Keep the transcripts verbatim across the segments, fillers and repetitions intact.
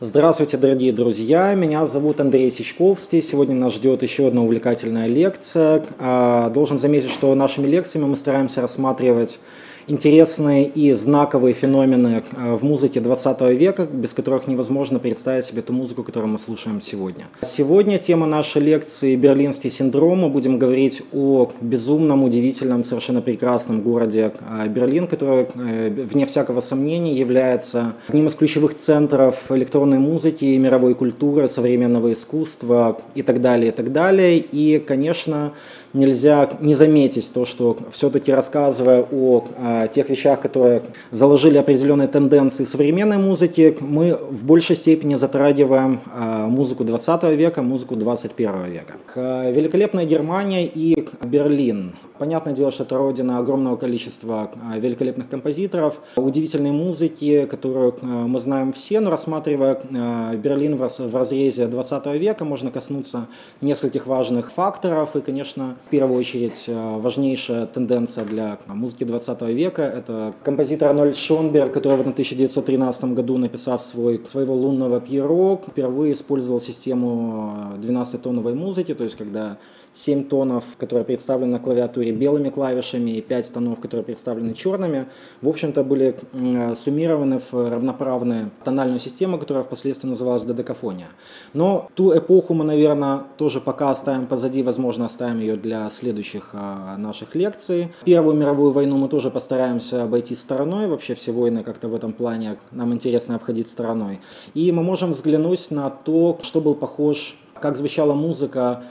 Здравствуйте, дорогие друзья! Меня зовут Андрей Сичковский. Сегодня нас ждет еще одна увлекательная лекция. Должен заметить, что нашими лекциями мы стараемся рассматривать интересные и знаковые феномены в музыке двадцатого века, без которых невозможно представить себе ту музыку, которую мы слушаем сегодня. Сегодня тема нашей лекции «Берлинский синдром». Мы будем говорить о безумном, удивительном, совершенно прекрасном городе Берлин, который, вне всякого сомнения, является одним из ключевых центров электронной музыки, мировой культуры, современного искусства и так далее, и так далее. И, конечно, нельзя не заметить то, что все-таки, рассказывая о тех вещах, которые заложили определенные тенденции современной музыки, мы в большей степени затрагиваем музыку двадцатого века, музыку двадцать первого века. Великолепная Германия и Берлин. Понятное дело, что это родина огромного количества великолепных композиторов, удивительной музыки, которую мы знаем все, но рассматривая Берлин в разрезе двадцатого века, можно коснуться нескольких важных факторов. И, конечно, в первую очередь, важнейшая тенденция для музыки двадцатого века – это композитор Арнольд Шонберг, который в тысяча девятьсот тринадцатом году, написав свой, своего лунного Пьеро, впервые использовал систему двенадцатитоновой музыки, то есть когда семь тонов, которые представлены на клавиатуре белыми клавишами, и пять тонов, которые представлены черными, в общем-то были суммированы в равноправную тональную систему, которая впоследствии называлась додекафония. Но ту эпоху мы, наверное, тоже пока оставим позади, возможно, оставим ее для следующих наших лекций. Первую мировую войну мы тоже постараемся обойти стороной, вообще все войны как-то в этом плане нам интересно обходить стороной. И мы можем взглянуть на то, что был похож, как звучала музыка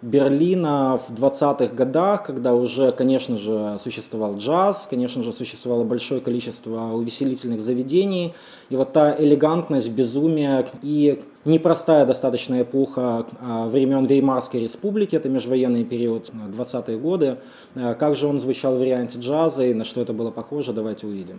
Берлина в двадцатых годах, когда уже, конечно же, существовал джаз, конечно же, существовало большое количество увеселительных заведений, и вот та элегантность, безумие и непростая достаточно эпоха времен Веймарской республики, это межвоенный период, двадцатые годы. Как же он звучал в варианте джаза и на что это было похоже, давайте увидим.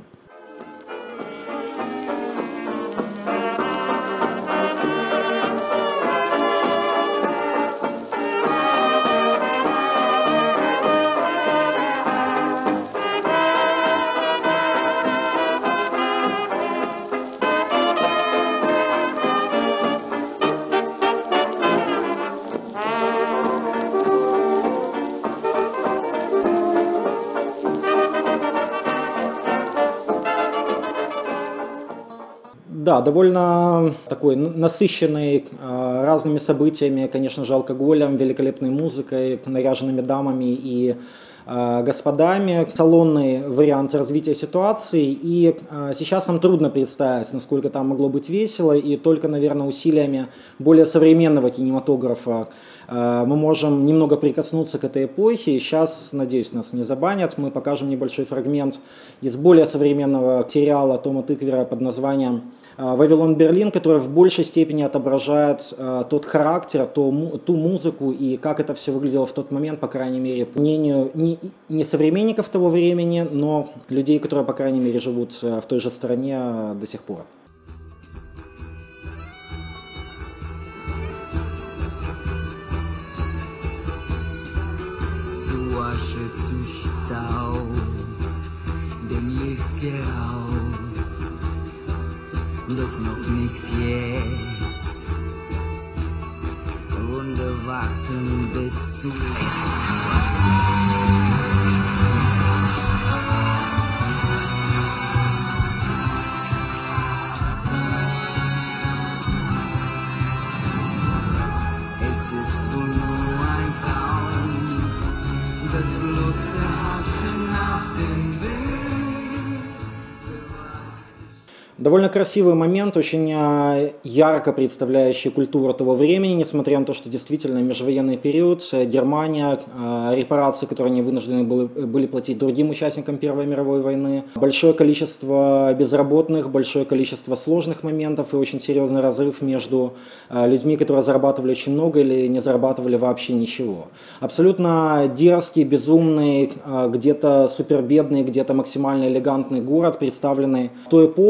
Да, довольно такой насыщенный э, разными событиями, конечно же, алкоголем, великолепной музыкой, наряженными дамами и э, господами. Салонный вариант развития ситуации, и э, сейчас нам трудно представить, насколько там могло быть весело, и только, наверное, усилиями более современного кинематографа э, мы можем немного прикоснуться к этой эпохе. И сейчас, надеюсь, нас не забанят, мы покажем небольшой фрагмент из более современного сериала Тома Тыквера под названием «Вавилон Берлин», который в большей степени отображает э, тот характер, ту, ту музыку и как это все выглядело в тот момент, по крайней мере, по мнению не, не современников того времени, но людей, которые, по крайней мере, живут в той же стране до сих пор. Zu Asche, zu Staub, dem Licht geraubt. Doch noch nicht jetzt. Runde warten bis zuletzt. Es ist wohl nur ein Traum, das bloße Haschen nach dem Wind. Довольно красивый момент, очень ярко представляющий культуру того времени, несмотря на то, что действительно межвоенный период, Германия, репарации, которые они вынуждены были, были платить другим участникам Первой мировой войны, большое количество безработных, большое количество сложных моментов и очень серьезный разрыв между людьми, которые зарабатывали очень много или не зарабатывали вообще ничего. Абсолютно дерзкий, безумный, где-то супербедный, где-то максимально элегантный город, представленный в ту эпоху,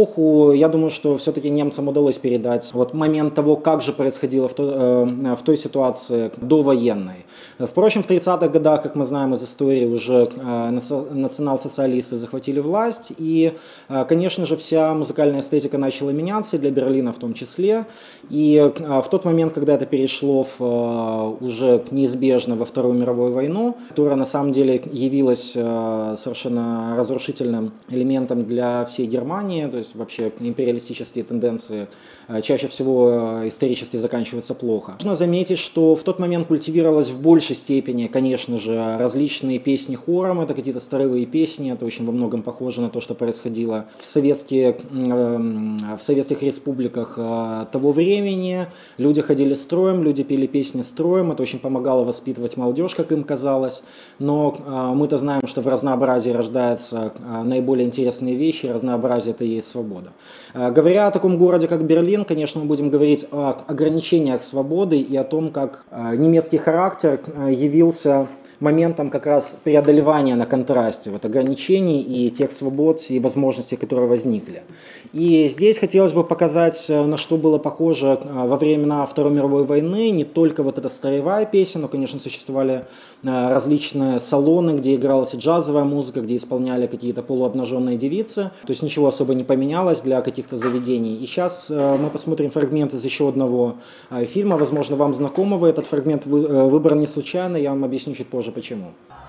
то я думаю, что все-таки немцам удалось передать вот момент того, как же происходило в, то, э, в той ситуации довоенной. Впрочем, в тридцатых годах, как мы знаем из истории, уже э, национал-социалисты захватили власть, и, э, конечно же, вся музыкальная эстетика начала меняться, и для Берлина в том числе. И э, в тот момент, когда это перешло в, э, уже неизбежно во Вторую мировую войну, которая на самом деле явилась э, совершенно разрушительным элементом для всей Германии, то есть вообще империалистические тенденции э, чаще всего э, исторически заканчиваются плохо. Нужно заметить, что в тот момент культивировалось в большей степени, конечно же, различные песни хором, это какие-то старовые песни, это очень во многом похоже на то, что происходило в, советские, э, в советских республиках э, того времени. Люди ходили строем, люди пели песни строем, это очень помогало воспитывать молодежь, как им казалось, но э, мы-то знаем, что в разнообразии рождаются э, наиболее интересные вещи, разнообразие это и есть свобода. Э, говоря о таком городе, как Берлин, конечно, мы будем говорить о ограничениях свободы и о том, как э, немецкий характер э, явился моментом как раз преодолевания на контрасте вот, ограничений и тех свобод и возможностей, которые возникли. И здесь хотелось бы показать, на что было похоже во времена Второй мировой войны, не только вот эта строевая песня, но, конечно, существовали различные салоны, где игралась и джазовая музыка, где исполняли какие-то полуобнаженные девицы, то есть ничего особо не поменялось для каких-то заведений. И сейчас мы посмотрим фрагмент из еще одного фильма, возможно, вам знакомого, этот фрагмент выбран не случайно, я вам объясню чуть позже почему.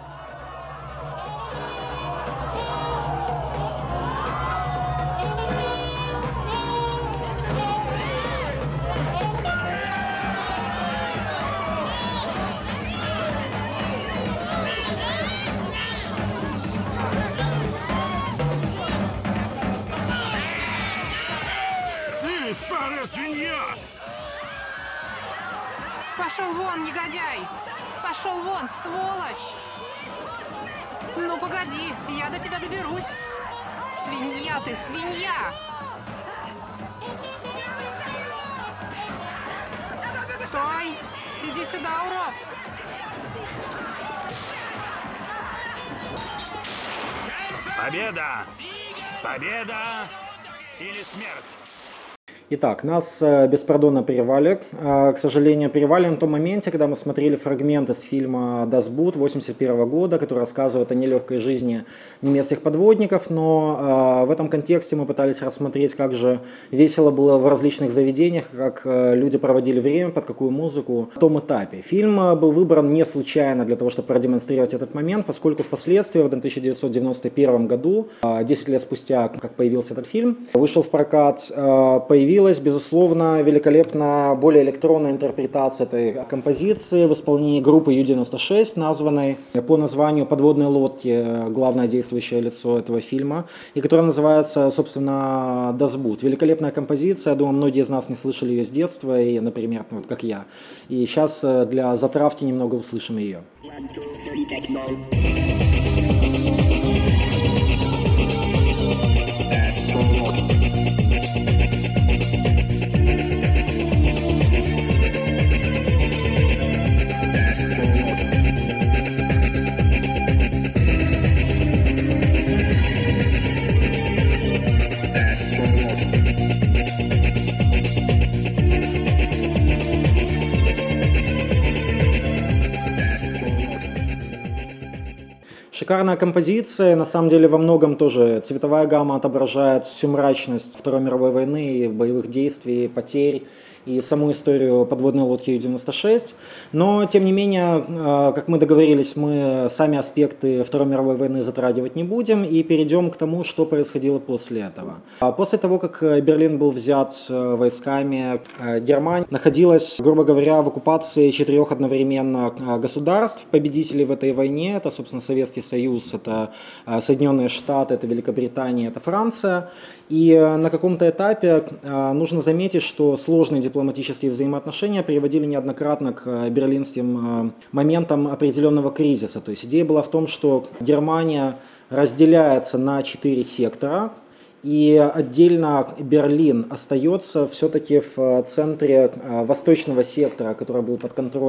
Ты, старая свинья! Пошел вон, негодяй! Пошел вон, сволочь! Ну погоди, я до тебя доберусь! Свинья ты, свинья! Стой! Иди сюда, урод! Победа! Победа или смерть? Итак, нас беспардонно прервали. К сожалению, прервали на том моменте, когда мы смотрели фрагмент из фильма «Das Boot» восемьдесят первого года, который рассказывает о нелегкой жизни немецких подводников, но в этом контексте мы пытались рассмотреть, как же весело было в различных заведениях, как люди проводили время, под какую музыку на том этапе. Фильм был выбран не случайно для того, чтобы продемонстрировать этот момент, поскольку впоследствии, в тысяча девятьсот девяносто первом году, десять лет спустя, как появился этот фильм, вышел в прокат, появился Появилась, безусловно, великолепно более электронная интерпретация этой композиции в исполнении группы Ю девяносто шесть, названной по названию «Подводные лодки», главное действующее лицо этого фильма, и которая называется, собственно, «Das Boot». Великолепная композиция, я думаю, многие из нас не слышали ее с детства, и, например, вот как я. И сейчас для затравки немного услышим ее. Шикарная композиция, на самом деле во многом тоже цветовая гамма отображает всю мрачность Второй мировой войны, боевых действий, потерь и саму историю подводной лодки Ю девяносто шесть. Но, тем не менее, как мы договорились, мы сами аспекты Второй мировой войны затрагивать не будем и перейдем к тому, что происходило после этого. После того, как Берлин был взят войсками, Германия находилась, грубо говоря, в оккупации четырех одновременно государств, победителей в этой войне. Это, собственно, Советский Союз, это Соединенные Штаты, это Великобритания, это Франция. И на каком-то этапе нужно заметить, что сложные дипломатические взаимоотношения приводили неоднократно к берлинским моментам определенного кризиса. То есть идея была в том, что Германия разделяется на четыре сектора, и отдельно Берлин остается все-таки в центре восточного сектора, который был под контролем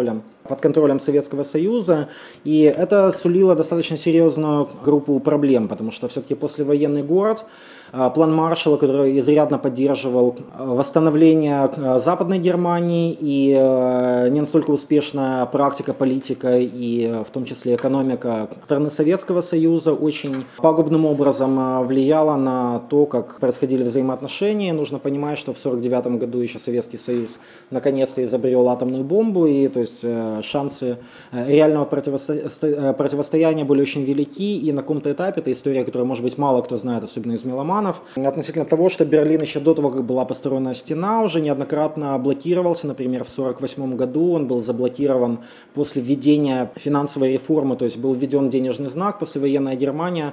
под контролем Советского Союза, и это сулило достаточно серьезную группу проблем, потому что все-таки послевоенный город, план Маршалла, который изрядно поддерживал восстановление Западной Германии, и не настолько успешная практика, политика и в том числе экономика страны Советского Союза очень пагубным образом влияла на то, как происходили взаимоотношения. Нужно понимать, что в сорок девятом году еще Советский Союз наконец-то изобрел атомную бомбу, и то есть шансы реального противосто... противостояния были очень велики, и на каком-то этапе, это история, которую, может быть, мало кто знает, особенно из меломанов, относительно того, что Берлин еще до того, как была построена стена, уже неоднократно блокировался. Например, в сорок восьмом году он был заблокирован после введения финансовой реформы, то есть был введен денежный знак. Послевоенная Германия,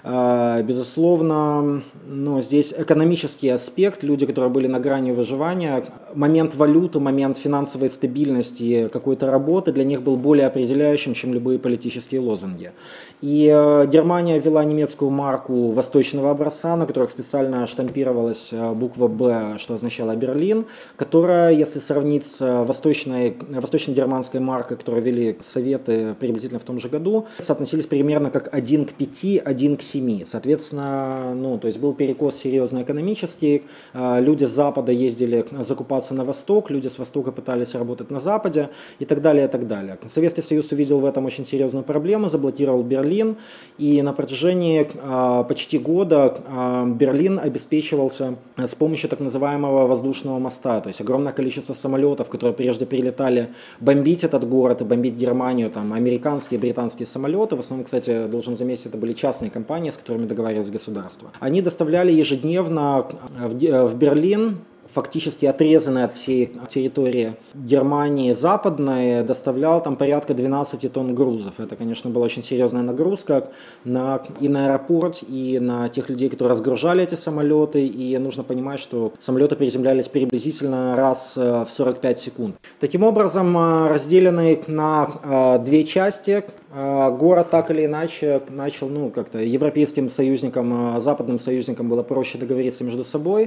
безусловно, ну, здесь экономический аспект, люди, которые были на грани выживания, момент валюты, момент финансовой стабильности какой-то работы для них был более определяющим, чем любые политические лозунги. И Германия ввела немецкую марку восточного образца, на которых специально штампировалась буква «Б», что означало Берлин, которая, если сравнить с восточной, восточно-германской маркой, которую ввели Советы приблизительно в том же году, соотносились примерно как один к пяти, один к семи. Соответственно, ну, то есть был перекос серьезно экономический, люди с Запада ездили закупаться на Восток, люди с Востока пытались работать на Западе и так далее, и так далее. Советский Союз увидел в этом очень серьезную проблему, заблокировал Берлин, и на протяжении почти года Берлин обеспечивался с помощью так называемого воздушного моста, то есть огромное количество самолетов, которые прежде прилетали бомбить этот город и бомбить Германию, там американские и британские самолеты, в основном, кстати, должен заметить, это были частные компании, с которыми договаривалось государство. Они доставляли ежедневно в Берлин, фактически отрезанный от всей территории Германии западной, доставлял там порядка двенадцати тонн грузов. Это, конечно, была очень серьезная нагрузка на, и на аэропорт, и на тех людей, которые разгружали эти самолеты. И нужно понимать, что самолеты приземлялись приблизительно раз в сорок пять секунд. Таким образом, разделенный на две части, город так или иначе начал, ну, как-то европейским союзникам, западным союзникам было проще договориться между собой.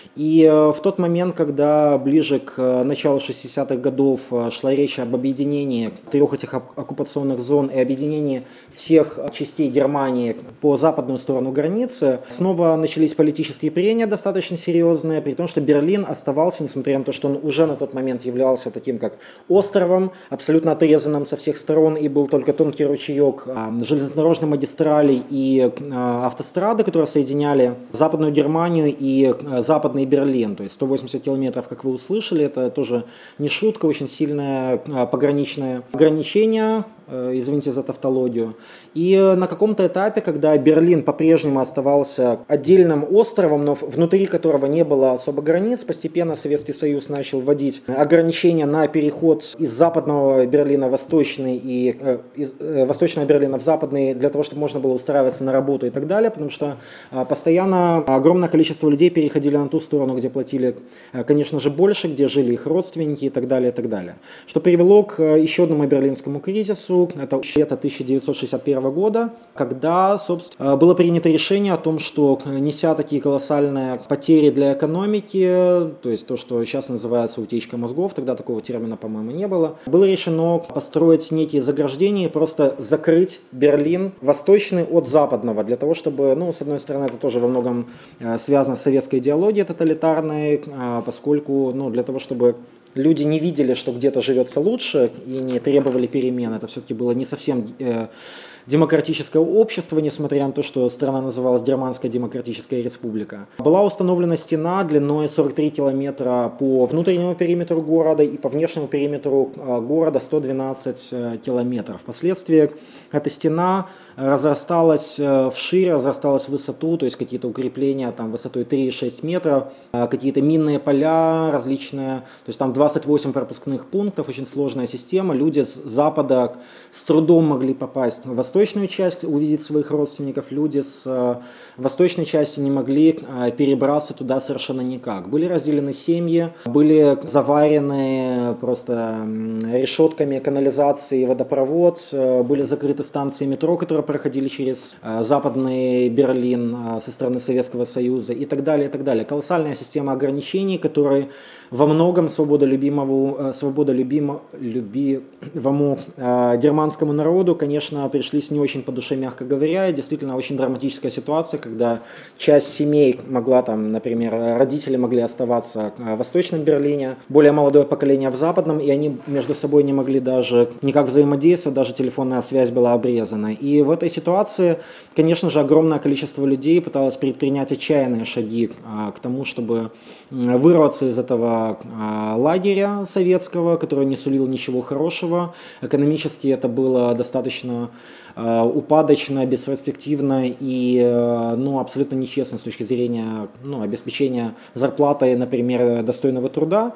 И в тот момент, когда ближе к началу шестидесятых годов шла речь об объединении трех этих оккупационных зон и объединении всех частей Германии по западную сторону границы, снова начались политические прения достаточно серьезные, при том, что Берлин оставался, несмотря на то, что он уже на тот момент являлся таким как островом, абсолютно отрезанным со всех сторон, и был только тонкий ручеек железнодорожной магистрали и автострады, которые соединяли Западную Германию и Западный Берлин, то есть сто восемьдесят километров, как вы услышали, это тоже не шутка, очень сильное пограничное ограничение, извините за тавтологию. И на каком-то этапе, когда Берлин по-прежнему оставался отдельным островом, но внутри которого не было особо границ, постепенно Советский Союз начал вводить ограничения на переход из западного Берлина в восточный и э, из э, восточного Берлина в западный, для того, чтобы можно было устраиваться на работу и так далее, потому что э, постоянно огромное количество людей переходили на ту сторону, где платили, э, конечно же, больше, где жили их родственники и так далее, и так далее. Что привело к э, еще одному берлинскому кризису. Это лето тысяча девятьсот шестьдесят первого года, когда, собственно, было принято решение о том, что, неся такие колоссальные потери для экономики, то есть то, что сейчас называется утечка мозгов, тогда такого термина, по-моему, не было, было решено построить некие заграждения и просто закрыть Берлин восточный от западного, для того, чтобы, ну, с одной стороны, это тоже во многом связано с советской идеологией тоталитарной, поскольку, ну, для того, чтобы люди не видели, что где-то живется лучше, и не требовали перемен. Это все-таки было не совсем э, демократическое общество, несмотря на то, что страна называлась Германская Демократическая Республика. Была установлена стена длиной сорок три километра по внутреннему периметру города и по внешнему периметру э, города сто двенадцать километров. Впоследствии эта стена разрасталась вширь, разрасталась в высоту, то есть какие-то укрепления там высотой три и шесть метров, какие-то минные поля различные, то есть там двадцать восемь пропускных пунктов, очень сложная система. Люди с запада с трудом могли попасть в восточную часть увидеть своих родственников, люди с восточной части не могли перебраться туда совершенно никак. Были разделены семьи, были заварены просто решетками канализации водопровод, были закрыты станции метро, которые проходили через западный Берлин со стороны Советского Союза и так далее, и так далее. Колоссальная система ограничений, которые во многом свободолюбимому, свободолюбимому любимому э, германскому народу, конечно, пришлись не очень по душе, мягко говоря. И действительно очень драматическая ситуация, когда часть семей могла, там, например, родители могли оставаться в Восточном Берлине, более молодое поколение в Западном, и они между собой не могли даже никак взаимодействовать, даже телефонная связь была обрезана. И в этой ситуации, конечно же, огромное количество людей пыталось предпринять отчаянные шаги э, к тому, чтобы вырваться из этого лагеря советского, который не сулил ничего хорошего. Экономически это было достаточно упадочно, бесперспективно и ну, абсолютно нечестно с точки зрения ну, обеспечения зарплатой, например, достойного труда.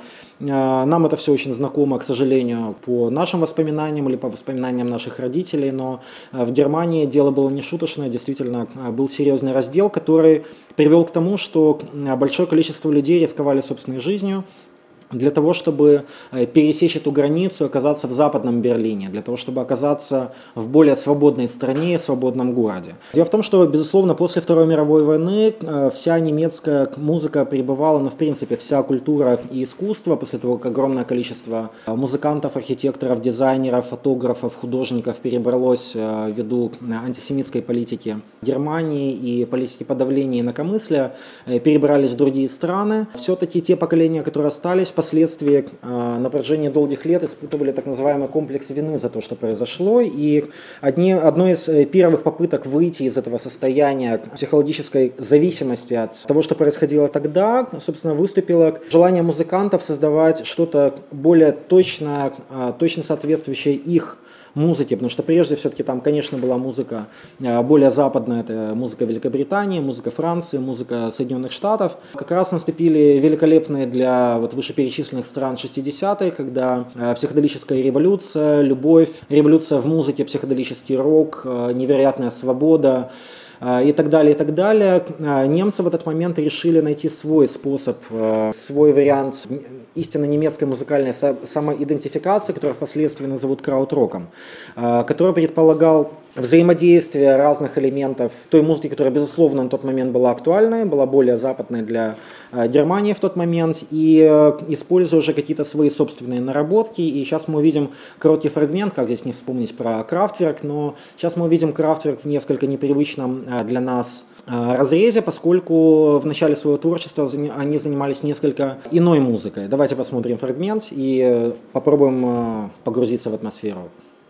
Нам это все очень знакомо, к сожалению, по нашим воспоминаниям или по воспоминаниям наших родителей, но в Германии дело было не шуточное, действительно был серьезный раздел, который привел к тому, что большое количество людей рисковали собственной жизнью для того, чтобы пересечь эту границу, оказаться в Западном Берлине, для того, чтобы оказаться в более свободной стране, свободном городе. Дело в том, что, безусловно, после Второй мировой войны вся немецкая музыка пребывала, ну, в принципе, вся культура и искусство, после того, как огромное количество музыкантов, архитекторов, дизайнеров, фотографов, художников перебралось ввиду антисемитской политики Германии и политики подавления инакомыслия, перебрались в другие страны. Все-таки те поколения, которые остались, впоследствии на протяжении долгих лет испытывали так называемый комплекс вины за то, что произошло. И одни, одной из первых попыток выйти из этого состояния психологической зависимости от того, что происходило тогда, собственно, выступило желание музыкантов создавать что-то более точно, точно соответствующее их музыки, потому что прежде все-таки там, конечно, была музыка более западная, это музыка Великобритании, музыка Франции, музыка Соединенных Штатов. Как раз наступили великолепные для вот вышеперечисленных стран шестидесятые, когда психоделическая революция, любовь, революция в музыке, психоделический рок, невероятная свобода, и так далее, и так далее. Немцы в этот момент решили найти свой способ, свой вариант истинно немецкой музыкальной самоидентификации, которую впоследствии назовут крауд-роком, который предполагал взаимодействие разных элементов той музыки, которая, безусловно, на тот момент была актуальной, была более западной для Германии в тот момент, и используя уже какие-то свои собственные наработки. И сейчас мы увидим короткий фрагмент, как здесь не вспомнить про Kraftwerk, но сейчас мы увидим Kraftwerk в несколько непривычном для нас разрезе, поскольку в начале своего творчества они занимались несколько иной музыкой. Давайте посмотрим фрагмент и попробуем погрузиться в атмосферу.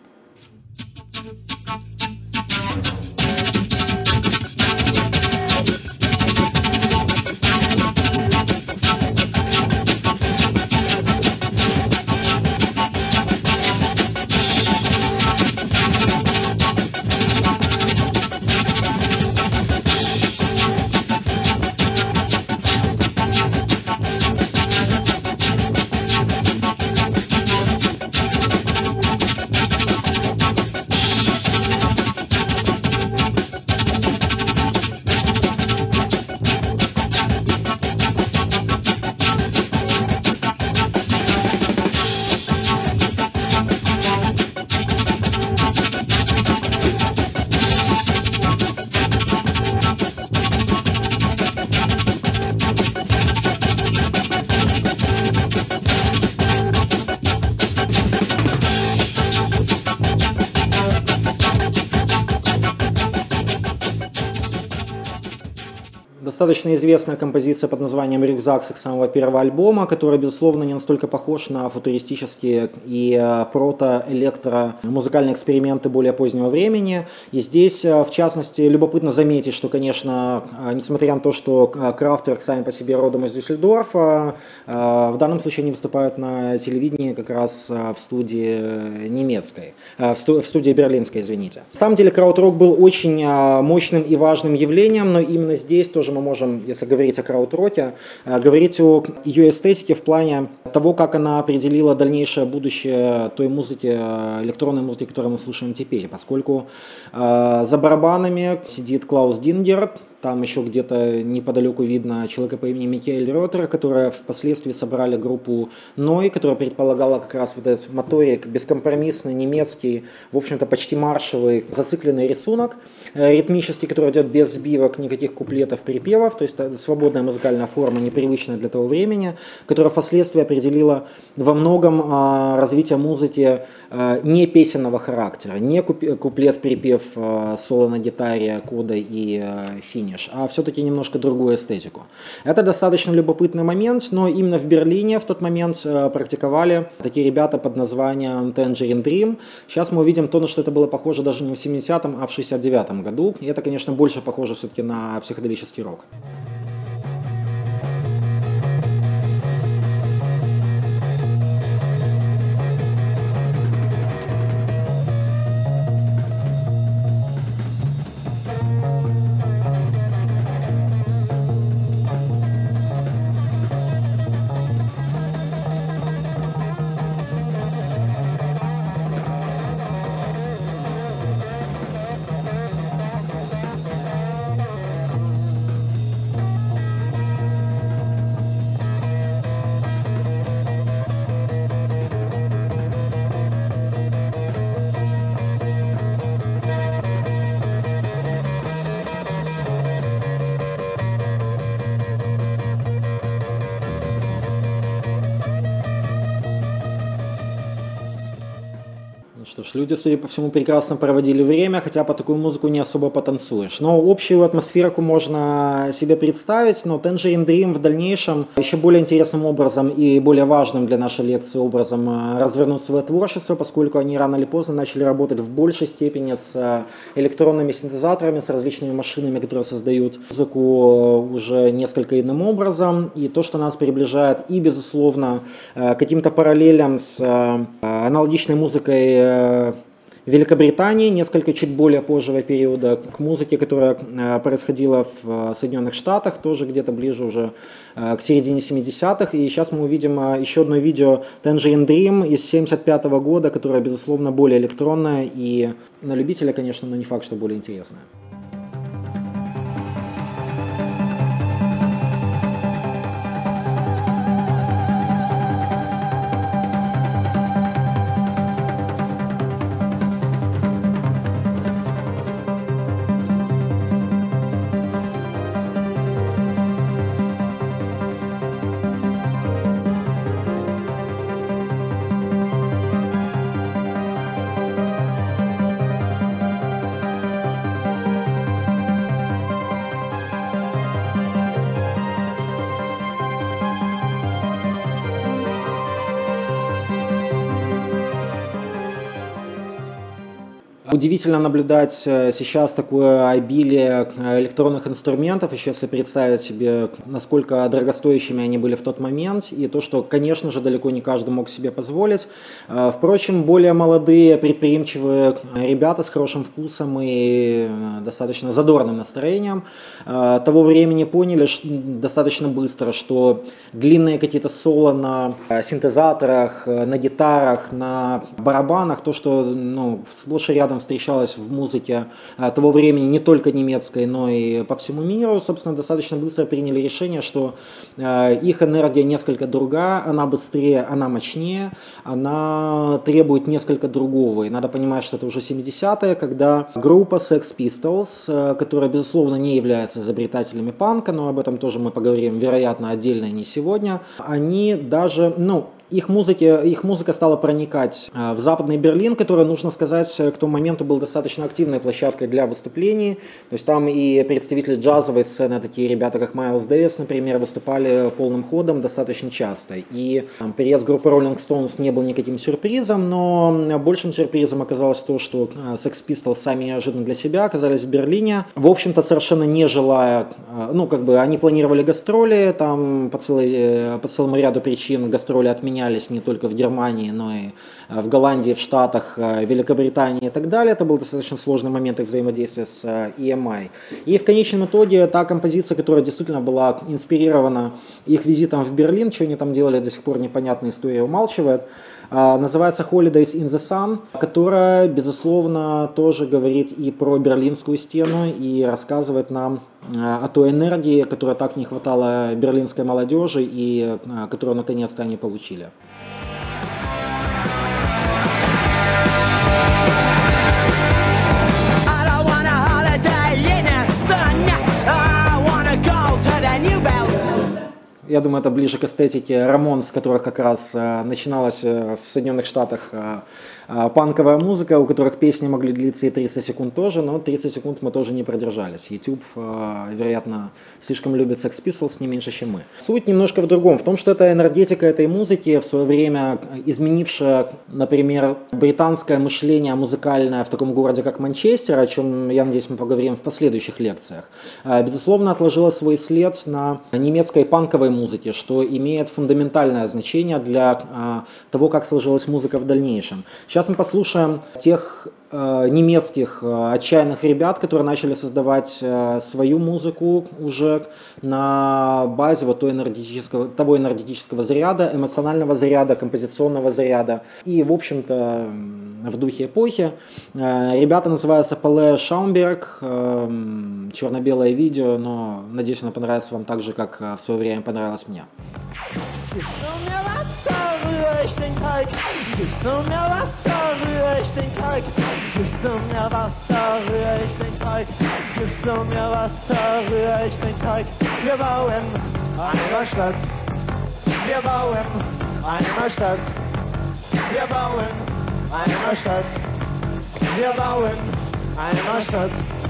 Достаточно известная композиция под названием «Рюкзак» с их самого первого альбома, который, безусловно, не настолько похож на футуристические и прото-электро-музыкальные эксперименты более позднего времени. И здесь, в частности, любопытно заметить, что, конечно, несмотря на то, что Kraftwerk сами по себе родом из Дюссельдорфа, в данном случае они выступают на телевидении как раз в студии немецкой, в студии берлинской, извините. На самом деле, крауд-рок был очень мощным и важным явлением, но именно здесь тоже мы можем, если говорить о краудроке, говорить о ее эстетике в плане того, как она определила дальнейшее будущее той музыки, электронной музыки, которую мы слушаем теперь, поскольку за барабанами сидит Клаус Дингер. Там еще где-то неподалеку видно человека по имени Микаэль Ротер, которые впоследствии собрали группу Ной, которая предполагала как раз вот этот моторик, бескомпромиссный, немецкий, в общем-то почти маршевый, зацикленный рисунок, ритмический, который идет без сбивок, никаких куплетов, припевов, то есть свободная музыкальная форма, непривычная для того времени, которая впоследствии определила во многом развитие музыки не песенного характера, не куплет-припев, соло на гитаре, кода и финиш, а все-таки немножко другую эстетику. Это достаточно любопытный момент, но именно в Берлине в тот момент практиковали такие ребята под названием Tangerine Dream. Сейчас мы увидим то, на что это было похоже даже не в семидесятом, а в шестьдесят девятом году. И это, конечно, больше похоже все-таки на психоделический рок. Что ж, люди, судя по всему, прекрасно проводили время, хотя по такую музыку не особо потанцуешь. Но общую атмосферку можно себе представить, но Tangerine Dream в дальнейшем еще более интересным образом и более важным для нашей лекции образом развернут свое творчество, поскольку они рано или поздно начали работать в большей степени с электронными синтезаторами, с различными машинами, которые создают музыку уже несколько иным образом. И то, что нас приближает и, безусловно, к каким-то параллелям с аналогичной музыкой Великобритании, несколько чуть более позжего периода, к музыке, которая происходила в Соединенных Штатах, тоже где-то ближе уже к середине семидесятых. И сейчас мы увидим еще одно видео Tangerine Dream из семьдесят пятого года, которое, безусловно, более электронное и на любителя, конечно, но не факт, что более интересное. Удивительно наблюдать сейчас такое обилие электронных инструментов, еще если представить себе, насколько дорогостоящими они были в тот момент, и то, что, конечно же, далеко не каждый мог себе позволить. Впрочем, более молодые, предприимчивые ребята с хорошим вкусом и достаточно задорным настроением того времени поняли достаточно быстро, что длинные какие-то соло на синтезаторах, на гитарах, на барабанах, то, что ну, сплошь и рядом встречалось в музыке того времени не только немецкой, но и по всему миру, собственно, достаточно быстро приняли решение, что их энергия несколько другая, она быстрее, она мощнее, она требует несколько другого. И надо понимать, что это уже семидесятые, когда группа Sex Pistols, которая, безусловно, не является изобретателями панка, но об этом тоже мы поговорим, вероятно, отдельно и не сегодня, они даже, ну, Их, музыки, их музыка стала проникать в Западный Берлин, который, нужно сказать, к тому моменту был достаточно активной площадкой для выступлений. То есть там и представители джазовой сцены, такие ребята, как Майлз Дэвис, например, выступали полным ходом достаточно часто. И там, переезд группы Rolling Stones не был никаким сюрпризом, но большим сюрпризом оказалось то, что Sex Pistols сами неожиданно для себя оказались в Берлине. В общем-то, совершенно не желая, ну, как бы, они планировали гастроли, там по, целой, по целому ряду причин гастроли отменили, применялись не только в Германии, но и в Голландии, в Штатах, Великобритании и так далее. Это был достаточно сложный момент их взаимодействия с и эм ай. И в конечном итоге та композиция, которая действительно была инспирирована их визитом в Берлин, что они там делали, до сих пор непонятная история умалчивает, называется Holidays in the Sun, которая, безусловно, тоже говорит и про Берлинскую стену, и рассказывает нам о той энергии, которой так не хватало берлинской молодежи, и которую наконец-то они получили. Я думаю, это ближе к эстетике Рамонс, с которых как раз э, начиналась э, в Соединенных Штатах э, э, панковая музыка, у которых песни могли длиться и тридцать секунд тоже, но тридцать секунд мы тоже не продержались. YouTube, э, вероятно, слишком любит Sex Pistols не меньше, чем мы. Суть немножко в другом, в том, что это энергетика этой музыки, в свое время изменившая, например, британское мышление музыкальное в таком городе, как Манчестер, о чем, я надеюсь, мы поговорим в последующих лекциях, э, безусловно, отложила свой след на немецкой панковой музыки, что имеет фундаментальное значение для а, того, как сложилась музыка в дальнейшем. Сейчас мы послушаем тех а, немецких а, отчаянных ребят, которые начали создавать а, свою музыку уже на базе вот того энергетического, того энергетического заряда, эмоционального заряда, композиционного заряда и, в общем-то, в духе эпохи. А, ребята называются Пале Шаумберг, а, черно-белое видео, но надеюсь, оно понравится вам так же, как в свое время понравилось мне. Gibst du mir Wasser, rühr ich den Kalk. Gibst du mir Wasser, rühr ich den Kalk. Gibst du mir Wasser, rühr ich den Kalk. Gibst du mir Wasser, rühr ich den Kalk. Wir bauen eine Neustadt. Wir bauen eine Neustadt. Wir bauen eine Neustadt. Wir bauen eine Neustadt.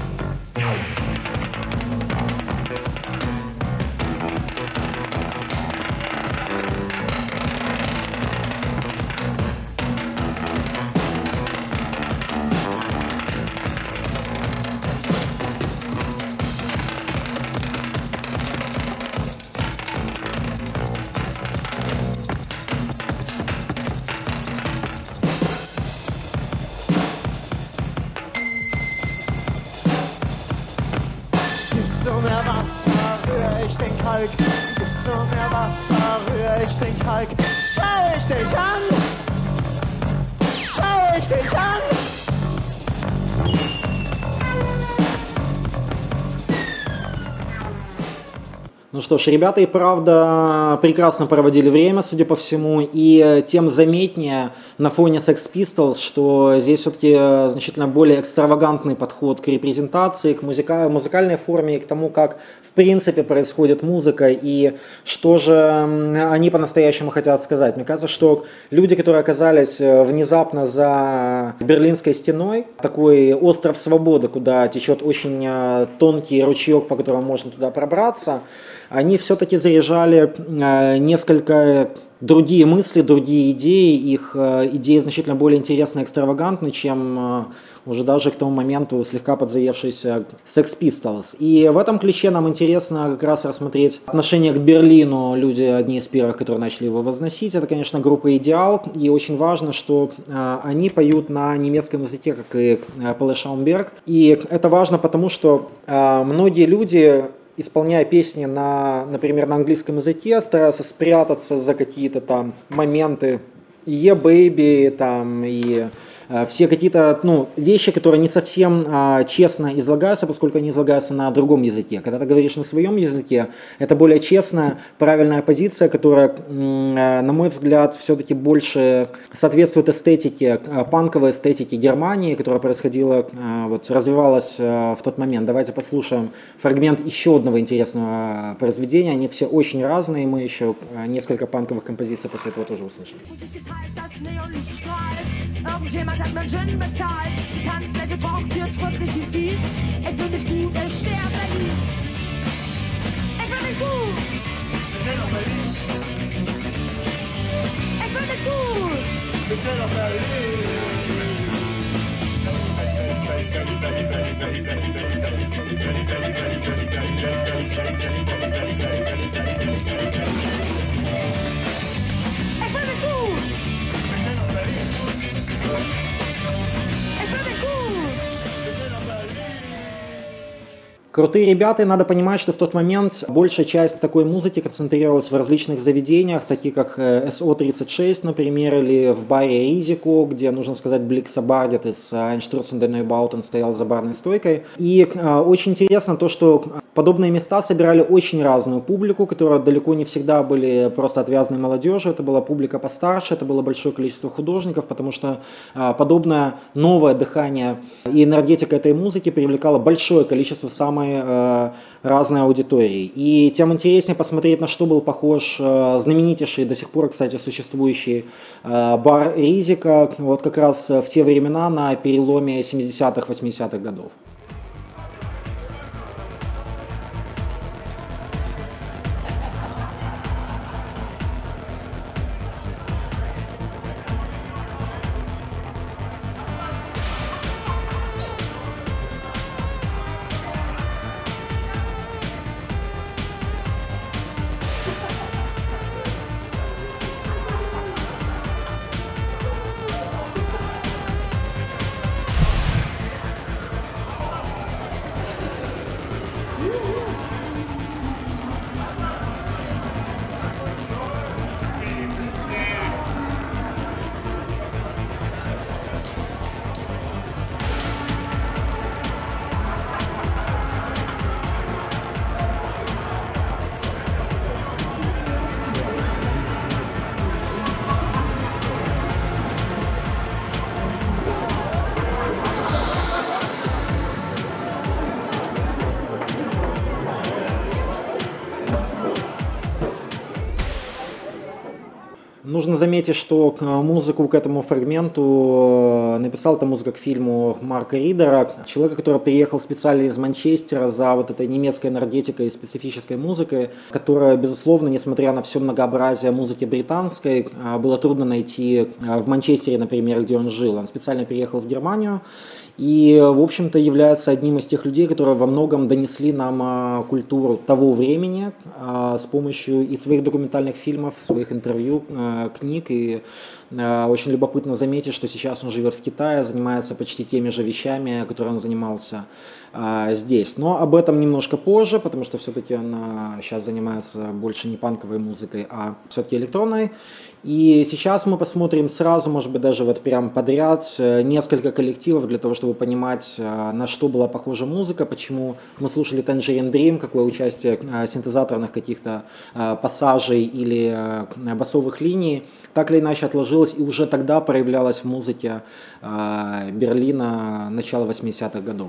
Gibst du mir Wasser, rühr ich den Kalk. Gibst du mir Wasser, rühr ich den Kalk. Schau ich dich an, schau ich dich an. Ну что ж, ребята и правда прекрасно проводили время, судя по всему, и тем заметнее на фоне Sex Pistols, что здесь все-таки значительно более экстравагантный подход к репрезентации, к музыка- музыкальной форме и к тому, как в принципе происходит музыка и что же они по-настоящему хотят сказать. Мне кажется, что люди, которые оказались внезапно за Берлинской стеной, такой остров свободы, куда течет очень тонкий ручеек, по которому можно туда пробраться, они все-таки заряжали э, несколько другие мысли, другие идеи. Их э, идеи значительно более интересны и экстравагантны, чем э, уже даже к тому моменту слегка подзаевшийся Sex Pistols. И в этом ключе нам интересно как раз рассмотреть отношение к Берлину. Люди, одни из первых, которые начали его возносить, это, конечно, группа «Идеал». И очень важно, что э, они поют на немецком языке, как и э, Пале Шаумберг. И это важно потому, что э, многие люди, исполняя песни, на, например, на английском языке, стараются спрятаться за какие-то там моменты «Yeah, baby», там, и э, все какие-то ну, вещи, которые не совсем э, честно излагаются, поскольку они излагаются на другом языке. Когда ты говоришь на своем языке, это более честная, правильная позиция, которая, э, на мой взгляд, все-таки больше соответствует эстетике, э, панковой эстетике Германии, которая происходила, э, вот, развивалась э, в тот момент. Давайте послушаем фрагмент еще одного интересного произведения. Они все очень разные, мы еще э, несколько панковых композиций после этого тоже услышим. Musik ist heiß, das Neonlicht strahlt. Irgendjemand hat mein Gin bezahlt. Die Tanzfläche braucht hier trifft wie sie. Ich will mich gut, ich sterbe Berlin. Ich will mich gut. Ich will mich gut. Ich will nach Berlin. Крутые ребята, и надо понимать, что в тот момент большая часть такой музыки концентрировалась в различных заведениях, такие как эс о тридцать шесть, например, или в баре Ризико, где, нужно сказать, Бликса Бардет из Einstürzen der Neubauten стоял за барной стойкой. И э, очень интересно то, что подобные места собирали очень разную публику, которая далеко не всегда были просто отвязной молодежью, это была публика постарше, это было большое количество художников, потому что э, подобное новое дыхание и энергетика этой музыки привлекала большое количество самой э, разной аудитории. И тем интереснее посмотреть, на что был похож э, знаменитейший, до сих пор, кстати, существующий э, бар Ризико, вот как раз в те времена на переломе семидесятых-восьмидесятых годов. Нужно заметить, что музыку к этому фрагменту написал эта музыка к фильму Марка Ридера, человека, который приехал специально из Манчестера за вот этой немецкой энергетикой и специфической музыкой, которая, безусловно, несмотря на все многообразие музыки британской, было трудно найти в Манчестере, например, где он жил. Он специально переехал в Германию и, в общем-то, является одним из тех людей, которые во многом донесли нам культуру того времени с помощью и своих документальных фильмов, своих интервью, книг. И очень любопытно заметить, что сейчас он живет в Китае, занимается почти теми же вещами, которыми он занимался здесь. Но об этом немножко позже, потому что все-таки он сейчас занимается больше не панковой музыкой, а все-таки электронной. И сейчас мы посмотрим сразу, может быть, даже вот прям подряд несколько коллективов для того, чтобы понимать, на что была похожа музыка, почему мы слушали Tangerine Dream, какое участие синтезаторных каких-то пассажей или басовых линий, так или иначе отложилось и уже тогда проявлялось в музыке Берлина начала восьмидесятых годов.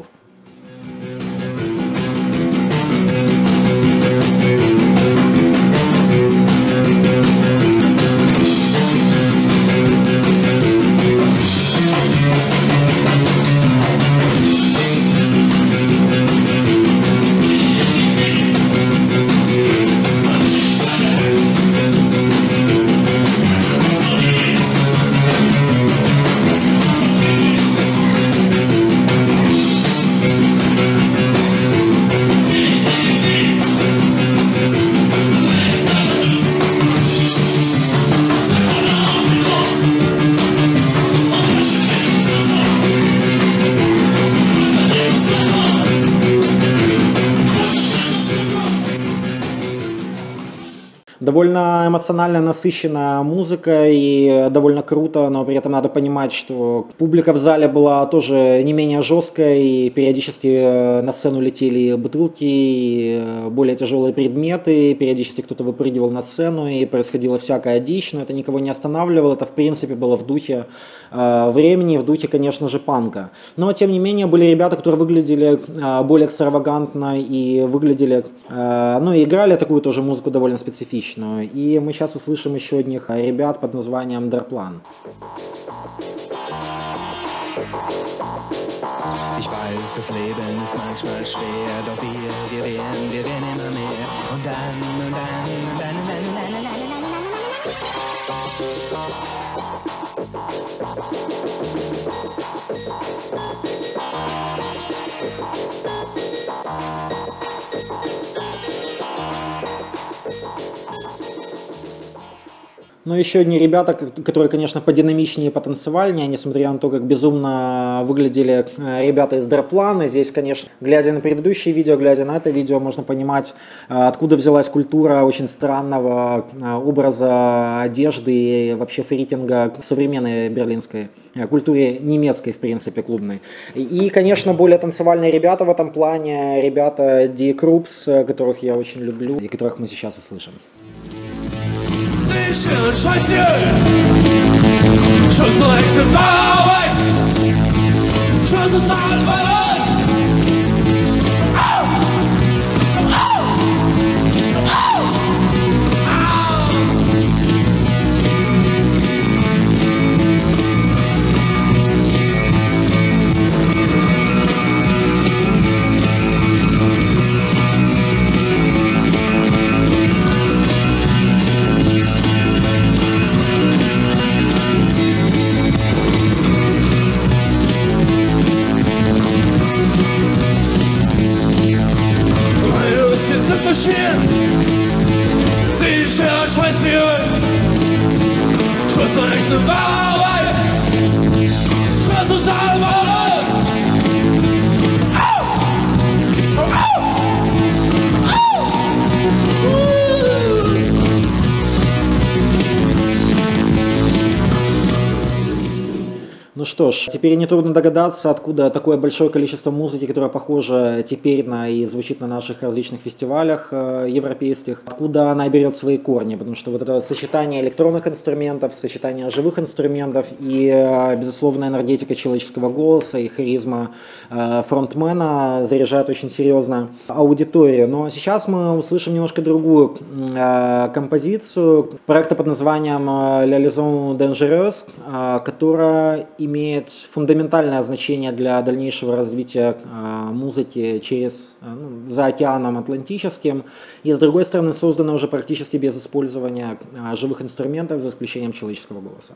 Довольно эмоционально насыщенная музыка и довольно круто, но при этом надо понимать, что публика в зале была тоже не менее жесткая, и периодически на сцену летели бутылки, и более тяжелые предметы, периодически кто-то выпрыгивал на сцену, и происходила всякая дичь, но это никого не останавливало, это в принципе было в духе э, времени, в духе, конечно же, панка. Но тем не менее были ребята, которые выглядели э, более экстравагантно и выглядели, э, ну и играли такую тоже музыку довольно специфичную. И мы сейчас услышим еще одних ребят под названием Der Plan. Ich weiß, das Leben ist manchmal schwer, doch wir, wir werden, wir werden immer mehr. Und dann, und dann, und dann, und dann, und dann, und dann, und dann, Но еще одни ребята, которые, конечно, подинамичнее и потанцевальнее, несмотря на то, как безумно выглядели ребята из Дроплана. Здесь, конечно, глядя на предыдущие видео, глядя на это видео, можно понимать, откуда взялась культура очень странного образа одежды и вообще фритинга современной берлинской культуре, немецкой, в принципе, клубной. И, конечно, более танцевальные ребята в этом плане, ребята Die Krupps, которых я очень люблю и которых мы сейчас услышим. Ну что ж, теперь нетрудно догадаться, откуда такое большое количество музыки, которая похожа теперь на и звучит на наших различных фестивалях э, европейских, откуда она берет свои корни, потому что вот это вот сочетание электронных инструментов, сочетание живых инструментов и, э, безусловно, энергетика человеческого голоса и харизма э, фронтмена заряжает очень серьезно аудиторию. Но сейчас мы услышим немножко другую э, композицию проекта под названием «La Liaison Dangereuse», э, которая имеет фундаментальное значение для дальнейшего развития э, музыки через, э, ну, за океаном Атлантическим, и с другой стороны создана уже практически без использования э, живых инструментов, за исключением человеческого голоса.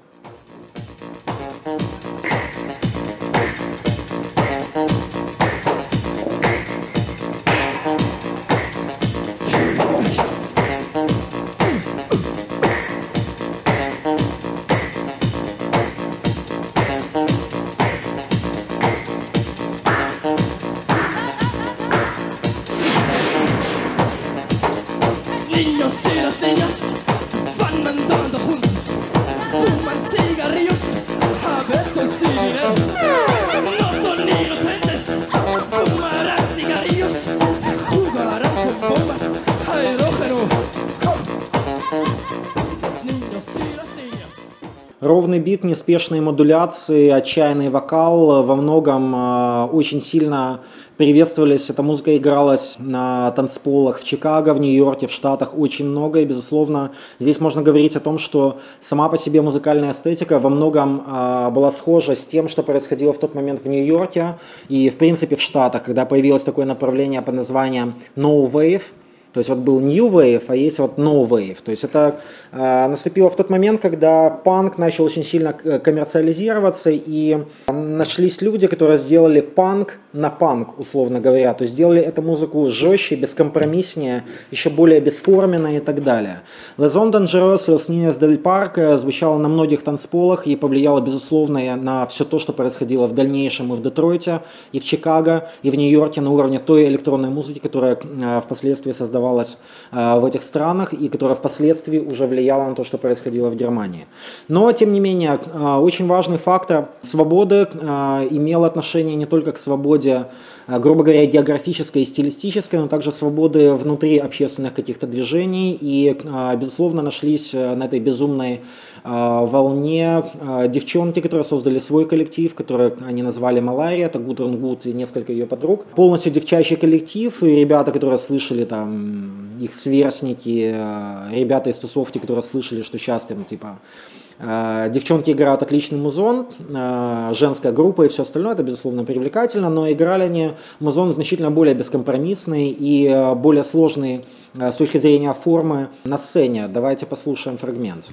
Ровный бит, неспешные модуляции, отчаянный вокал во многом э, очень сильно приветствовались. Эта музыка игралась на танцполах в Чикаго, в Нью-Йорке, в Штатах очень много. И, безусловно, здесь можно говорить о том, что сама по себе музыкальная эстетика во многом э, была схожа с тем, что происходило в тот момент в Нью-Йорке и, в принципе, в Штатах, когда появилось такое направление под названием No Wave. То есть вот был New Wave, а есть вот No Wave. То есть это э, наступило в тот момент, когда панк начал очень сильно коммерциализироваться, и нашлись люди, которые сделали панк на панк, условно говоря. То есть сделали эту музыку жестче, бескомпромисснее, еще более бесформенной и так далее. Liaison Dangereuse Los Niños del Parque звучала на многих танцполах и повлияла, безусловно, на все то, что происходило в дальнейшем и в Детройте, и в Чикаго, и в Нью-Йорке на уровне той электронной музыки, которая э, впоследствии создавалась в этих странах и которая впоследствии уже влияла на то, что происходило в Германии. Но, тем не менее, очень важный фактор свободы имел отношение не только к свободе, грубо говоря, географической и стилистической, но также свободы внутри общественных каких-то движений. И, безусловно, нашлись на этой безумной волне девчонки, которые создали свой коллектив, который они назвали Малария, это Гудрун Гуд и несколько ее подруг. Полностью девчачий коллектив, и ребята, которые слышали там их сверстники, ребята из тусовки, которые слышали, что сейчас там типа девчонки играют отличный музон, женская группа и все остальное, это безусловно привлекательно, но играли они музон значительно более бескомпромиссный и более сложный с точки зрения формы на сцене. Давайте послушаем фрагмент.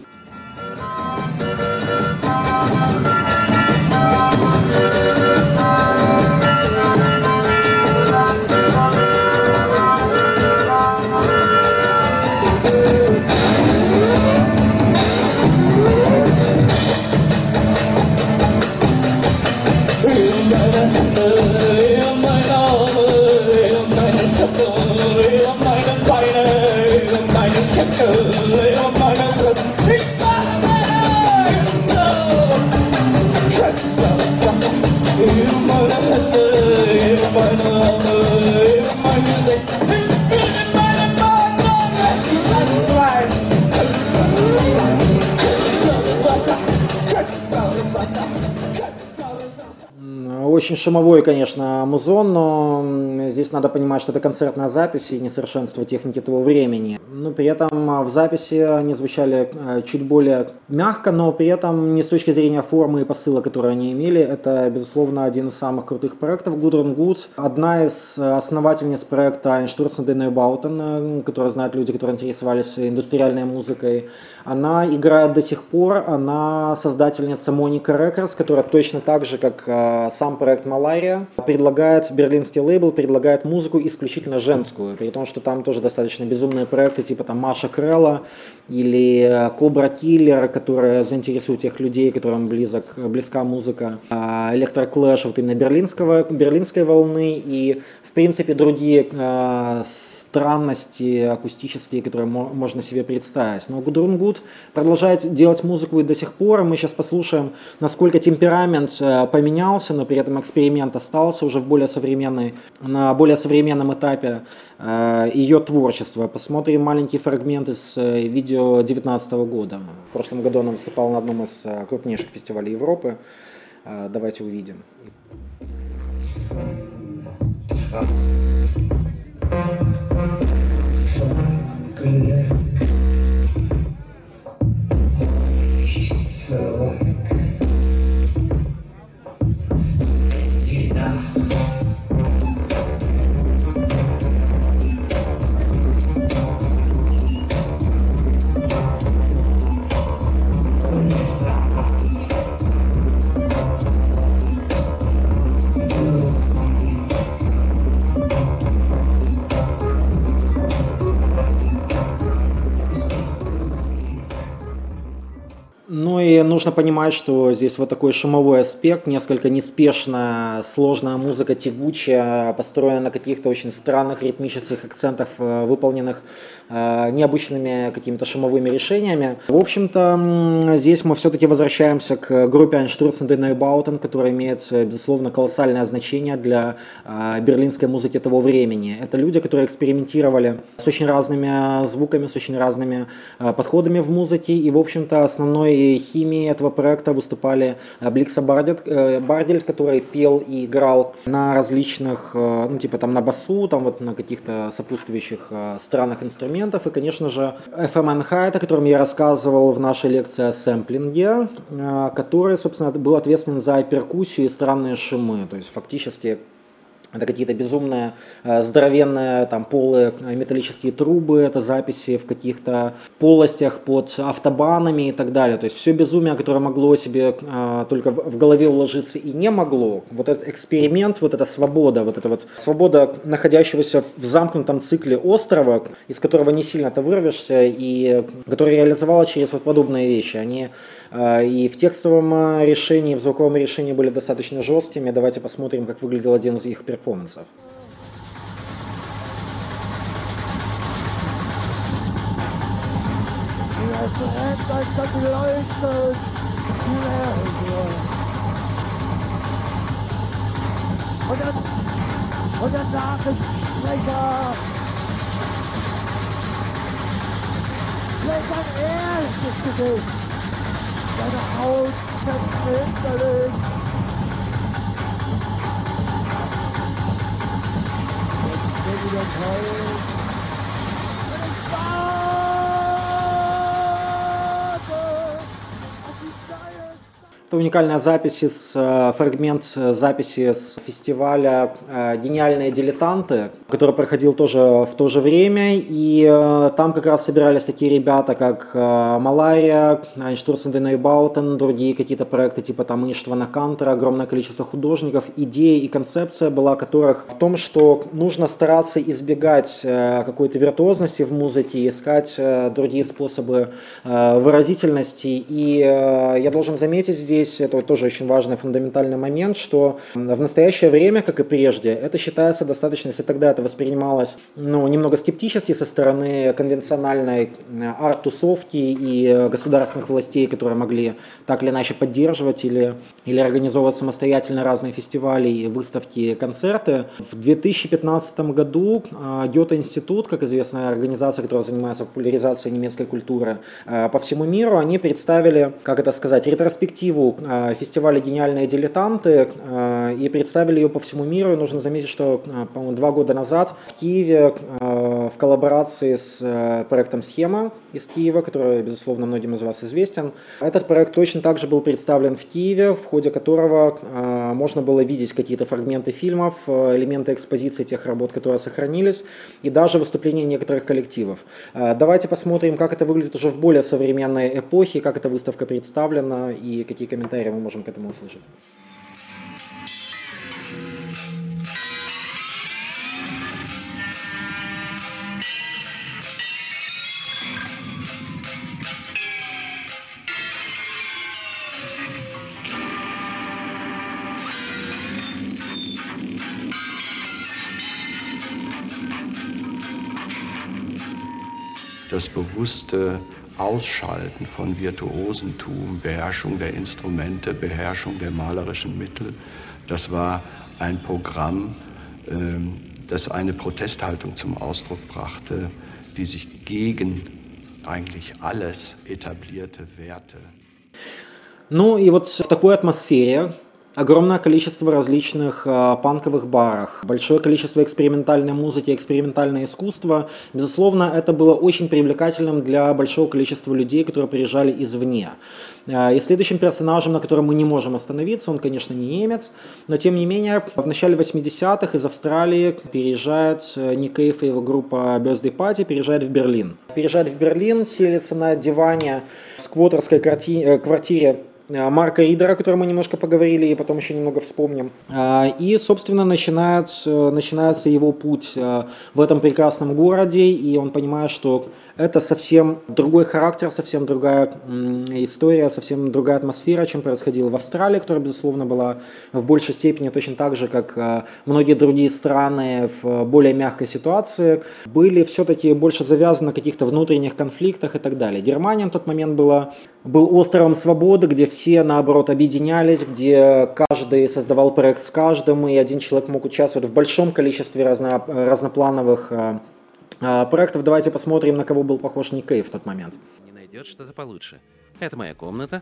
очень шумовой, конечно, музон, но здесь надо понимать, что это концертная запись и несовершенство техники того времени. Но при этом в записи они звучали чуть более мягко, но при этом не с точки зрения формы и посыла, которые они имели. Это, безусловно, один из самых крутых проектов Gudrun Gut, одна из основательниц проекта Einstürzen der Neubauten, которые знают люди, которые интересовались индустриальной музыкой. Она играет до сих пор, она создательница Monica Records, которая точно так же, как э, сам проект Malaria, предлагает, берлинский лейбл предлагает музыку исключительно женскую, при том, что там тоже достаточно безумные проекты, типа там Маша Крелла или Кобра Киллер, которые заинтересуют тех людей, которым близок, близка музыка, Электроклэш, вот именно берлинского, берлинской волны и, в принципе, другие э, странности акустические, которые мо- можно себе представить. Но Gudrun Gut продолжает делать музыку и до сих пор. Мы сейчас послушаем, насколько темперамент э, поменялся, но при этом эксперимент остался уже в более современной, на более современном этапе э, ее творчества. Посмотрим маленький фрагмент из э, видео две тысячи девятнадцатого года. В прошлом году она выступала на одном из э, крупнейших фестивалей Европы. Э, давайте увидим. Ну и нужно понимать, что здесь вот такой шумовой аспект, несколько неспешная, сложная музыка, тягучая, построена на каких-то очень странных ритмических акцентах, выполненных необычными какими-то шумовыми решениями. В общем-то, здесь мы все-таки возвращаемся к группе Einstürzen der Neubauten, которая имеет, безусловно, колоссальное значение для берлинской музыки того времени. Это люди, которые экспериментировали с очень разными звуками, с очень разными подходами в музыке, и, в общем-то, основной химией этого проекта выступали Бликса Бардельт, который пел и играл на различных, ну, типа там на басу, там вот на каких-то сопутствующих странных инструментах, и, конечно же, эф эм Enheit, о котором я рассказывал в нашей лекции о сэмплинге, который, собственно, был ответственен за перкуссию и странные шумы, то есть фактически это какие-то безумные, здоровенные там полые металлические трубы, это записи в каких-то полостях под автобанами и так далее. То есть все безумие, которое могло себе а, только в, в голове уложиться и не могло. Вот этот эксперимент, вот эта свобода, вот эта вот свобода находящегося в замкнутом цикле острова, из которого не сильно-то вырвешься, и который реализовала через вот подобные вещи. Они а, и в текстовом решении, и в звуковом решении были достаточно жесткими. Давайте посмотрим, как выглядел один из их перформансов. Und dann, und der Nachrichtensprecher schlägt ein erstes Gesicht. Seine Haut zerschmetterlich. Jetzt wird wieder kalt. Und ich warte auf die Zeit. Это уникальная запись, из, фрагмент записи с фестиваля «Гениальные дилетанты», который проходил тоже в то же время, и там как раз собирались такие ребята, как Malaria, Einstürzen der Neubauten, другие какие-то проекты типа там Иштвана Кантера, огромное количество художников. Идея и концепция была которых в том, что нужно стараться избегать какой-то виртуозности в музыке, искать другие способы выразительности, и я должен заметить здесь, это вот тоже очень важный фундаментальный момент, что в настоящее время, как и прежде, это считается достаточно, если тогда это воспринималось ну, немного скептически со стороны конвенциональной арт-тусовки и государственных властей, которые могли так или иначе поддерживать или, или организовывать самостоятельно разные фестивали, выставки, концерты. В две тысячи пятнадцатом году Гёте-институт, как известная организация, которая занимается популяризацией немецкой культуры по всему миру, они представили, как это сказать, ретроспективу году фестиваля «Гениальные дилетанты» и представили ее по всему миру. И нужно заметить, что, по-моему, два года назад в Киеве в коллаборации с проектом «Схема» из Киева, который, безусловно, многим из вас известен, этот проект точно также был представлен в Киеве, в ходе которого можно было видеть какие-то фрагменты фильмов, элементы экспозиции тех работ, которые сохранились, и даже выступления некоторых коллективов. Давайте посмотрим, как это выглядит уже в более современной эпохе, как эта выставка представлена и какие комментарии мы можем к этому услышать. Das bewusste Ausschalten von Virtuosentum, Beherrschung der Instrumente, Beherrschung der malerischen Mittel, das war ein Programm, das eine Protesthaltung zum Ausdruck brachte, die sich gegen eigentlich alles etablierte Werte. Ну и вот в такой атмосфере огромное количество различных э, панковых баров, большое количество экспериментальной музыки, экспериментальное искусство. Безусловно, это было очень привлекательным для большого количества людей, которые приезжали извне. Э, и следующим персонажем, на котором мы не можем остановиться, он, конечно, не немец, но тем не менее, в начале восьмидесятых из Австралии переезжает Ник Кейв и его группа Birthday Party, переезжает в Берлин. Переезжает в Берлин, селится на диване в сквотерской квартире Марка Ридера, о котором мы немножко поговорили и потом еще немного вспомним. И, собственно, начинается, начинается его путь в этом прекрасном городе, и он понимает, что это совсем другой характер, совсем другая история, совсем другая атмосфера, чем происходило в Австралии, которая, безусловно, была в большей степени точно так же, как многие другие страны в более мягкой ситуации, были все-таки больше завязаны на каких-то внутренних конфликтах и так далее. Германия на тот момент была, был островом свободы, где все, наоборот, объединялись, где каждый создавал проект с каждым, и один человек мог участвовать в большом количестве разно, разноплановых проектов. Давайте посмотрим, на кого был похож Ник Кейв в тот момент. Не найдет что-то получше. Это моя комната.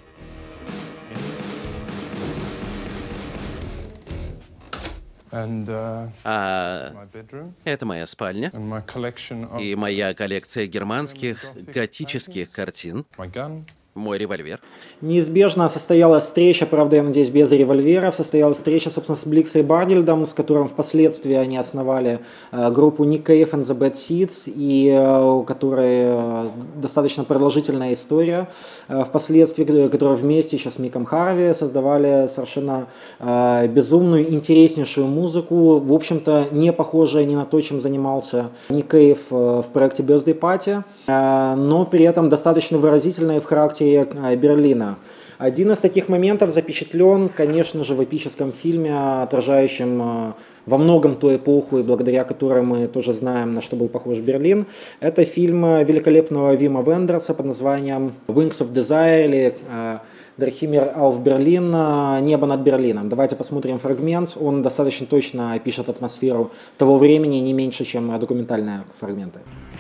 And, uh, а это моя спальня и моя коллекция германских готических картин. Мой револьвер. Неизбежно состоялась встреча, правда, я надеюсь, без револьверов. Состоялась встреча, собственно, с Бликсой Бардельдом, с которым впоследствии они основали э, группу Nick Cave and the Bad Seeds, и э, у которой э, достаточно продолжительная история. Э, впоследствии, которые вместе еще с Миком Харви создавали совершенно э, безумную, интереснейшую музыку, в общем-то, не похожая ни на то, чем занимался Ник Кейв э, в проекте Birthday Party, э, но при этом достаточно выразительная в характере Берлина. Один из таких моментов запечатлен, конечно же, в эпическом фильме, отражающем во многом ту эпоху, и благодаря которой мы тоже знаем, на что был похож Берлин. Это фильм великолепного Вима Вендерса под названием «Wings of Desire» или «Der Himmel auf Berlin», «Небо над Берлином». Давайте посмотрим фрагмент. Он достаточно точно опишет атмосферу того времени, не меньше, чем документальные фрагменты.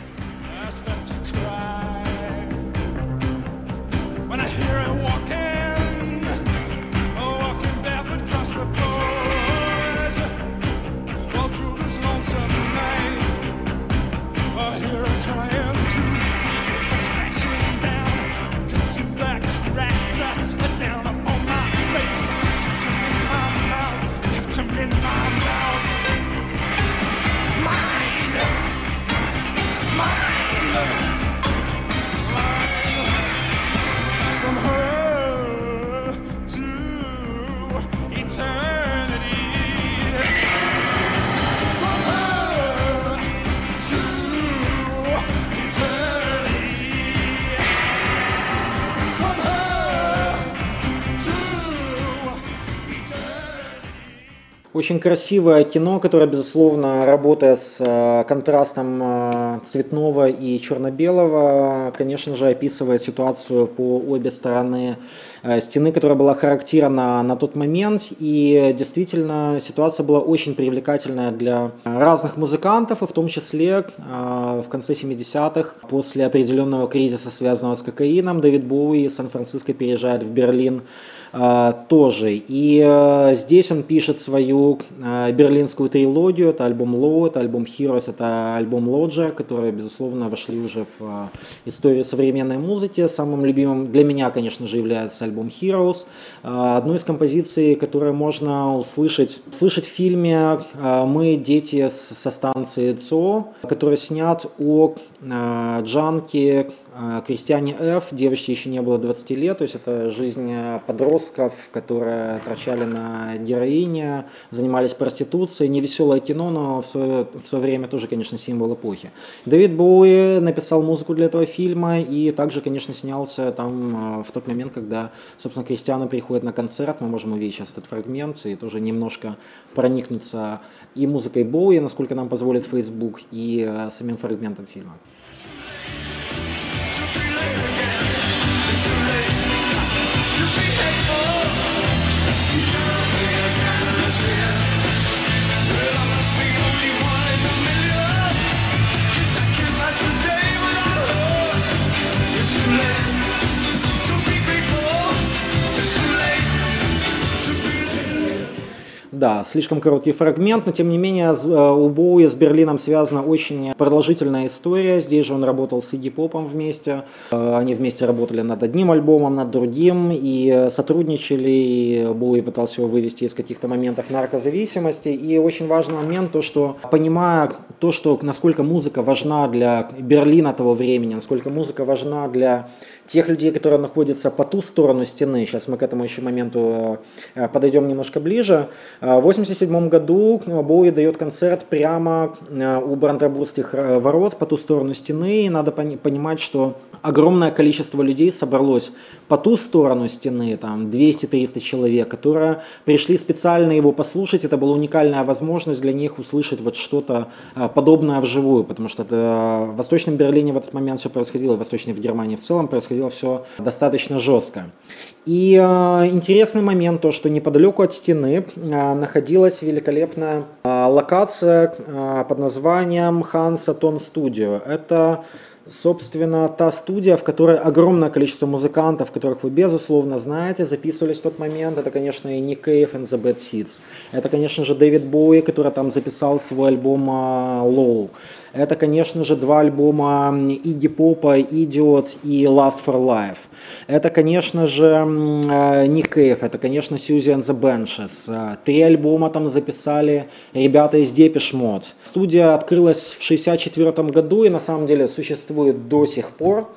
Очень красивое кино, которое, безусловно, работая с контрастом цветного и черно-белого, конечно же, описывает ситуацию по обе стороны стены, которая была характерна на тот момент. И действительно ситуация была очень привлекательная для разных музыкантов, и в том числе в конце семидесятых, после определенного кризиса, связанного с кокаином, Дэвид Боуи из Сан-Франциско переезжает в Берлин тоже. И здесь он пишет свою берлинскую трилогию. Это альбом Low, это альбом Heroes, это альбом Lodger, которые, безусловно, вошли уже в историю современной музыки. Самым любимым для меня, конечно же, является альбом Heroes. Одной из композиций, которую можно услышать, слышать в фильме «Мы дети со станции ЦО», который снят о Джанке Кристиане Ф. Девочке еще не было двадцати лет, то есть это жизнь подростков, которые торчали на героине, занимались проституцией. Невеселое кино, но в свое, в свое время тоже, конечно, символ эпохи. Дэвид Боуи написал музыку для этого фильма и также, конечно, снялся там в тот момент, когда, собственно, Кристиана приходит на концерт. Мы можем увидеть сейчас этот фрагмент и тоже немножко проникнуться и музыкой Боуи, насколько нам позволит Facebook, и самим фрагментом фильма. Да, слишком короткий фрагмент, но тем не менее у Боуи с Берлином связана очень продолжительная история. Здесь же он работал с Игги Попом вместе. Они вместе работали над одним альбомом, над другим, и сотрудничали. И Боуи пытался его вывести из каких-то моментов наркозависимости. И очень важный момент, то, что, понимая то, что, насколько музыка важна для Берлина того времени, насколько музыка важна для тех людей, которые находятся по ту сторону стены. Сейчас мы к этому еще моменту подойдем немножко ближе. В восемьдесят седьмом году Боуи дает концерт прямо у Бранденбургских ворот по ту сторону стены. И надо понимать, что огромное количество людей собралось по ту сторону стены, там двести-триста человек, которые пришли специально его послушать. Это была уникальная возможность для них услышать вот что-то подобное вживую, потому что это в Восточном Берлине в этот момент все происходило, в Восточной в Германии в целом происходило все достаточно жестко. И э, интересный момент, то, что неподалеку от стены э, находилась великолепная э, локация э, под названием Hansa-Ton Studio. Это, собственно, та студия, в которой огромное количество музыкантов, которых вы, безусловно, знаете, записывались в тот момент. Это, конечно, и Nick Cave and the Bad Seeds. Это, конечно же, Дэвид Боуи, который там записал свой альбом Low. Это, конечно же, два альбома Игги Попа, Idiot и Last for Life. Это, конечно же, Nick Cave, это, конечно, Siouxsie and the Banshees. Три альбома там записали ребята из Depeche Mode. Студия открылась в шестьдесят четвёртом году и на самом деле существует до сих пор.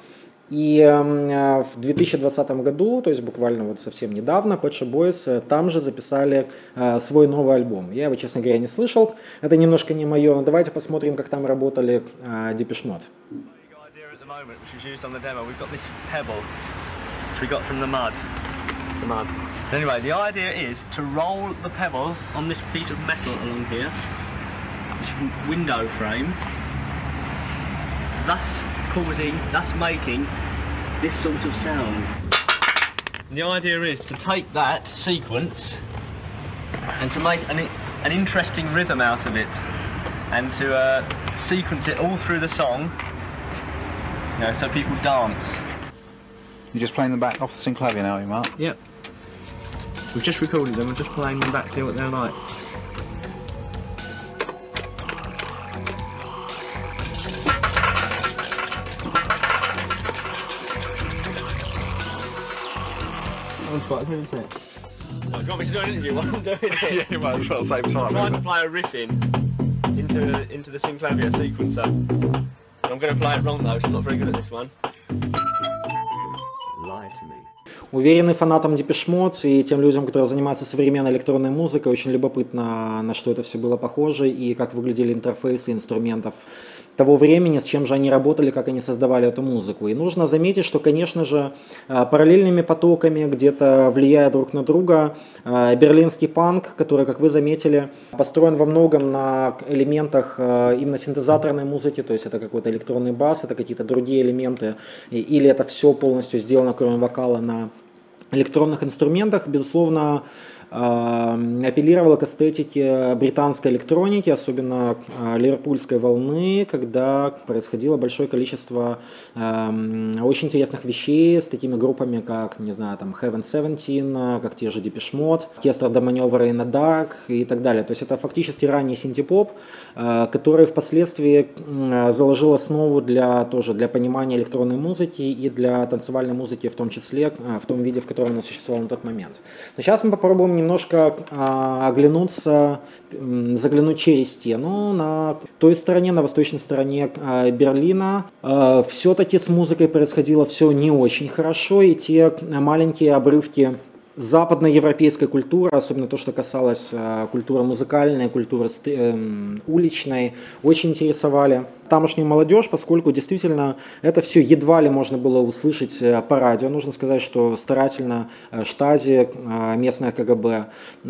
И в две тысячи двадцатом году, то есть буквально вот совсем недавно, Pet Shop Boys там же записали свой новый альбом. Я его, честно говоря, не слышал. Это немножко не мое, но давайте посмотрим, как там работали Depeche Mode. We got from the mud. The mud. Anyway, the idea is to roll the pebble on this piece of metal along here, this window frame, thus causing, thus making this sort of sound. The idea is to take that sequence and to make an, an interesting rhythm out of it, and to uh, sequence it all through the song, you know, so people dance. You're just playing them back off the synclavier now, are you, Mark? Yep. We've just recorded them, we're just playing them back, see what they're like. That one's quite good, isn't it? Oh, do you want me to do an interview while I'm doing it? Yeah, you might as well save time. I'm trying to play a riff in into, into the synclavier sequencer. I'm going to play it wrong though, so I'm not very good at this one. Уверенный фанатам Depeche Mode и тем людям, которые занимаются современной электронной музыкой, очень любопытно, на что это все было похоже и как выглядели интерфейсы инструментов того времени, с чем же они работали, как они создавали эту музыку. И нужно заметить, что, конечно же, параллельными потоками, где-то влияя друг на друга, берлинский панк, который, как вы заметили, построен во многом на элементах именно синтезаторной музыки, то есть это какой-то электронный бас, это какие-то другие элементы, или это все полностью сделано, кроме вокала, на электронных инструментах, безусловно, апеллировала к эстетике британской электроники, особенно ливерпульской волны, когда происходило большое количество э, очень интересных вещей с такими группами, как, не знаю, там Heaven Seventeen, как те же Depeche Mode, оркестр The Maneuver in the Dark и так далее. То есть это фактически ранний синти-поп, э, который впоследствии э, заложил основу для, тоже для понимания электронной музыки и для танцевальной музыки в том числе, э, в том виде, в котором она существовала на тот момент. Но сейчас мы попробуем немножко а, оглянуться, заглянуть через стену. На той стороне, на восточной стороне а, Берлина, а, все-таки с музыкой происходило все не очень хорошо, и те маленькие обрывки западноевропейской культуры, особенно то, что касалось а, культуры музыкальной, культуры э, уличной, очень интересовали тамошнюю молодежь, поскольку действительно это все едва ли можно было услышать по радио. Нужно сказать, что старательно Штази, местное КГБ,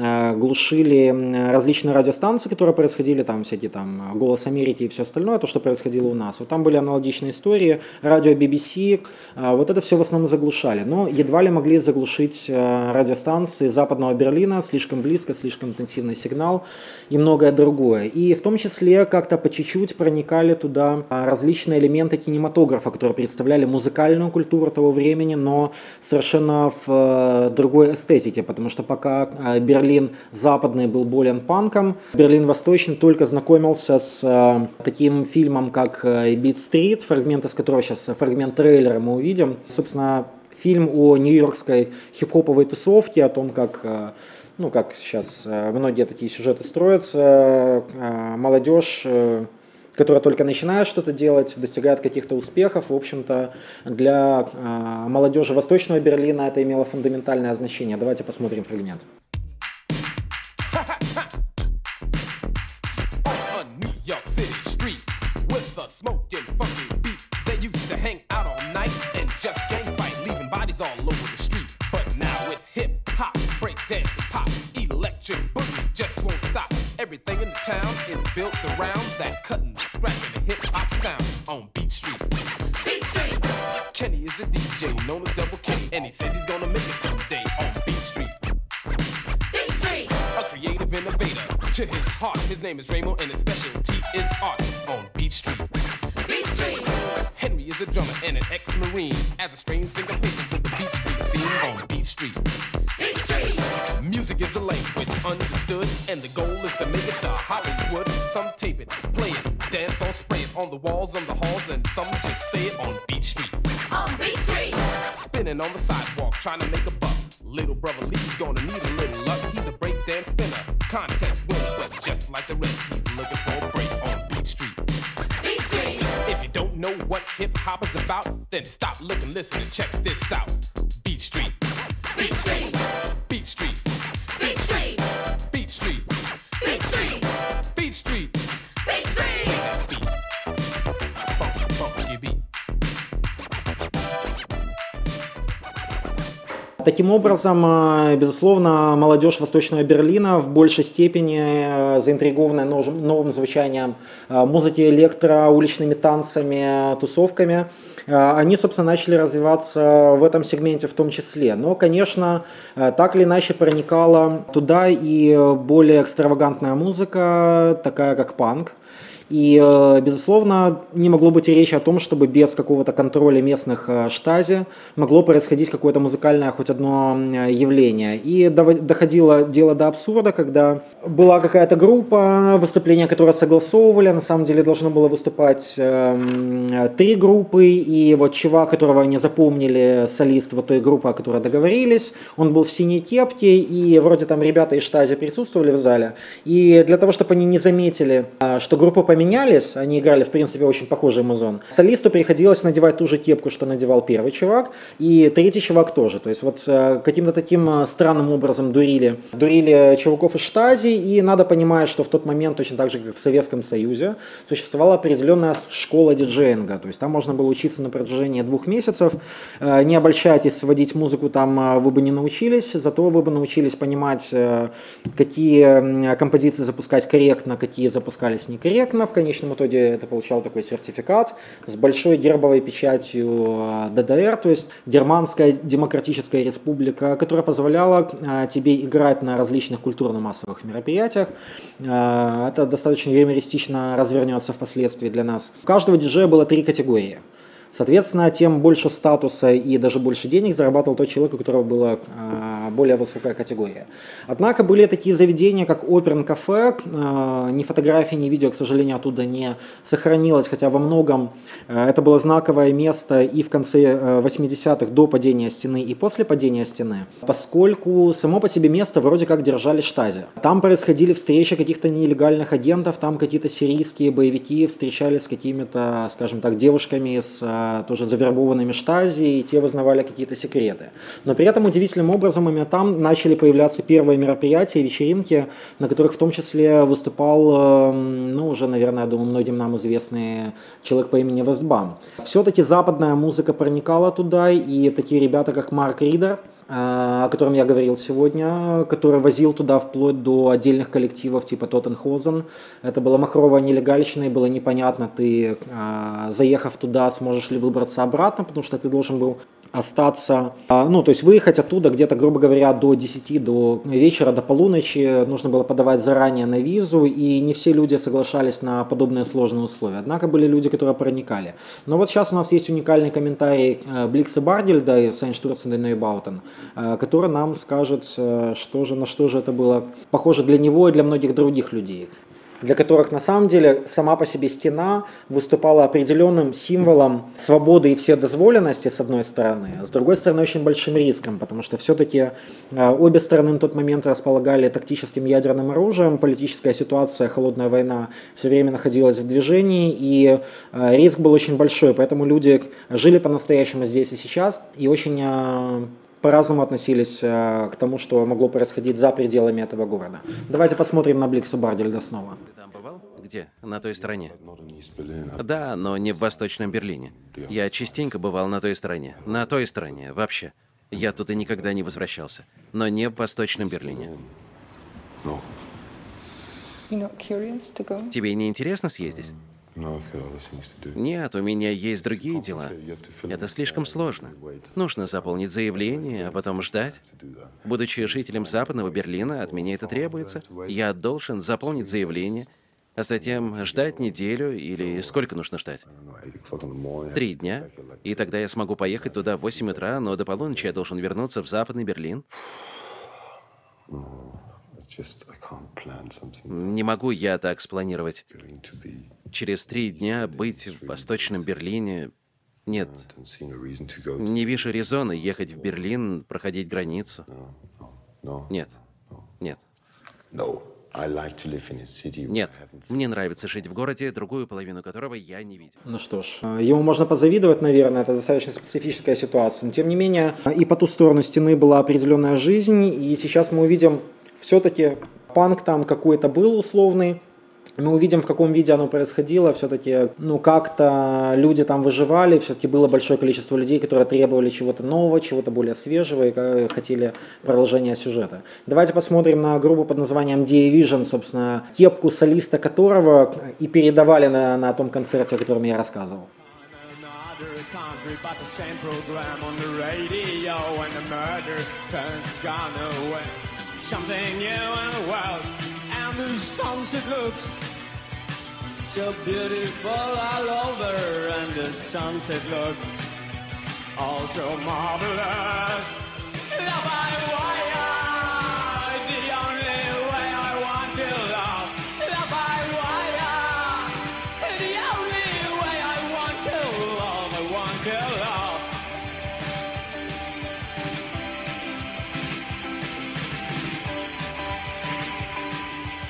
глушили различные радиостанции, которые происходили, там всякие там «Голос Америки» и все остальное, то, что происходило у нас. Вот там были аналогичные истории, радио би би си, вот это все в основном заглушали, но едва ли могли заглушить радиостанции западного Берлина, слишком близко, слишком интенсивный сигнал и многое другое. И в том числе как-то по чуть-чуть проникали туда туда различные элементы кинематографа, которые представляли музыкальную культуру того времени, но совершенно в другой эстетике, потому что пока Берлин западный был более панком, Берлин восточный только знакомился с таким фильмом, как «Бит-стрит», фрагмент из которого сейчас, фрагмент трейлера мы увидим. Собственно, фильм о нью-йоркской хип-хоповой тусовке, о том, как... Ну, как сейчас многие такие сюжеты строятся, молодежь, которая только начинает что-то делать, достигает каких-то успехов. В общем-то, для молодежи Восточного Берлина это имело фундаментальное значение. Давайте посмотрим фрагмент. Everything in the town is built around that cutting, scratching, and hip-hop sound on Beat Street. Beat Street! Kenny is the D J known as Double K, and he says he's gonna make it someday on Beat Street. Beat Street! A creative innovator to his heart. His name is Ramo, and his specialty is art on Beat Street. Beat Street! Henry is a drummer and an ex-marine. As a strange singer patient to the Beat Street scene on Beat Street. Beat Street! Music is a language understood, and the goal is to make it to Hollywood. Some tape it, play it, dance or spray it on the walls, on the halls, and some just say it on Beat Street. On Beat Street! Spinning on the sidewalk, trying to make a buck. Little brother Lee's gonna need a little luck. He's a breakdance spinner, contest winner, but just like the rest, he's looking for a break on Beat Street. Beat Street! If you don't know what hip-hop is about, then stop, look, and listen and check this out. Beat Street! Beat Street! Beat Street! Beat Street! Beat Street! Beat Street! Beat Street! Beat Street! Play that beat. Funky, funky beat. Таким образом, безусловно, молодежь Восточного Берлина в большей степени заинтригованная новым, новым звучанием музыки электро, уличными танцами, тусовками, они, собственно, начали развиваться в этом сегменте в том числе. Но, конечно, так или иначе проникала туда и более экстравагантная музыка, такая как панк. И, безусловно, не могло быть и речи о том, чтобы без какого-то контроля местных штази могло происходить какое-то музыкальное хоть одно явление. И доходило дело до абсурда, когда была какая-то группа, выступления которой согласовывали, на самом деле должно было выступать э, три группы, и вот чувак, которого они запомнили, солист вот той группы, о которой договорились, он был в синей кепке, и вроде там ребята из штази присутствовали в зале, и для того, чтобы они не заметили, что группа поменялась, менялись, они играли, в принципе, очень похожий музон. Солисту приходилось надевать ту же кепку, что надевал первый чувак, и третий чувак тоже. То есть вот каким-то таким странным образом дурили, дурили чуваков из штази, и надо понимать, что в тот момент, точно так же, как в Советском Союзе, существовала определенная школа диджеинга. То есть там можно было учиться на протяжении двух месяцев. Не обольщайтесь, сводить музыку там вы бы не научились, зато вы бы научились понимать, какие композиции запускать корректно, какие запускались некорректно, в конечном итоге ты получал такой сертификат с большой гербовой печатью ДДР, то есть Германская Демократическая Республика, которая позволяла тебе играть на различных культурно-массовых мероприятиях. Это достаточно юмористично развернется впоследствии для нас. У каждого диджея было три категории. Соответственно, тем больше статуса и даже больше денег зарабатывал тот человек, у которого была э, более высокая категория. Однако были такие заведения, как Оперн Кафе, э, ни фотографий, ни видео, к сожалению, оттуда не сохранилось, хотя во многом э, это было знаковое место и в конце э, восьмидесятых до падения стены, и после падения стены, поскольку само по себе место вроде как держали штази. Там происходили встречи каких-то нелегальных агентов, там какие-то сирийские боевики встречались с какими-то, скажем так, девушками с тоже завербованными штази, и те вызнавали какие-то секреты. Но при этом удивительным образом именно там начали появляться первые мероприятия, вечеринки, на которых в том числе выступал, ну, уже, наверное, я думаю, многим нам известный человек по имени Вестбам. Все-таки западная музыка проникала туда, и такие ребята, как Марк Ридер, о котором я говорил сегодня, который возил туда вплоть до отдельных коллективов типа Тоттенхозен. Это была махровая нелегальщина, и было непонятно, ты, заехав туда, сможешь ли выбраться обратно, потому что ты должен был остаться, ну, то есть выехать оттуда где-то, грубо говоря, до десяти, до вечера, до полуночи. Нужно было подавать заранее на визу, и не все люди соглашались на подобные сложные условия. Однако были люди, которые проникали. Но вот сейчас у нас есть уникальный комментарий Бликса Бардельда из Einstürzende Neubauten, который нам скажет, что же, на что же это было похоже для него и для многих других людей, для которых на самом деле сама по себе стена выступала определенным символом свободы и вседозволенности с одной стороны, а с другой стороны очень большим риском, потому что все-таки обе стороны на тот момент располагали тактическим ядерным оружием, политическая ситуация, холодная война все время находилась в движении, и риск был очень большой, поэтому люди жили по-настоящему здесь и сейчас, и очень по-разному относились к тому, что могло происходить за пределами этого города. Давайте посмотрим на Бликса Бардельда снова. Ты там бывал? Где? На той стороне? Да, но не в Восточном Берлине. Я частенько бывал на той стороне. На той стороне, вообще. Я тут и никогда не возвращался. Но не в Восточном Берлине. Тебе не интересно съездить? Нет, у меня есть другие дела. Это слишком сложно. Нужно заполнить заявление, а потом ждать. Будучи жителем Западного Берлина, от меня это требуется. Я должен заполнить заявление, а затем ждать неделю или сколько нужно ждать? Три дня. И тогда я смогу поехать туда в восемь утра, но до полуночи я должен вернуться в Западный Берлин. Не могу я так спланировать. Через три дня быть в Восточном Берлине... Нет. Не вижу резона ехать в Берлин, проходить границу. Нет. Нет. Нет. Мне нравится жить в городе, другую половину которого я не видел. Ну что ж, ему можно позавидовать, наверное, это достаточно специфическая ситуация. Но тем не менее, и по ту сторону стены была определенная жизнь, и сейчас мы увидим, все-таки панк там какой-то был условный. Мы увидим, в каком виде оно происходило. Все-таки, ну, как-то люди там выживали. Все-таки было большое количество людей, которые требовали чего-то нового, чего-то более свежего и хотели продолжения сюжета. Давайте посмотрим на группу под названием Division, собственно, кепку солиста которого и передавали на, на том концерте, о котором я рассказывал. So beautiful all over, and the sunset looks also marvelous. Love by wire, the only way I want to love. Love by wire, the only way I want to love. I want to love.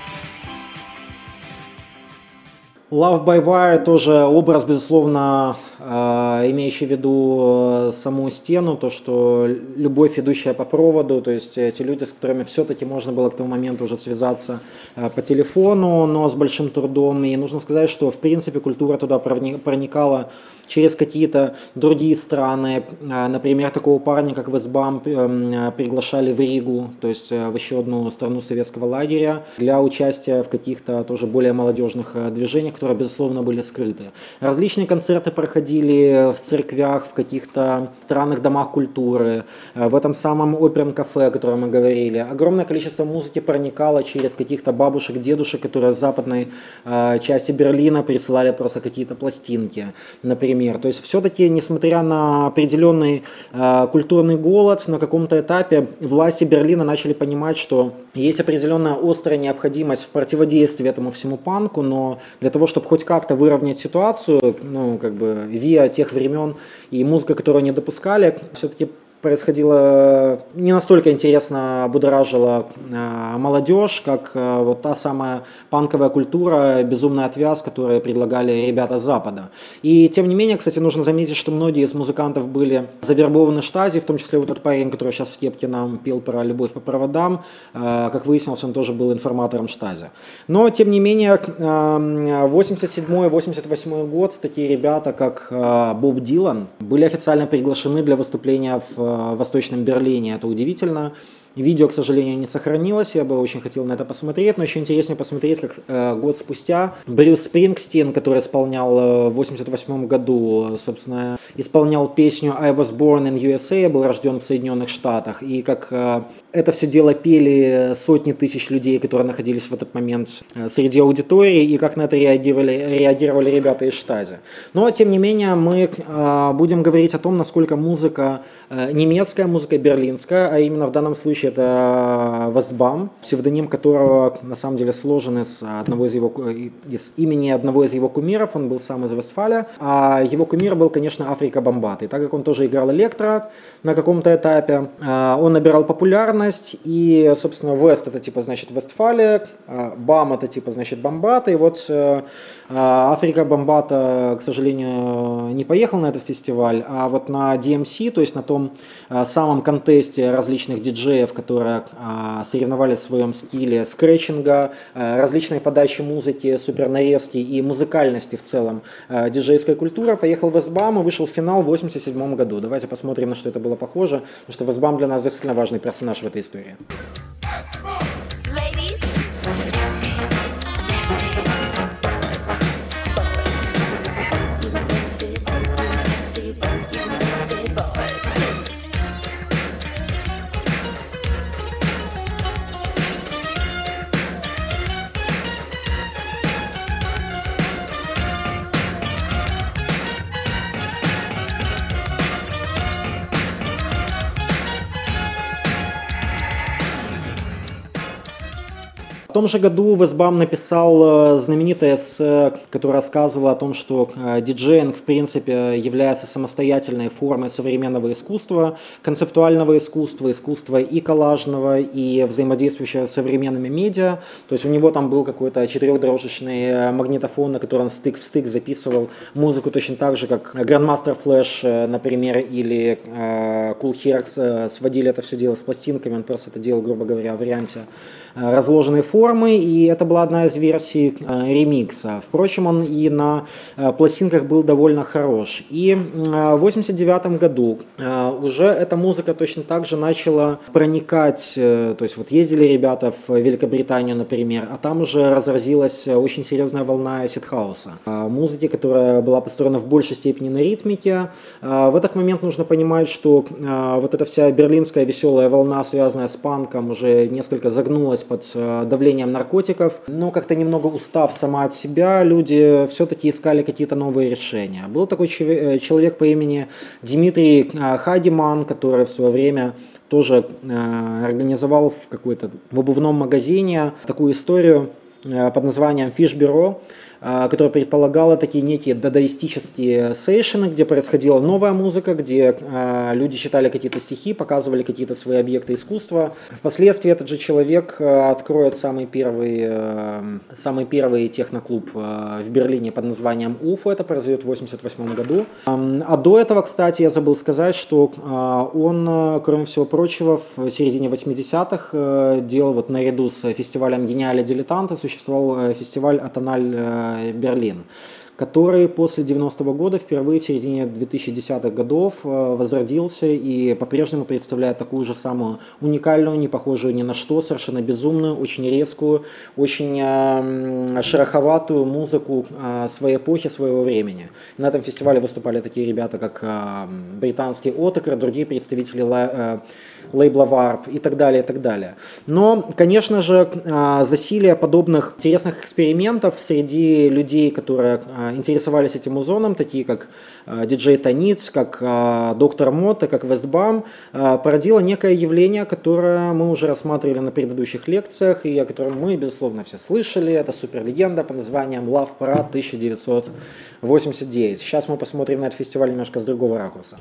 Love by Wire тоже образ, безусловно, имеющий в виду саму стену, то, что любовь, идущая по проводу, то есть те люди, с которыми все-таки можно было к тому моменту уже связаться по телефону, но с большим трудом. И нужно сказать, что в принципе культура туда проникала через какие-то другие страны. Например, такого парня, как Вестбам, приглашали в Ригу, то есть в еще одну страну советского лагеря, для участия в каких-то тоже более молодежных движениях, которые, безусловно, были скрыты. Различные концерты проходили в церквях, в каких-то странных домах культуры, в этом самом оперном кафе, о котором мы говорили. Огромное количество музыки проникало через каких-то бабушек, дедушек, которые с западной части Берлина присылали просто какие-то пластинки, например. То есть все-таки, несмотря на определенный э, культурный голод, на каком-то этапе власти Берлина начали понимать, что есть определенная острая необходимость в противодействии этому всему панку, но для того, чтобы хоть как-то выровнять ситуацию, ну, как бы, виа тех времен и музыка, которую они допускали, все-таки происходило не настолько интересно, будоражила э, молодежь, как э, вот та самая панковая культура, безумный отвяз, которые предлагали ребята с Запада. И тем не менее, кстати, нужно заметить, что многие из музыкантов были завербованы Штази, в том числе вот тот парень, который сейчас в кепке нам пел про любовь по проводам, э, как выяснилось, он тоже был информатором Штази. Но, тем не менее, э, восемьдесят седьмой — восемьдесят восьмой год, такие ребята, как э, Боб Дилан, были официально приглашены для выступления в в Восточном Берлине. Это удивительно. Видео, к сожалению, не сохранилось, я бы очень хотел на это посмотреть, но еще интереснее посмотреть, как э, год спустя Брюс Спрингстин, который исполнял э, в восемьдесят восьмом году, собственно, исполнял песню «I was born in ю эс эй», был рожден в Соединенных Штатах, и как э, это все дело пели сотни тысяч людей, которые находились в этот момент э, среди аудитории, и как на это реагировали, реагировали ребята из Штази. Но, тем не менее, мы э, будем говорить о том, насколько музыка э, немецкая, музыка берлинская, а именно в данном случае это Вестбам, псевдоним которого на самом деле сложен из, одного из, его, из имени одного из его кумиров, он был сам из Вестфаля, а его кумир был, конечно, Африка Бамбат. И так как он тоже играл электро на каком-то этапе, он набирал популярность, и, собственно, Вест это типа значит Вестфалия, Бам это типа значит Бамбата, и вот Африка Бамбата, к сожалению, не поехал на этот фестиваль, а вот на ди эм си, то есть на том самом контесте различных диджеев, которые а, соревновались в своем скилле скретчинга, а, различной подачи музыки, супернарезки и музыкальности в целом а, диджейская культура, поехал в Вестбам и вышел в финал в восемьдесят седьмом году. Давайте посмотрим, на что это было похоже, потому что Вестбам для нас действительно важный персонаж в этой истории. В том же году Вестбам написал знаменитое эссе, которое рассказывало о том, что диджеинг в принципе является самостоятельной формой современного искусства, концептуального искусства, искусства и коллажного, и взаимодействующего с современными медиа. То есть у него там был какой-то четырехдорожечный магнитофон, на котором стык в стык записывал музыку точно так же, как Grandmaster Flash, например, или Cool Herc сводили это все дело с пластинками, он просто это делал, грубо говоря, в варианте разложенной формы, и это была одна из версий э, ремикса. Впрочем, он и на э, пластинках был довольно хорош. И э, в восемьдесят девятом году э, уже эта музыка точно так же начала проникать, э, то есть вот ездили ребята в Великобританию, например, а там уже разразилась очень серьезная волна ситхауса. Э, музыки, которая была построена в большей степени на ритмике. Э, в этот момент нужно понимать, что э, вот эта вся берлинская веселая волна, связанная с панком, уже несколько загнулась под давлением наркотиков, но как-то немного устав сама от себя, люди все-таки искали какие-то новые решения. Был такой человек по имени Дмитрий Хадиман, который в свое время тоже организовал в какой-то в обувном магазине такую историю под названием Fish Bureau. которая предполагала такие некие дадаистические сейшены, где происходила новая музыка, где люди читали какие-то стихи, показывали какие-то свои объекты искусства. Впоследствии этот же человек откроет самый первый, самый первый техноклуб в Берлине под названием уфо, это произойдет в восемьдесят восьмом году. А до этого, кстати, я забыл сказать, что он, кроме всего прочего, в середине восьмидесятых делал вот наряду с фестивалем «Гениали дилетанты» существовал фестиваль «Атональ Берлин», который после девяностого года впервые в середине двухтысячных годов возродился и по-прежнему представляет такую же самую уникальную, не похожую ни на что, совершенно безумную, очень резкую, очень шероховатую музыку своей эпохи, своего времени. На этом фестивале выступали такие ребята, как британский Отакер, другие представители лейбла варп и так далее, и так далее. Но, конечно же, засилие подобных интересных экспериментов среди людей, которые интересовались этим музоном, такие как диджей Таниц, как доктор Мотте, как Вестбам, породило некое явление, которое мы уже рассматривали на предыдущих лекциях и о котором мы, безусловно, все слышали. Это суперлегенда под названием Love Parade тысяча девятьсот восемьдесят девять. Сейчас мы посмотрим на этот фестиваль немножко с другого ракурса.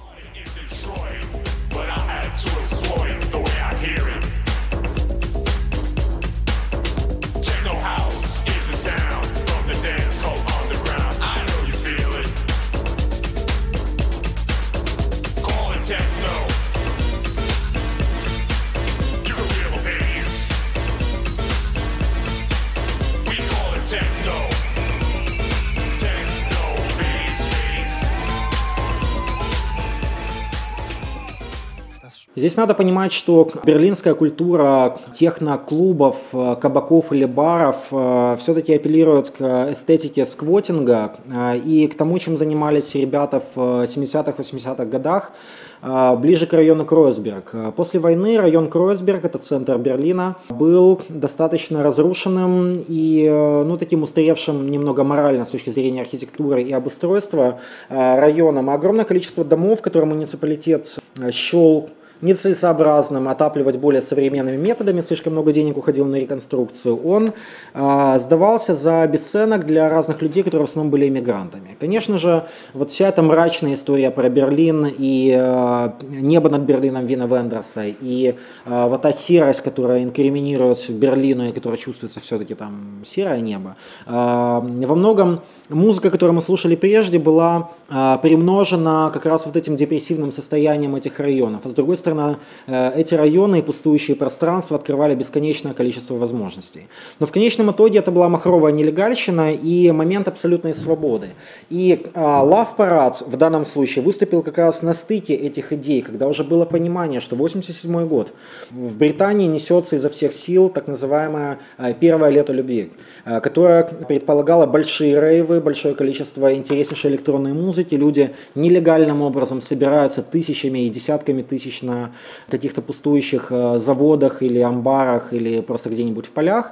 Здесь надо понимать, что берлинская культура техно-клубов, кабаков или баров все-таки апеллирует к эстетике сквотинга и к тому, чем занимались ребята в семидесятых-восьмидесятых годах, ближе к району Кройцберг. После войны район Кройцберг, это центр Берлина, был достаточно разрушенным и ну, таким устаревшим немного морально с точки зрения архитектуры и обустройства районом. Огромное количество домов, которые муниципалитет счел нецелесообразным отапливать более современными методами, слишком много денег уходило на реконструкцию, он э, сдавался за бесценок для разных людей, которые в основном были иммигрантами. Конечно же, вот вся эта мрачная история про Берлин и э, небо над Берлином Вина Вендерса, и э, вот та серость, которая инкриминирует Берлину и которая чувствуется все-таки там серое небо, э, во многом музыка, которую мы слушали прежде, была э, приумножена как раз вот этим депрессивным состоянием этих районов. А с другой стороны, эти районы и пустующие пространства открывали бесконечное количество возможностей. Но в конечном итоге это была махровая нелегальщина и момент абсолютной свободы. И Love Parade в данном случае выступил как раз на стыке этих идей, когда уже было понимание, что восемьдесят седьмой год в Британии несется изо всех сил так называемое первое лето любви, которое предполагало большие рейвы, большое количество интереснейшей электронной музыки. Люди нелегальным образом собираются тысячами и десятками тысяч на каких-то пустующих заводах или амбарах или просто где-нибудь в полях.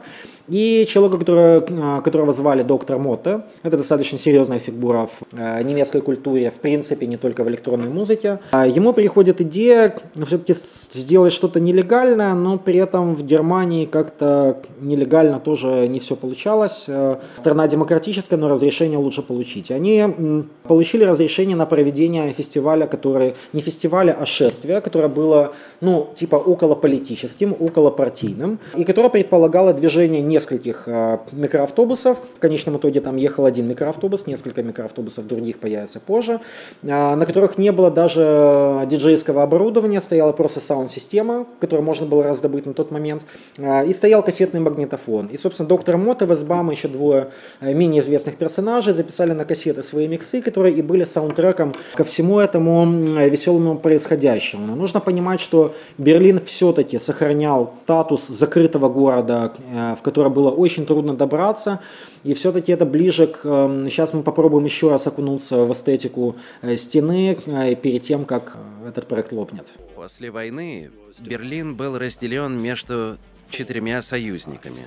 И человека, которого, которого звали доктор Мотте, это достаточно серьезная фигура в немецкой культуре, в принципе, не только в электронной музыке. Ему приходит идея все-таки сделать что-то нелегальное, но при этом в Германии как-то нелегально тоже не все получалось. Страна демократическая, но разрешение лучше получить. Они получили разрешение на проведение фестиваля, который не фестиваля, а шествия, которое было, ну, типа околополитическим, околопартийным, и которое предполагало движение не нескольких э, микроавтобусов. В конечном итоге там ехал один микроавтобус, несколько микроавтобусов других появятся позже, э, на которых не было даже диджейского оборудования, стояла просто саунд-система, которую можно было раздобыть на тот момент, э, и стоял кассетный магнитофон. И, собственно, доктор Мотте, Вестбам и еще двое э, менее известных персонажей записали на кассеты свои миксы, которые и были саундтреком ко всему этому э, веселому происходящему. Но нужно понимать, что Берлин все-таки сохранял статус закрытого города, э, в котором было очень трудно добраться, и все-таки это ближе к... Сейчас мы попробуем еще раз окунуться в эстетику стены перед тем, как этот проект лопнет. После войны Берлин был разделен между четырьмя союзниками.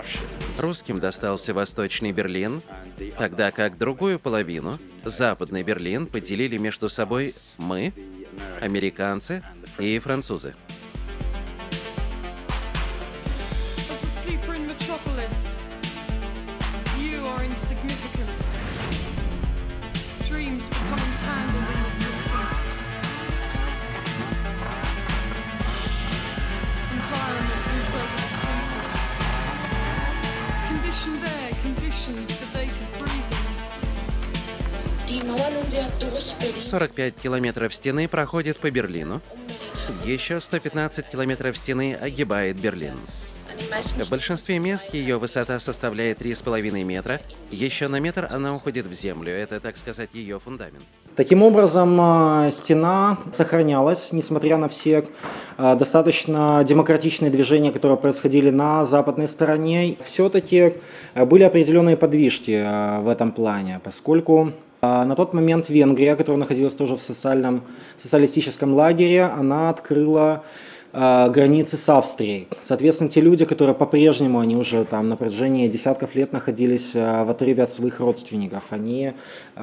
Русским достался Восточный Берлин, тогда как другую половину, Западный Берлин, поделили между собой мы, американцы и французы. As a sleeper in metropolis, you are gain significance. Dreams become entangled in the system. Environment moves over the center. Conditioned air, conditioned, sedated breathing. сорок пять километров стены проходит по Берлину. Еще сто пятнадцать километров стены огибает Берлин. В большинстве мест ее высота составляет три с половиной метра. Еще на метр она уходит в землю. Это, так сказать, ее фундамент. Таким образом, стена сохранялась, несмотря на все достаточно демократичные движения, которые происходили на западной стороне. Все-таки были определенные подвижки в этом плане, поскольку на тот момент Венгрия, которая находилась тоже в социальном, социалистическом лагере, она открыла э, границы с Австрией. Соответственно, те люди, которые по-прежнему, они уже там на протяжении десятков лет находились э, в отрыве от своих родственников, они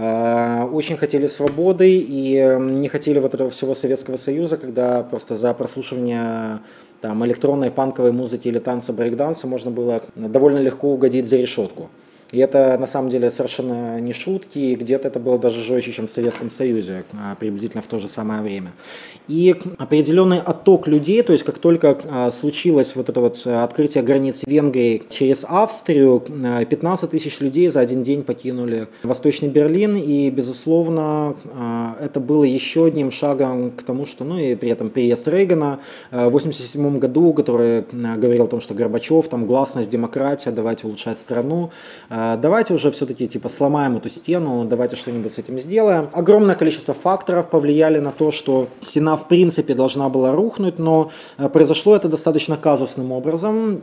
э, очень хотели свободы и не хотели вот этого всего Советского Союза, когда просто за прослушивание там, электронной панковой музыки или танца брейкданса можно было довольно легко угодить за решетку. И это на самом деле совершенно не шутки, и где-то это было даже жестче, чем в Советском Союзе, приблизительно в то же самое время. И определенный отток людей, то есть как только случилось вот это вот открытие границ Венгрии через Австрию, пятнадцать тысяч людей за один день покинули Восточный Берлин, и, безусловно, это было еще одним шагом к тому, что, ну и при этом приезд Рейгана в восемьдесят седьмом году, который говорил о том, что Горбачев, там, гласность, демократия, давайте улучшать страну, давайте уже все-таки типа сломаем эту стену, давайте что-нибудь с этим сделаем. Огромное количество факторов повлияли на то, что стена в принципе должна была рухнуть, но произошло это достаточно казусным образом.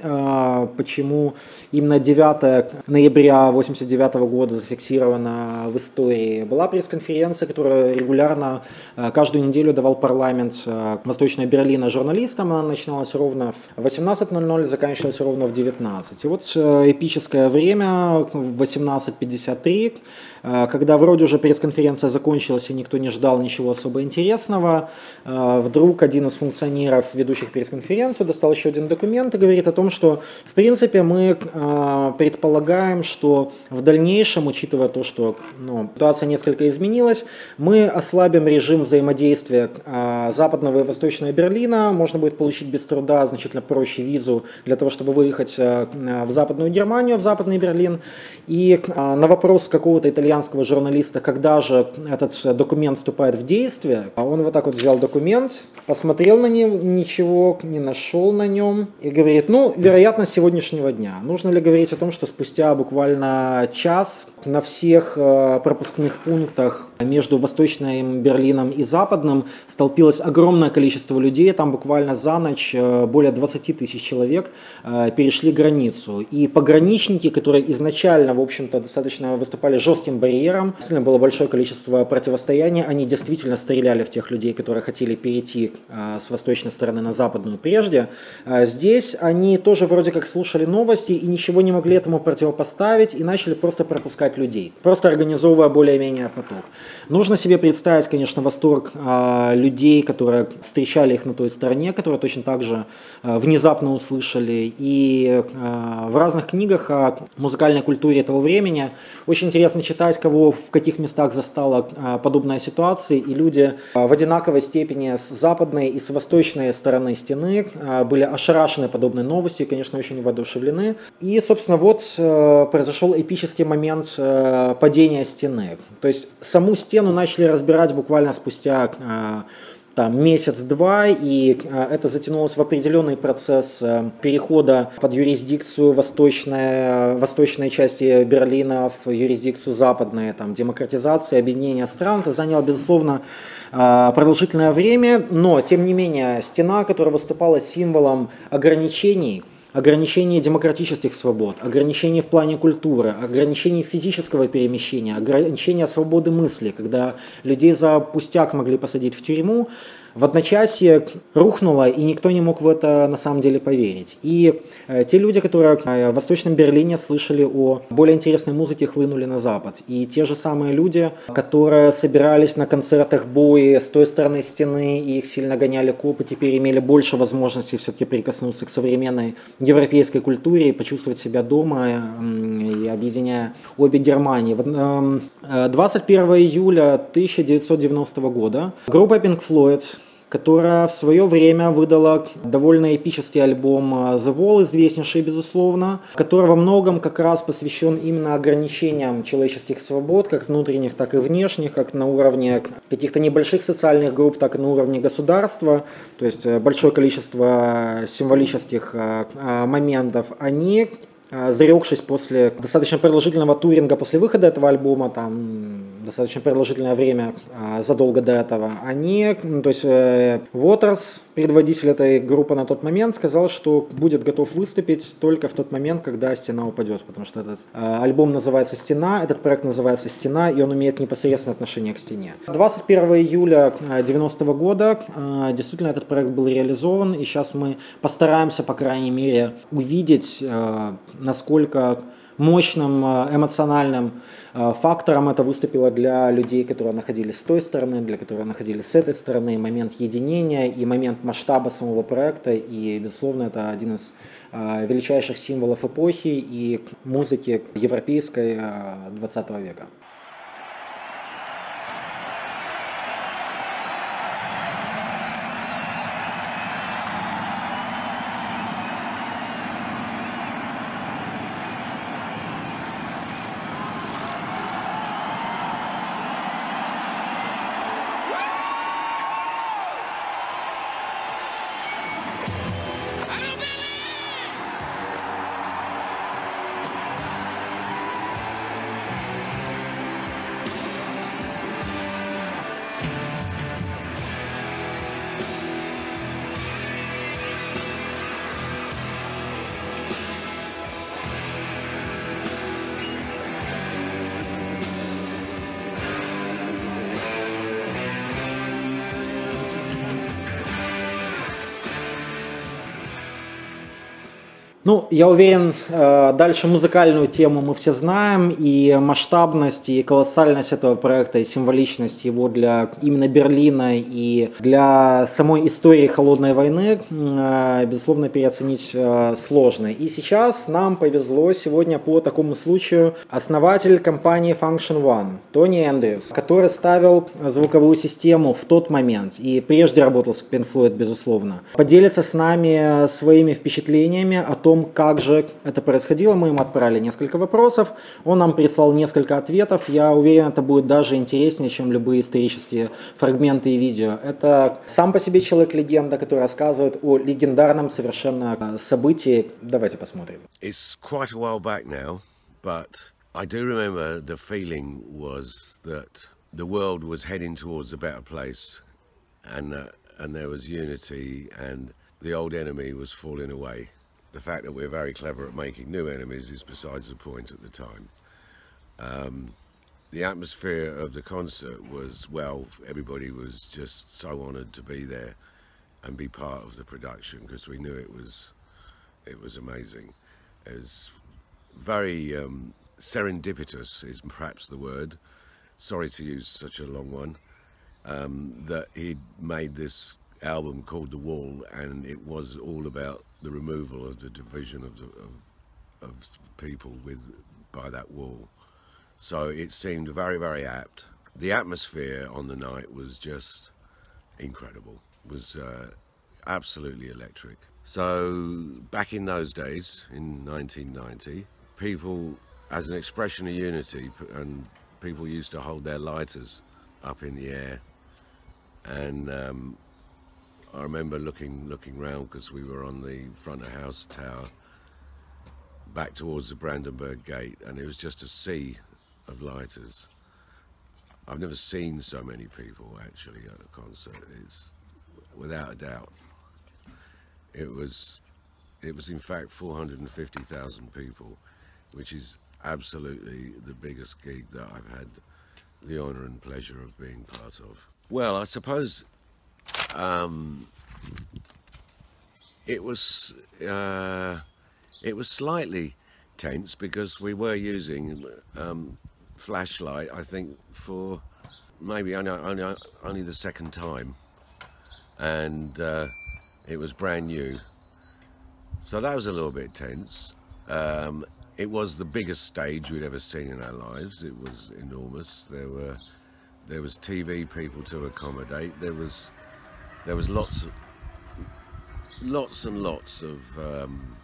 Почему именно девятого ноября восемьдесят девятого года зафиксировано в истории? Была пресс-конференция, которую регулярно каждую неделю давал парламент Восточного Берлина журналистам. Она начиналась ровно в восемнадцать ноль ноль, заканчивалась ровно в девятнадцать. И вот эпическое время в восемнадцать пятьдесят три, когда вроде уже пресс-конференция закончилась и никто не ждал ничего особо интересного, вдруг один из функционеров, ведущих пресс-конференцию, достал еще один документ и говорит о том, что в принципе мы предполагаем, что в дальнейшем, учитывая то, что ну, ситуация несколько изменилась, мы ослабим режим взаимодействия западного и восточного Берлина, можно будет получить без труда значительно проще визу для того, чтобы выехать в Западную Германию, в Западный Берлин. И на вопрос какого-то итальянского журналиста, когда же этот документ вступает в действие, он вот так вот взял документ, посмотрел на него, ничего не нашел на нем и говорит, ну, вероятно, с сегодняшнего дня. Нужно ли говорить о том, что спустя буквально час на всех пропускных пунктах между Восточным Берлином и Западным столпилось огромное количество людей, там буквально за ночь более двадцать тысяч человек перешли границу. И пограничники, которые изначально, в общем-то, достаточно выступали жестким барьером, действительно было большое количество противостояний, они действительно стреляли в тех людей, которые хотели перейти с восточной стороны на западную прежде. Здесь они тоже вроде как слушали новости и ничего не могли этому противопоставить и начали просто пропускать людей, просто организовывая более-менее поток. Нужно себе представить, конечно, восторг людей, которые встречали их на той стороне, которые точно так же внезапно услышали. И в разных книгах о музыкальной культуре этого времени очень интересно читать, кого в каких местах застала подобная ситуация, и люди в одинаковой степени с западной и с восточной стороны стены были ошарашены подобной новостью и, конечно, очень воодушевлены. И, собственно, вот произошел эпический момент падения стены. То есть саму стену начали разбирать буквально спустя там, месяц-два, и это затянулось в определенный процесс перехода под юрисдикцию восточной, восточной части Берлина в юрисдикцию западной, там, демократизация, объединение стран. Это заняло, безусловно, продолжительное время, но, тем не менее, стена, которая выступала символом ограничений, ограничение демократических свобод, ограничение в плане культуры, ограничение физического перемещения, ограничение свободы мысли, когда людей за пустяк могли посадить в тюрьму, в одночасье рухнуло, и никто не мог в это на самом деле поверить. И э, те люди, которые э, в Восточном Берлине слышали о более интересной музыке, хлынули на Запад. И те же самые люди, которые собирались на концертах Боуи с той стороны стены, и их сильно гоняли копы, теперь имели больше возможностей все-таки прикоснуться к современной европейской культуре и почувствовать себя дома, э, и объединяя обе Германии. двадцать первого июля тысяча девятьсот девяностого года группа Pink Floyd, которая в свое время выдала довольно эпический альбом The Wall, известнейший, безусловно, который во многом как раз посвящен именно ограничениям человеческих свобод, как внутренних, так и внешних, как на уровне каких-то небольших социальных групп, так и на уровне государства, то есть большое количество символических моментов. Они, зарекшись после достаточно продолжительного туринга после выхода этого альбома, там достаточно продолжительное время а, задолго до этого, они, ну, то есть э, Waters, предводитель этой группы на тот момент, сказал, что будет готов выступить только в тот момент, когда стена упадет, потому что этот э, альбом называется «Стена», этот проект называется «Стена», и он имеет непосредственное отношение к стене. двадцать первого июля девяностого года э, действительно этот проект был реализован, и сейчас мы постараемся, по крайней мере, увидеть, э, насколько мощным эмоциональным фактором это выступило для людей, которые находились с той стороны, для которых находились с этой стороны, момент единения и момент масштаба самого проекта. И, безусловно, это один из величайших символов эпохи и музыки европейской двадцатого века. Ну, я уверен, дальше музыкальную тему мы все знаем, и масштабность, и колоссальность этого проекта, и символичность его для именно Берлина и для самой истории Холодной войны, безусловно, переоценить сложно. И сейчас нам повезло сегодня по такому случаю основатель компании Function One, Тони Эндрюс, который ставил звуковую систему в тот момент, и прежде работал с Pink Floyd, безусловно, поделится с нами своими впечатлениями о том, как же это происходило. Мы ему отправили несколько вопросов, он нам прислал несколько ответов. Я уверен, это будет даже интереснее, чем любые исторические фрагменты и видео. Это сам по себе человек-легенда, который рассказывает о легендарном совершенно событии. Давайте посмотрим. It's quite a while back now, but I do remember the feeling was that the world was heading towards a better place, and uh, and there was unity, and the old enemy was falling away. The fact that we're very clever at making new enemies is besides the point at the time. Um, the atmosphere of the concert was, well, everybody was just so honoured to be there and be part of the production, because we knew it was it was amazing. It was very um, serendipitous is perhaps the word. Sorry to use such a long one. Um, that he'd made this album called The Wall, and it was all about the removal of the division of the of, of people with by that wall. So it seemed very, very apt. The atmosphere on the night was just incredible. It was uh, absolutely electric. So back in those days, in nineteen ninety, people, as an expression of unity, and people used to hold their lighters up in the air, and um, I remember looking looking round because we were on the front of house tower back towards the Brandenburg Gate, and it was just a sea of lighters. I've never seen so many people actually at a concert. It's without a doubt. It was it was in fact four hundred fifty thousand people, which is absolutely the biggest gig that I've had the honour and pleasure of being part of. Well, I suppose um, it was uh, it was slightly tense because we were using um, flashlight, I think, for maybe only, only, only the second time, and uh, it was brand new, so that was a little bit tense. Um, it was the biggest stage we'd ever seen in our lives. It was enormous. There were there was T V people to accommodate. There was there was lots of lots and lots of um,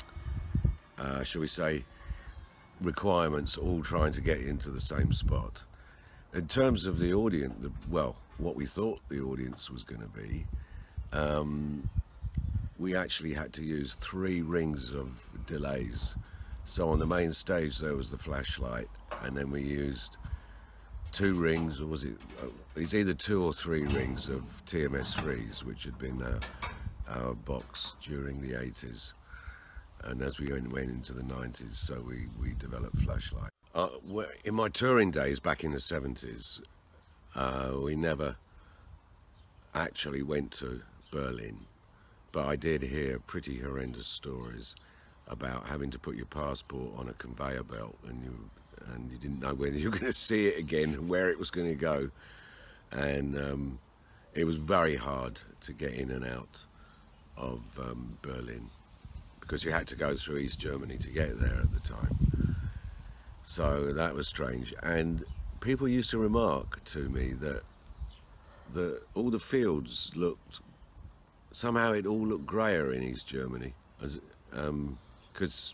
uh, shall we say requirements, all trying to get into the same spot. In terms of the audience, the, well, what we thought the audience was going to be, um, we actually had to use three rings of delays. So on the main stage there was the flashlight, and then we used two rings, or was it, it's either two or three rings of T M S threes, which had been our, our box during the eighties. And as we went into the nineties, so we, we developed flashlight. Uh, in my touring days back in the seventies, uh, we never actually went to Berlin, but I did hear pretty horrendous stories about having to put your passport on a conveyor belt, and you and you didn't know whether you were going to see it again, where it was going to go, and um, it was very hard to get in and out of um, Berlin, because you had to go through East Germany to get there at the time. So that was strange, and people used to remark to me that the all the fields looked, somehow it all looked greyer in East Germany, as um, because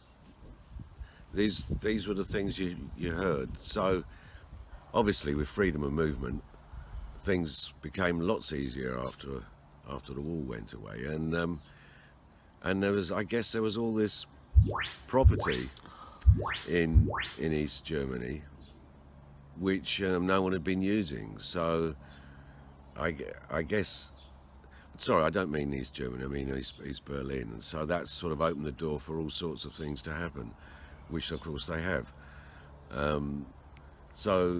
these these were the things you you heard. So obviously with freedom of movement, things became lots easier after after the wall went away, and um, and there was, I guess there was all this property in in East Germany which um, no one had been using. So I, I guess, sorry, I don't mean East Germany, I mean East, East Berlin, and so that sort of opened the door for all sorts of things to happen, which of course they have. Um, so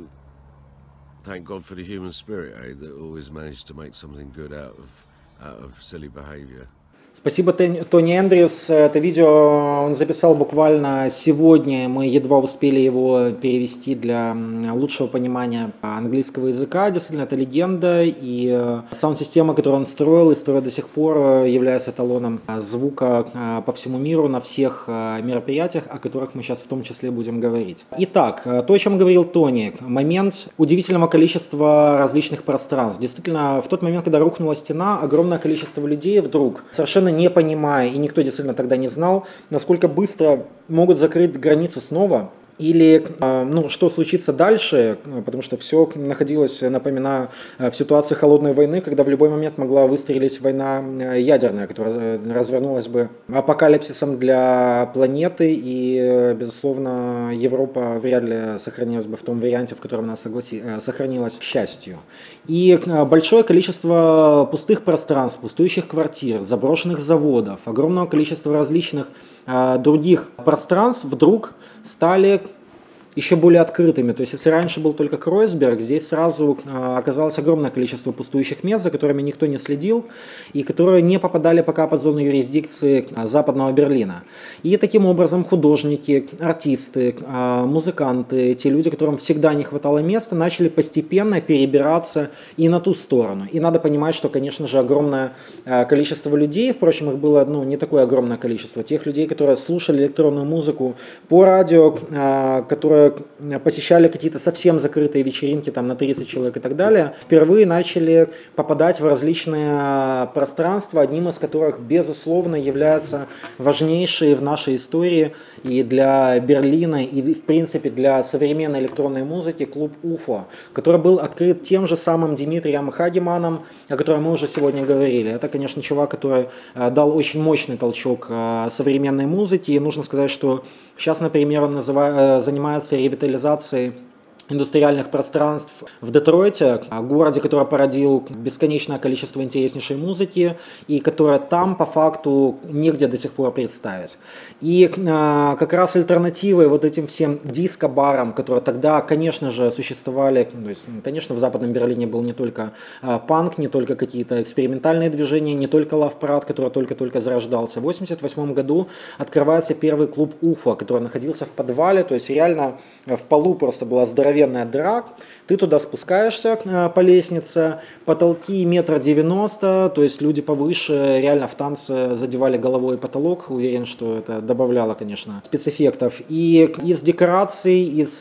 thank God for the human spirit, eh, that always managed to make something good out of out of silly behavior. Спасибо, Тони Эндрюс. Это видео он записал буквально сегодня. Мы едва успели его перевести для лучшего понимания английского языка. Действительно, это легенда. И саунд-система, которую он строил и строит до сих пор, является эталоном звука по всему миру на всех мероприятиях, о которых мы сейчас в том числе будем говорить. Итак, то, о чем говорил Тони. Момент удивительного количества различных пространств. Действительно, в тот момент, когда рухнула стена, огромное количество людей вдруг, совершенно не понимая, и никто действительно тогда не знал, насколько быстро могут закрыть границы снова, или ну, что случится дальше, потому что все находилось, напоминаю, в ситуации холодной войны, когда в любой момент могла выстрелить война ядерная, которая развернулась бы апокалипсисом для планеты, и, безусловно, Европа вряд ли сохранилась бы в том варианте, в котором она согласи... сохранилась, к счастью. И большое количество пустых пространств, пустующих квартир, заброшенных заводов, огромного количества различных других пространств вдруг стали еще более открытыми. То есть, если раньше был только Кройсберг, здесь сразу оказалось огромное количество пустующих мест, за которыми никто не следил, и которые не попадали пока под зону юрисдикции Западного Берлина. И таким образом художники, артисты, музыканты, те люди, которым всегда не хватало места, начали постепенно перебираться и на ту сторону. И надо понимать, что, конечно же, огромное количество людей, впрочем, их было ну, не такое огромное количество, тех людей, которые слушали электронную музыку по радио, которые посещали какие-то совсем закрытые вечеринки там, на тридцать человек и так далее, впервые начали попадать в различные пространства, одним из которых, безусловно, является важнейший в нашей истории и для Берлина, и, в принципе, для современной электронной музыки клуб уфо, который был открыт тем же самым Дмитрием Хагеманом, о котором мы уже сегодня говорили. Это, конечно, чувак, который дал очень мощный толчок современной музыке, и нужно сказать, что сейчас, например, он называет, занимается ревитализацией индустриальных пространств в Детройте, городе, который породил бесконечное количество интереснейшей музыки и которое там по факту негде до сих пор представить. И а, как раз альтернативой вот этим всем диско-барам, которые тогда, конечно же, существовали, то есть, конечно, в Западном Берлине был не только а, панк, не только какие-то экспериментальные движения, не только лав-парад, который только-только зарождался. В восемьдесят восьмом году открывается первый клуб «Уфа», который находился в подвале, то есть реально в полу просто была здоровенная дыра, ты туда спускаешься по лестнице, потолки метра девяносто, то есть люди повыше реально в танце задевали головой потолок, уверен, что это добавляло, конечно, спецэффектов. И из декораций, из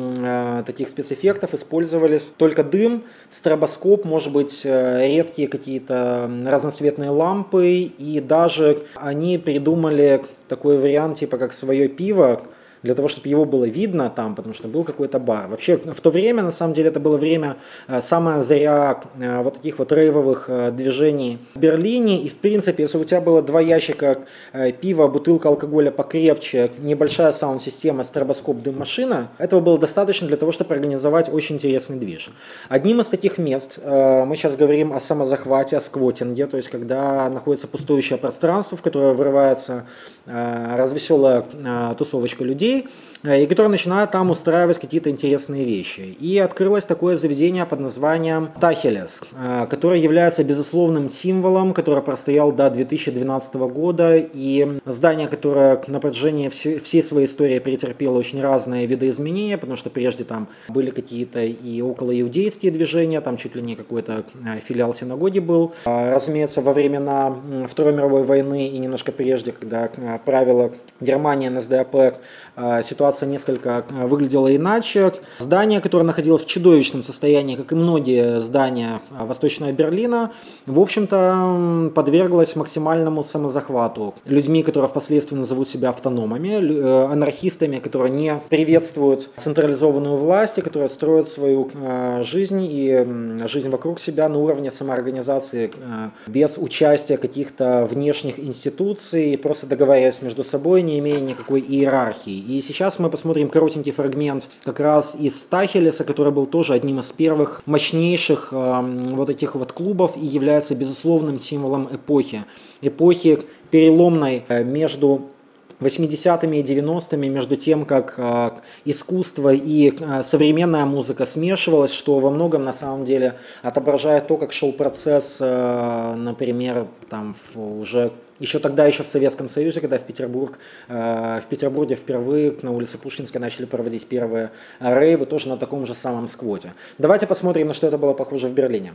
э, таких спецэффектов использовались только дым, стробоскоп, может быть, редкие какие-то разноцветные лампы, и даже они придумали такой вариант, типа как свое пиво, для того, чтобы его было видно там, потому что был какой-то бар. Вообще, в то время, на самом деле, это было время, самая заря вот таких вот рейвовых движений в Берлине. И, в принципе, если у тебя было два ящика пива, бутылка алкоголя покрепче, небольшая саунд-система, стробоскоп, дым-машина, этого было достаточно для того, чтобы организовать очень интересный движ. Одним из таких мест, мы сейчас говорим о самозахвате, о сквотинге, то есть, когда находится пустующее пространство, в которое вырывается развеселая тусовочка людей, и которые начинают там устраивать какие-то интересные вещи. И открылось такое заведение под названием Тахелес, которое является безусловным символом, который простоял до две тысячи двенадцатого года, и здание, которое на протяжении всей своей истории претерпело очень разные видоизменения, потому что прежде там были какие-то и околоиудейские движения, там чуть ли не какой-то филиал синагоги был. Разумеется, во времена Второй мировой войны и немножко прежде, когда правила Германия, эн эс дэ ап, ситуация несколько выглядела иначе. Здание, которое находилось в чудовищном состоянии, как и многие здания Восточного Берлина, в общем-то подверглось максимальному самозахвату людьми, которые впоследствии назовут себя автономами, анархистами, которые не приветствуют централизованную власть, и которые строят свою жизнь и жизнь вокруг себя на уровне самоорганизации без участия каких-то внешних институций, просто договариваясь между собой, не имея никакой иерархии. И сейчас мы посмотрим коротенький фрагмент как раз из Тахелеса, который был тоже одним из первых мощнейших э, вот этих вот клубов и является безусловным символом эпохи. Эпохи переломной э, между восьмидесятыми и девяностыми, между тем, как э, искусство и э, современная музыка смешивалась, что во многом на самом деле отображает то, как шел процесс, э, например, там в, уже еще тогда, еще в Советском Союзе, когда в, Петербург, э, в Петербурге впервые на улице Пушкинской начали проводить первые рейвы, тоже на таком же самом сквоте. Давайте посмотрим, на что это было похоже в Берлине.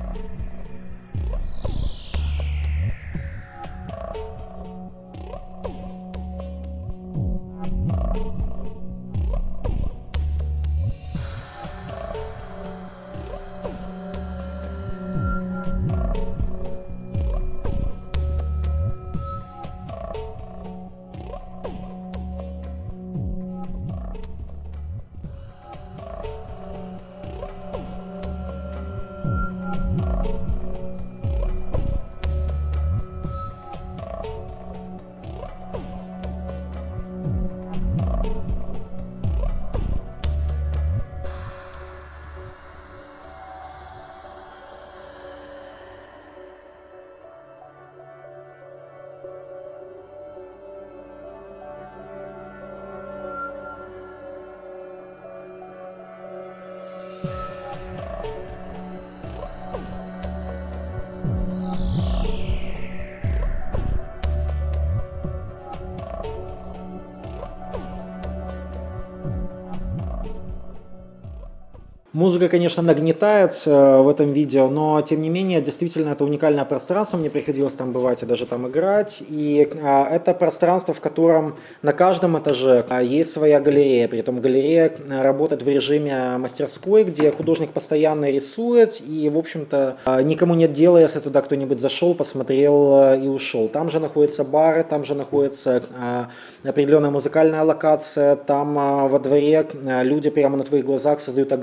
Музыка, конечно, нагнетает в этом видео, но, тем не менее, действительно, это уникальное пространство, мне приходилось там бывать и даже там играть, и а, это пространство, в котором на каждом этаже а, есть своя галерея, при этом галерея работает в режиме мастерской, где художник постоянно рисует, и, в общем-то, а, никому нет дела, если туда кто-нибудь зашел, посмотрел а, и ушел. Там же находятся бары, там же находится а, определенная музыкальная локация, там а, во дворе а, люди прямо на твоих глазах создают огромные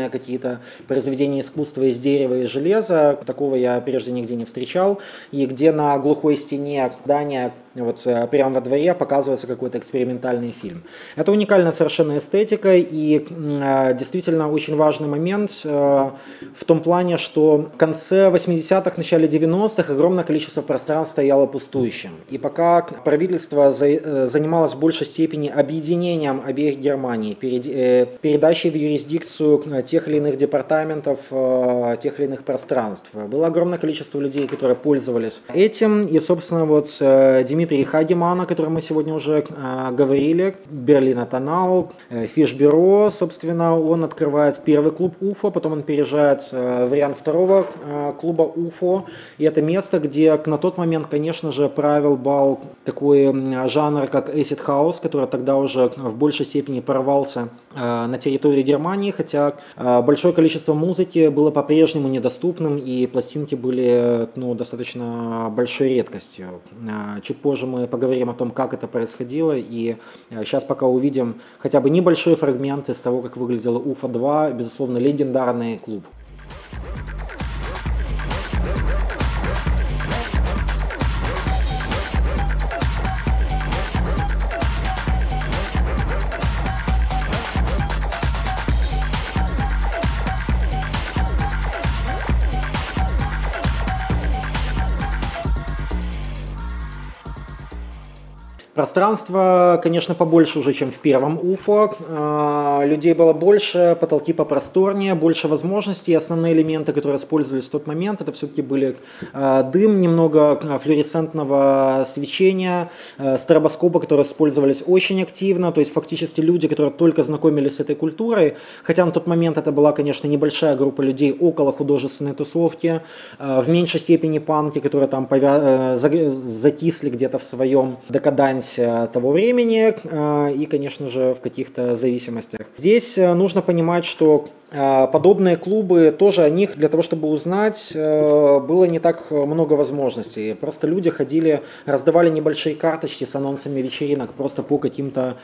современные какие-то произведения искусства из дерева и железа. Такого я прежде нигде не встречал. И где на глухой стене здания, вот прямо во дворе, показывается какой-то экспериментальный фильм. Это уникальная совершенно эстетика и э, действительно очень важный момент э, в том плане, что в конце восьмидесятых, начале девяностых огромное количество пространств стояло пустующим. И пока правительство за, э, занималось в большей степени объединением обеих Германий, перед, э, передачей в юрисдикцию тех или иных департаментов, э, тех или иных пространств, было огромное количество людей, которые пользовались этим. И, собственно, вот э, Дмитрий Дмитрий Хагеман, о котором мы сегодня уже э, говорили, Берлина Тонал, э, Фишбюро, собственно, он открывает первый клуб УФО, потом он переезжает э, в вариант второго э, клуба УФО, и это место, где на тот момент, конечно же, правил бал такой э, жанр, как acid house, который тогда уже в большей степени порвался э, на территории Германии, хотя э, большое количество музыки было по-прежнему недоступным, и пластинки были ну, достаточно большой редкостью. Э, чуть позже мы поговорим о том, как это происходило, и сейчас пока увидим хотя бы небольшой фрагмент из того, как выглядела УФО два, безусловно, легендарный клуб. Пространство, конечно, побольше уже, чем в первом УФО. Людей было больше, потолки попросторнее, больше возможностей. Основные элементы, которые использовались в тот момент, это все-таки были дым, немного флуоресцентного свечения, стробоскопы, которые использовались очень активно. То есть фактически люди, которые только знакомились с этой культурой, хотя на тот момент это была, конечно, небольшая группа людей около художественной тусовки, в меньшей степени панки, которые там повя... закисли где-то в своем декадансе того времени и, конечно же, в каких-то зависимостях. Здесь нужно понимать, что подобные клубы, тоже о них для того, чтобы узнать, было не так много возможностей. Просто люди ходили, раздавали небольшие карточки с анонсами вечеринок просто по каким-то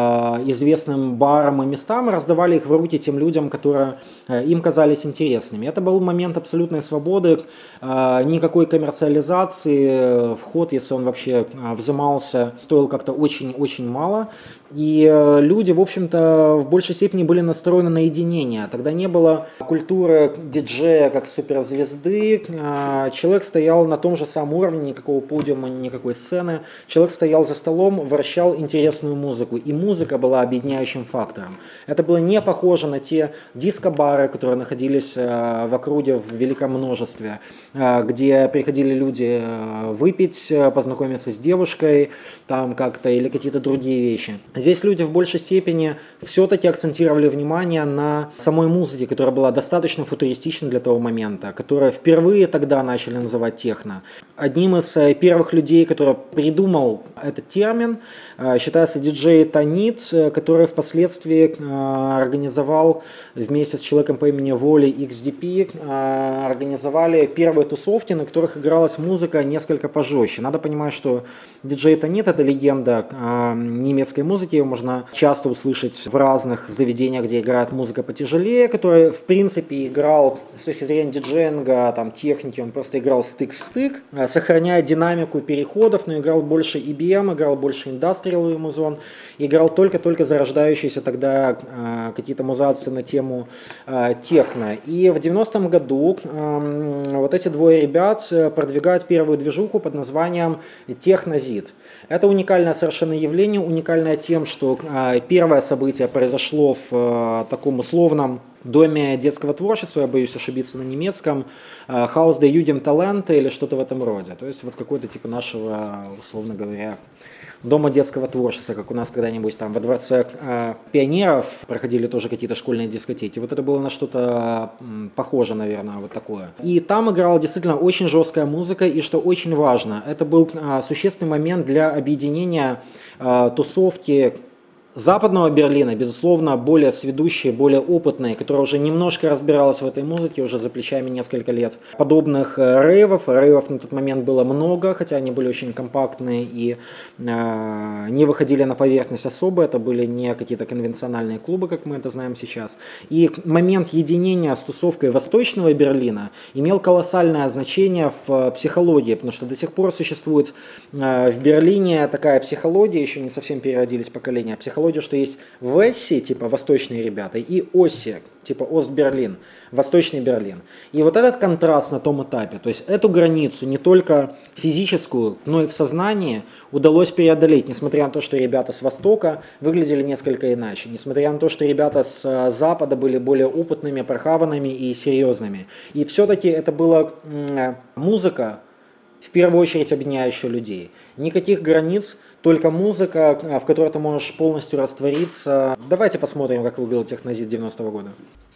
известным барам и местам, раздавали их в руки тем людям, которые им казались интересными. Это был момент абсолютной свободы, никакой коммерциализации, вход, если он вообще взимался, стоил как-то очень-очень мало. И люди, в общем-то, в большей степени были настроены на единение. Тогда не было культуры диджея как суперзвезды. Человек стоял на том же самом уровне, никакого подиума, никакой сцены. Человек стоял за столом, вращал интересную музыку. И музыка была объединяющим фактором. Это было не похоже на те диско-бары, которые находились в округе в великом множестве, где приходили люди выпить, познакомиться с девушкой, там как-то или какие-то другие вещи. Здесь люди в большей степени все-таки акцентировали внимание на самой музыке, которая была достаточно футуристичной для того момента, которая впервые тогда начали называть техно. Одним из первых людей, который придумал этот термин, считается диджей Танит, который впоследствии организовал вместе с человеком по имени Воли икс ди пи, организовали первые тусовки, на которых игралась музыка несколько пожестче. Надо понимать, что диджей Танит — это легенда немецкой музыки, его можно часто услышать в разных заведениях, где играет музыка потяжелее, который в принципе играл с точки зрения диджеинга, там, техники, он просто играл стык в стык, сохраняя динамику переходов, но играл больше и би эм, играл больше индастриал музон, играл только-только зарождающиеся тогда э, какие-то музации на тему э, техно. И в девяностом году э, вот эти двое ребят продвигают первую движуху под названием «Технозид». Это уникальное совершенно явление, уникальное тем, что э, первое событие произошло в э, таком условном доме детского творчества, я боюсь ошибиться на немецком, Haus der Jugendtalente или что-то в этом роде. То есть вот какой-то типа нашего, условно говоря, дома детского творчества, как у нас когда-нибудь там во дворце э, пионеров проходили тоже какие-то школьные дискотеки. Вот это было на что-то э, похоже, наверное, вот такое. И там играла действительно очень жесткая музыка, и что очень важно, это был э, существенный момент для объединения э, тусовки западного Берлина, безусловно, более сведущие, более опытные, которые уже немножко разбиралась в этой музыке, уже за плечами несколько лет подобных рейвов. Рейвов на тот момент было много, хотя они были очень компактные и э, не выходили на поверхность особо. Это были не какие-то конвенциональные клубы, как мы это знаем сейчас. И момент единения с тусовкой восточного Берлина имел колоссальное значение в психологии, потому что до сих пор существует э, в Берлине такая психология, еще не совсем переродились поколения, психология, что есть Весси, типа восточные ребята, и Оси, типа Ост-Берлин, восточный Берлин. И вот этот контраст на том этапе, то есть эту границу не только физическую, но и в сознании удалось преодолеть, несмотря на то, что ребята с Востока выглядели несколько иначе, несмотря на то, что ребята с Запада были более опытными, прохаванными и серьезными. И все-таки это была музыка, в первую очередь объединяющая людей. Никаких границ, только музыка, в которой ты можешь полностью раствориться. Давайте посмотрим, как выглядел технозит девяностого года.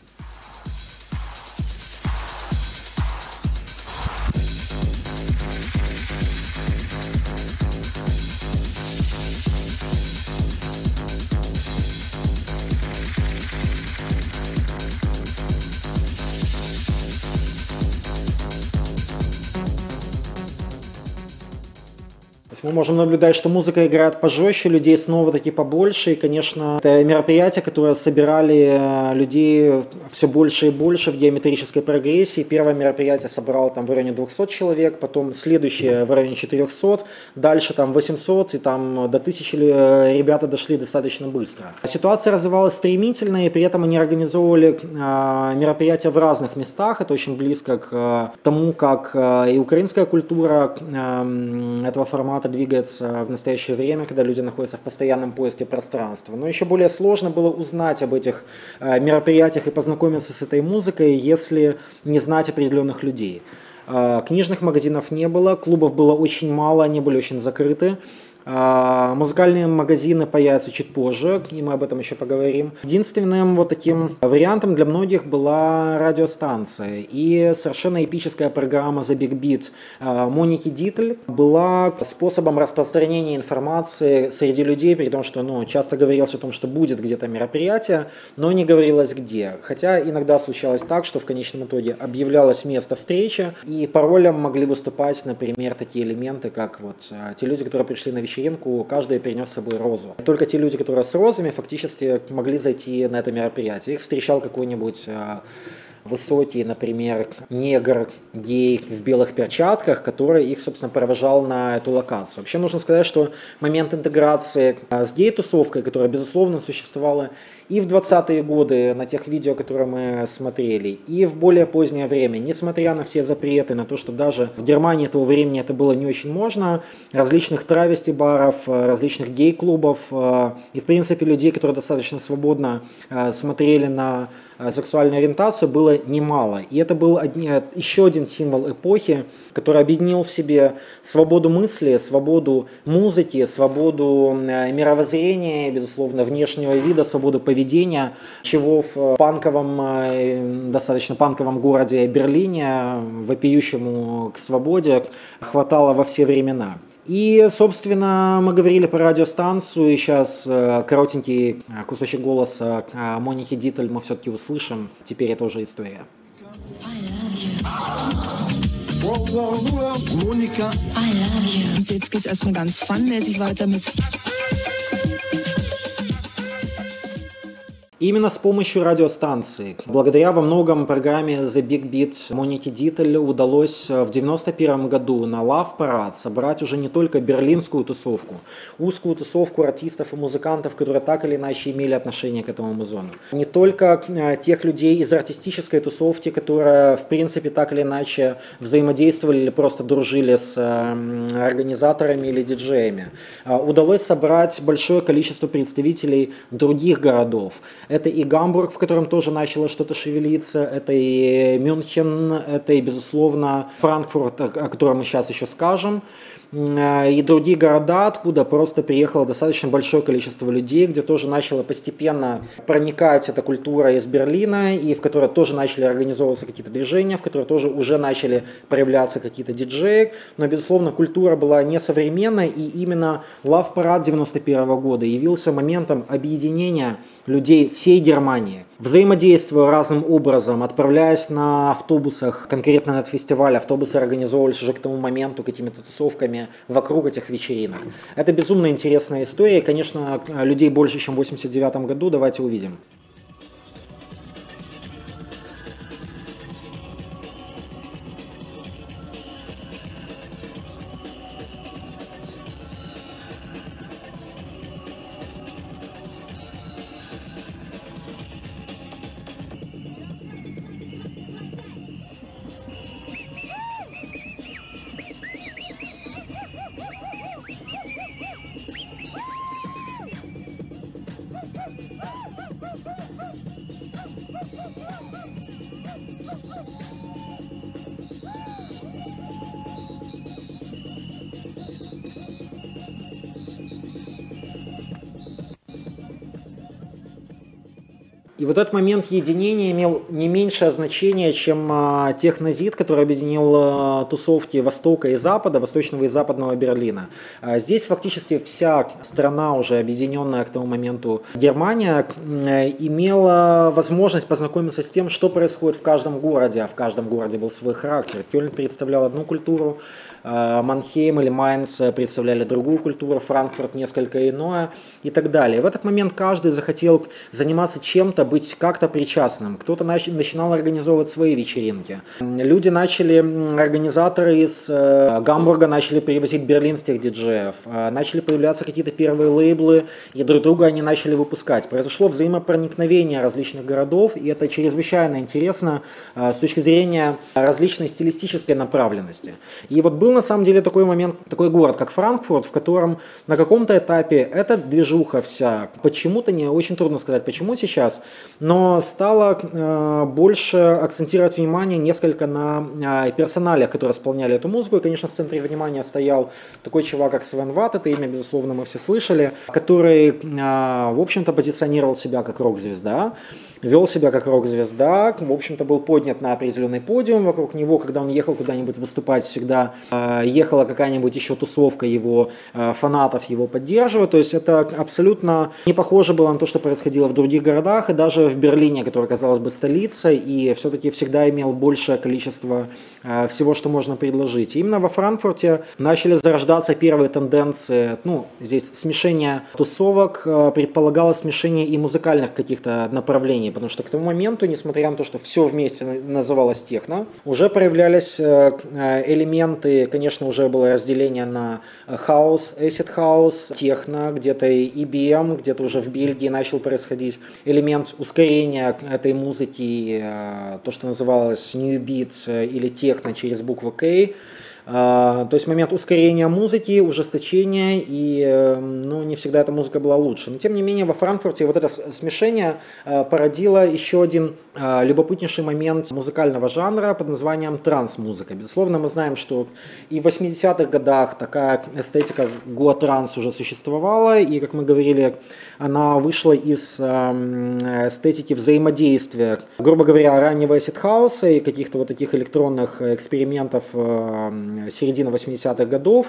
Мы можем наблюдать, что музыка играет пожестче, людей снова-таки побольше. И, конечно, это мероприятия, которые собирали людей все больше и больше в геометрической прогрессии. Первое мероприятие собрало там в районе двухсот человек, потом следующее в районе четырехсот, дальше там восемьсот, и там до тысячи ребята дошли достаточно быстро. Ситуация развивалась стремительно, и при этом они организовывали мероприятия в разных местах. Это очень близко к тому, как и украинская культура этого формата двигается в настоящее время, когда люди находятся в постоянном поиске пространства. Но еще более сложно было узнать об этих э, мероприятиях и познакомиться с этой музыкой, если не знать определенных людей. Э, книжных магазинов не было, клубов было очень мало, они были очень закрыты. А, музыкальные магазины появятся чуть позже, и мы об этом еще поговорим. Единственным вот таким вариантом для многих была радиостанция. И совершенно эпическая программа The Big Beat а, Моники Дитль была способом распространения информации среди людей, при том, что ну, часто говорилось о том, что будет где-то мероприятие, но не говорилось где. Хотя иногда случалось так, что в конечном итоге объявлялось место встречи, и паролем могли выступать, например, такие элементы, как вот а, те люди, которые пришли на вечеринку, каждый принес с собой розу. Только те люди, которые с розами, фактически могли зайти на это мероприятие. Их встречал какой-нибудь э, высокий, например, негр, гей в белых перчатках, который их, собственно, провожал на эту локацию. Вообще нужно сказать, что момент интеграции э, с гей-тусовкой, которая, безусловно, существовала и в двадцатые годы на тех видео, которые мы смотрели, и в более позднее время, несмотря на все запреты, на то, что даже в Германии того времени это было не очень можно, различных травести-баров, различных гей-клубов и, в принципе, людей, которые достаточно свободно смотрели на сексуальную ориентацию, было немало. И это был одни, еще один символ эпохи, который объединил в себе свободу мысли, свободу музыки, свободу мировоззрения, безусловно, внешнего вида, свободу поведения, чего в панковом, достаточно панковом городе Берлине, вопиющему к свободе, хватало во все времена. И, собственно, мы говорили про радиостанцию, и сейчас коротенький кусочек голоса Моники Дитль мы все-таки услышим. Теперь это уже история. Monika, I love you. Jetzt geht's erstmal ganz funmäßig weiter mit. Именно с помощью радиостанции, благодаря во многом программе The Big Beat Моники Дитль удалось в девяносто первом году на Love Parade собрать уже не только берлинскую тусовку, узкую тусовку артистов и музыкантов, которые так или иначе имели отношение к этому музону. Не только тех людей из артистической тусовки, которые в принципе так или иначе взаимодействовали или просто дружили с организаторами или диджеями. Удалось собрать большое количество представителей других городов. Это и Гамбург, в котором тоже начало что-то шевелиться, это и Мюнхен, это и, безусловно, Франкфурт, о котором мы сейчас еще скажем. и другие города, откуда просто приехало достаточно большое количество людей, где тоже начала постепенно проникать эта культура из Берлина, и в которой тоже начали организовываться какие-то движения, в которой тоже уже начали проявляться какие-то диджеи. Но, безусловно, культура была несовременной, и именно Love Parade девяносто первого года явился моментом объединения людей всей Германии, взаимодействуя разным образом, отправляясь на автобусах, конкретно на этот фестиваль, автобусы организовывались уже к тому моменту какими-то тусовками вокруг этих вечеринок. Это безумно интересная история, и, конечно, людей больше, чем в восемьдесят девятом году, давайте увидим. И вот этот момент единения имел не меньшее значение, чем а, технозид, который объединил а, тусовки Востока и Запада, Восточного и Западного Берлина. А здесь фактически вся страна, уже объединенная к тому моменту Германия, имела возможность познакомиться с тем, что происходит в каждом городе, а в каждом городе был свой характер. Кёльн представлял одну культуру, Манхейм или Майнц представляли другую культуру, Франкфурт несколько иное и так далее. И в этот момент каждый захотел заниматься чем-то, быть как-то причастным. Кто-то нач- начинал организовывать свои вечеринки. Люди начали, организаторы из э, Гамбурга начали привозить берлинских диджеев, э, начали появляться какие-то первые лейблы, и друг друга они начали выпускать. Произошло взаимопроникновение различных городов, и это чрезвычайно интересно э, с точки зрения различной стилистической направленности. И вот был на самом деле такой момент, такой город, как Франкфурт, в котором на каком-то этапе эта движуха вся, почему-то не очень трудно сказать, почему сейчас, но стала э, больше акцентировать внимание несколько на э, персоналиях, которые исполняли эту музыку. И, конечно, в центре внимания стоял такой чувак, как Свен Ватт, это имя, безусловно, мы все слышали, который, э, в общем-то, позиционировал себя как рок-звезда, вел себя как рок-звезда, в общем-то, был поднят на определенный подиум вокруг него, когда он ехал куда-нибудь выступать, всегда э, ехала какая-нибудь еще тусовка его э, фанатов его поддерживать, то есть это абсолютно не похоже было на то, что происходило в других городах, и даже в Берлине, который, казалось бы, столица, и все-таки всегда имел большее количество э, всего, что можно предложить. И именно во Франкфурте начали зарождаться первые тенденции, ну, здесь смешение тусовок, э, предполагалось смешение и музыкальных каких-то направлений, потому что к тому моменту, несмотря на то, что все вместе называлось техно, уже проявлялись элементы, конечно, уже было разделение на хаус, acid house, техно, где-то и би эм, где-то уже в Бельгии начал происходить элемент ускорения этой музыки, то, что называлось new beat или техно через букву K. Uh, то есть момент ускорения музыки, ужесточения, и ну, не всегда эта музыка была лучше. Но тем не менее во Франкфурте вот это смешение uh, породило еще один uh, любопытнейший момент музыкального жанра под названием транс-музыка. Безусловно, мы знаем, что и в восьмидесятых годах такая эстетика гоа-транс уже существовала, и, как мы говорили, она вышла из uh, эстетики взаимодействия, грубо говоря, раннего acid-хауса и каких-то вот таких электронных экспериментов uh, середины восьмидесятых годов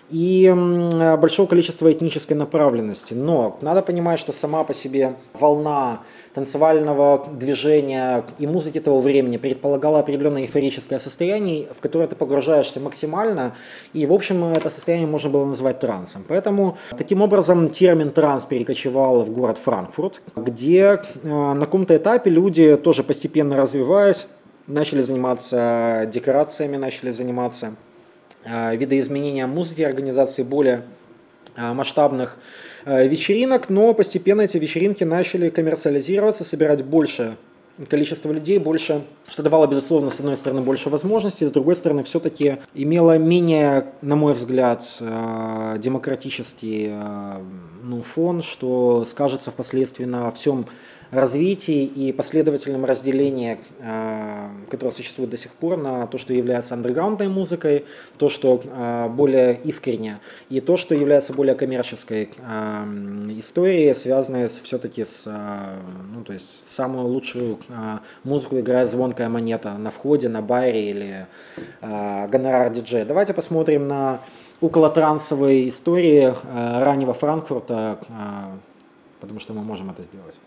и большого количества этнической направленности. Но надо понимать, что сама по себе волна танцевального движения и музыки того времени предполагала определенное эйфорическое состояние, в которое ты погружаешься максимально, и в общем это состояние можно было назвать трансом. Поэтому таким образом термин транс перекочевал в город Франкфурт, где на каком-то этапе люди, тоже постепенно развиваясь, начали заниматься декорациями, начали заниматься видоизменением музыки, организации более масштабных вечеринок, но постепенно эти вечеринки начали коммерциализироваться, собирать больше количество людей, больше, что давало, безусловно, с одной стороны, больше возможностей, с другой стороны, все-таки имело менее, на мой взгляд, демократический, ну, ну, фон, что скажется впоследствии на всем развитии и последовательном разделении, которое существует до сих пор, на то, что является андерграундной музыкой, то, что более искренне, и то, что является более коммерческой историей, связанной все-таки с, ну, то есть самую лучшую музыку играет звонкая монета на входе, на баре или гонорар диджея. Давайте посмотрим на околотрансовые истории раннего Франкфурта, потому что мы можем это сделать.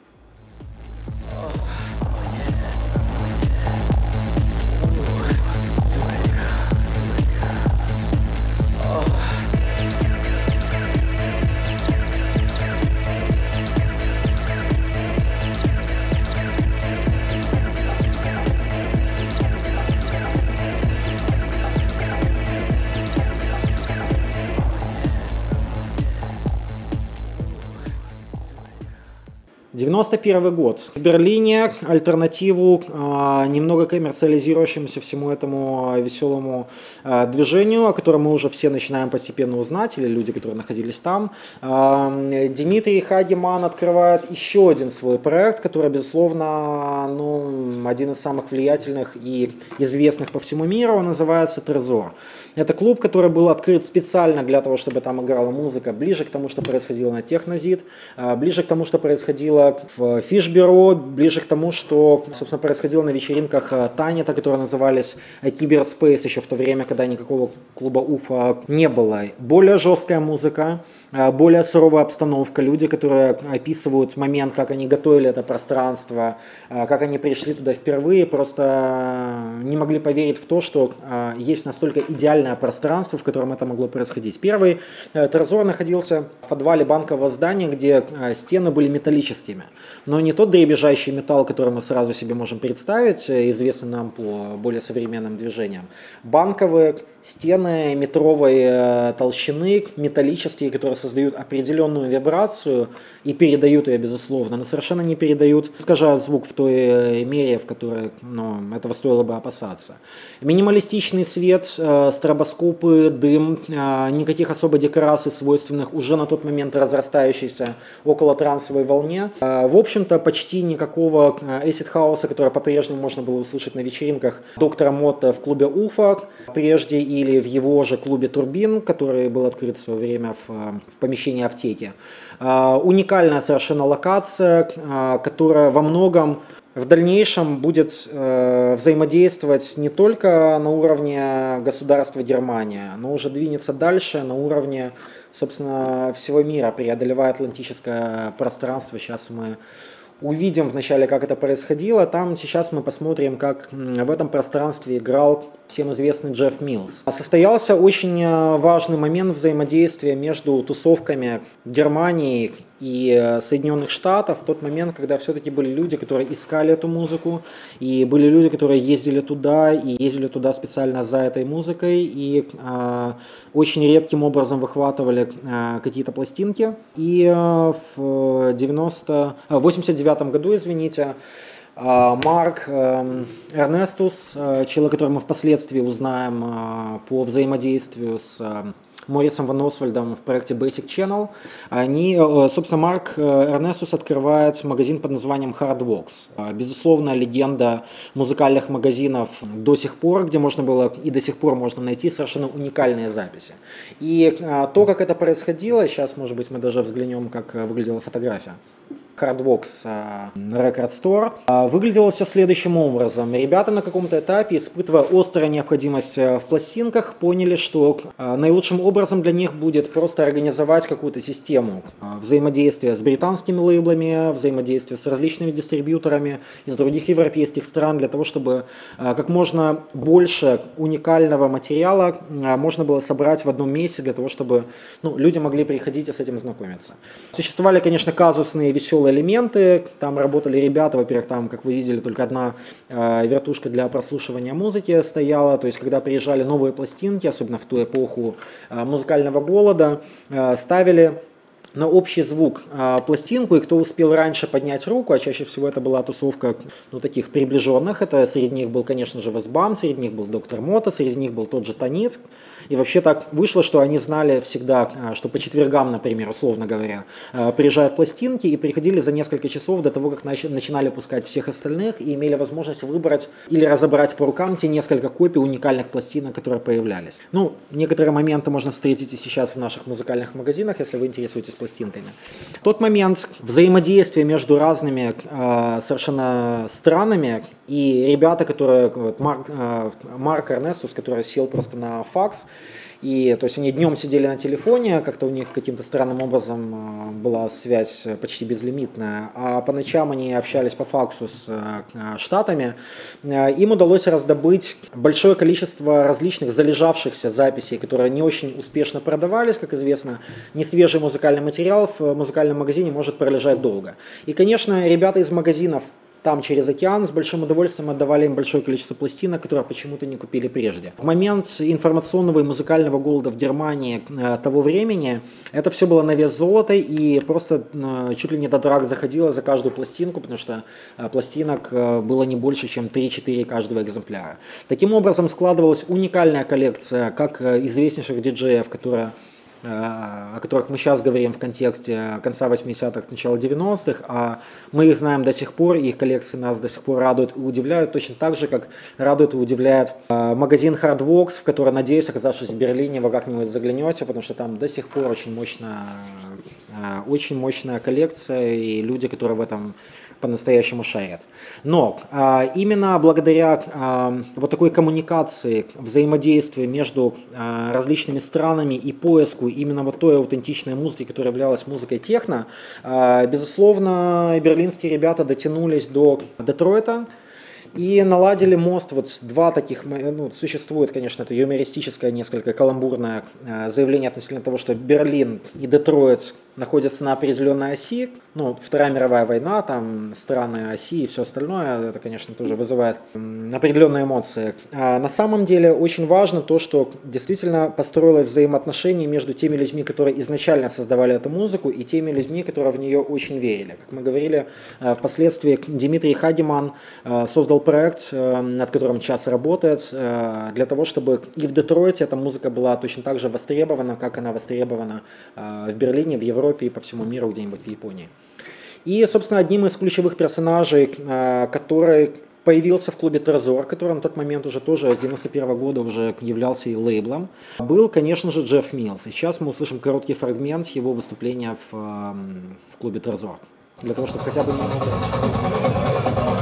девяносто первый год. В Берлине альтернативу э, немного коммерциализирующемуся всему этому веселому э, движению, о котором мы уже все начинаем постепенно узнать, или люди, которые находились там, э, Дмитрий Хагеман открывает еще один свой проект, который, безусловно, ну, один из самых влиятельных и известных по всему миру. Он называется «Трезор». Это клуб, который был открыт специально для того, чтобы там играла музыка ближе к тому, что происходило на Технозит, ближе к тому, что происходило в Фишбюро, ближе к тому, что, собственно, происходило на вечеринках Танета, которые назывались Киберспейс еще в то время, когда никакого клуба Уфа не было. Более жесткая музыка, более суровая обстановка, люди, которые описывают момент, как они готовили это пространство, как они пришли туда впервые, просто не могли поверить в то, что есть настолько идеальное пространство, в котором это могло происходить. Первый Трезор находился в подвале банкового здания, где стены были металлическими. Но не тот дребезжащий металл, который мы сразу себе можем представить, известный нам по более современным движениям. Банковые стены метровой толщины, металлические, которые создают определенную вибрацию и передают ее, безусловно, но совершенно не передают, искажают звук в той мере, в которой, ну, этого стоило бы опасаться. Минималистичный свет, стробоскопы, дым, никаких особо декораций, свойственных уже на тот момент разрастающейся около трансовой волне. В общем-то, почти никакого эйсид-хауса, который по-прежнему можно было услышать на вечеринках доктора Мотта в клубе Уфа прежде, или в его же клубе Турбин, который был открыт в свое время в, в помещении аптеки. Уникальная совершенно локация, которая во многом в дальнейшем будет э, взаимодействовать не только на уровне государства Германия, но уже двинется дальше на уровне, собственно, всего мира, преодолевая атлантическое пространство. Сейчас мы увидим вначале, как это происходило. Там сейчас мы посмотрим, как в этом пространстве играл всем известный Джефф Миллс. Состоялся очень важный момент взаимодействия между тусовками Германии и Соединенных Штатов в тот момент, когда все-таки были люди, которые искали эту музыку, и были люди, которые ездили туда, и ездили туда специально за этой музыкой, и э, очень редким образом выхватывали э, какие-то пластинки. И э, в девяносто, э, восемьдесят девятом году, извините, э, Марк э, Эрнестус, э, человек, которого мы впоследствии узнаем э, по взаимодействию с э, Морисом Ван Освальдом в проекте Basic Channel, они, собственно, Марк Эрнестус открывает магазин под названием Hardbox. Безусловно, легенда музыкальных магазинов до сих пор, где можно было и до сих пор можно найти совершенно уникальные записи. И то, как это происходило, сейчас, может быть, мы даже взглянем, как выглядела фотография. Hardbox Record Store. Выглядело все следующим образом. Ребята на каком-то этапе, испытывая острую необходимость в пластинках, поняли, что наилучшим образом для них будет просто организовать какую-то систему взаимодействия с британскими лейблами, взаимодействия с различными дистрибьюторами из других европейских стран, для того, чтобы как можно больше уникального материала можно было собрать в одном месте, для того, чтобы, ну, люди могли приходить и с этим знакомиться. Существовали, конечно, казусные веселые элементы. Там работали ребята, во-первых, там, как вы видели, только одна э, вертушка для прослушивания музыки стояла. То есть, когда приезжали новые пластинки, особенно в ту эпоху э, музыкального голода, э, ставили на общий звук э, пластинку, и кто успел раньше поднять руку, а чаще всего это была тусовка, ну, таких приближенных, это среди них был, конечно же, Весбам, среди них был Доктор Мота, среди них был тот же Танит, И вообще так вышло, что они знали всегда, что по четвергам, например, условно говоря, приезжают пластинки и приходили за несколько часов до того, как начинали пускать всех остальных, и имели возможность выбрать или разобрать по рукам те несколько копий уникальных пластинок, которые появлялись. Ну, некоторые моменты можно встретить и сейчас в наших музыкальных магазинах, если вы интересуетесь пластинками. Тот момент взаимодействия между разными э, совершенно странами и ребята, которые, вот, Марк, э, Марк Эрнестус, который сел просто на факс, и то есть они днем сидели на телефоне, как-то у них каким-то странным образом была связь почти безлимитная, а по ночам они общались по факсу с Штатами. Им удалось раздобыть большое количество различных залежавшихся записей, которые не очень успешно продавались, как известно. Несвежий музыкальный материал в музыкальном магазине может пролежать долго. И, конечно, ребята из магазинов там через океан с большим удовольствием отдавали им большое количество пластинок, которые почему-то не купили прежде. В момент информационного и музыкального голода в Германии э, того времени это все было на вес золота, и просто э, чуть ли не до драк заходило за каждую пластинку, потому что э, пластинок э, было не больше, чем три-четыре каждого экземпляра. Таким образом складывалась уникальная коллекция как известнейших диджеев, которые о которых мы сейчас говорим в контексте конца восьмидесятых, начала девяностых, а мы их знаем до сих пор, и их коллекции нас до сих пор радуют и удивляют, точно так же, как радует и удивляет магазин Hardvox, в который, надеюсь, оказавшись в Берлине, вы как-нибудь заглянете, потому что там до сих пор очень мощная, очень мощная коллекция, и люди, которые в этом по-настоящему шарят. Но а, именно благодаря а, вот такой коммуникации, взаимодействию между а, различными странами и поиску именно вот той аутентичной музыки, которая являлась музыкой техно, а, безусловно, берлинские ребята дотянулись до Детройта и наладили мост. Вот два таких, ну, существует, конечно, это юмористическое, несколько каламбурное а, заявление относительно того, что Берлин и Детройт находятся на определенной оси. Ну, Вторая мировая война, там страны оси и все остальное, это, конечно, тоже вызывает определенные эмоции. А на самом деле очень важно то, что действительно построилось взаимоотношения между теми людьми, которые изначально создавали эту музыку, и теми людьми, которые в нее очень верили. Как мы говорили, впоследствии Дмитрий Хагеман создал проект, над которым сейчас работает, для того, чтобы и в Детройте эта музыка была точно так же востребована, как она востребована в Берлине, в Европе и по всему миру, где-нибудь в Японии. И, собственно, одним из ключевых персонажей, который появился в клубе Трезор, который на тот момент уже тоже с девяносто первого года уже являлся и лейблом, был, конечно же, Джефф Милс. И сейчас мы услышим короткий фрагмент его выступления в, в клубе Трезор. Для того, чтобы хотя бы немного...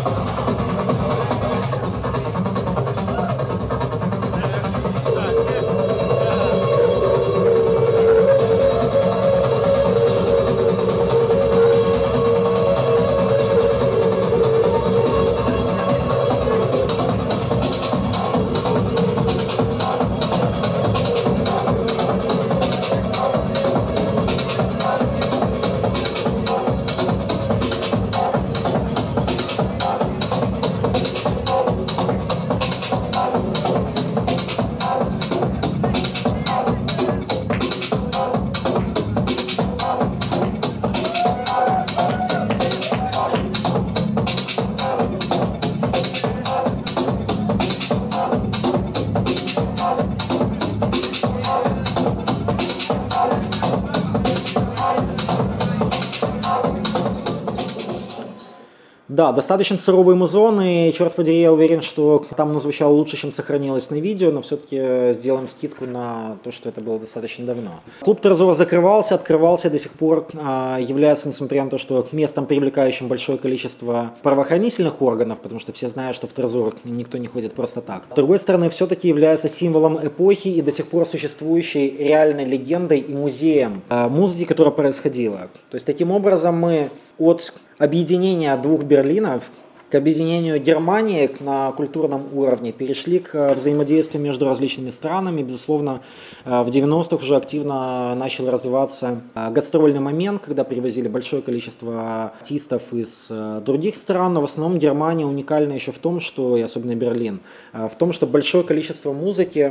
Да, достаточно суровый музон, и, черт подери, я уверен, что там оно звучало лучше, чем сохранилось на видео, но все-таки сделаем скидку на то, что это было достаточно давно. Клуб Трезор закрывался, открывался, до сих пор а, является, несмотря на то, что местом, привлекающим большое количество правоохранительных органов, потому что все знают, что в Трезор никто не ходит просто так. С другой стороны, все-таки является символом эпохи и до сих пор существующей реальной легендой и музеем а, музыки, которая происходила. То есть, таким образом, мы от объединения двух Берлинов к объединению Германии на культурном уровне перешли к взаимодействию между различными странами. Безусловно, в девяностых уже активно начал развиваться гастрольный момент, когда привозили большое количество артистов из других стран, но в основном Германия уникальна еще в том, что, и особенно Берлин, в том, что большое количество музыки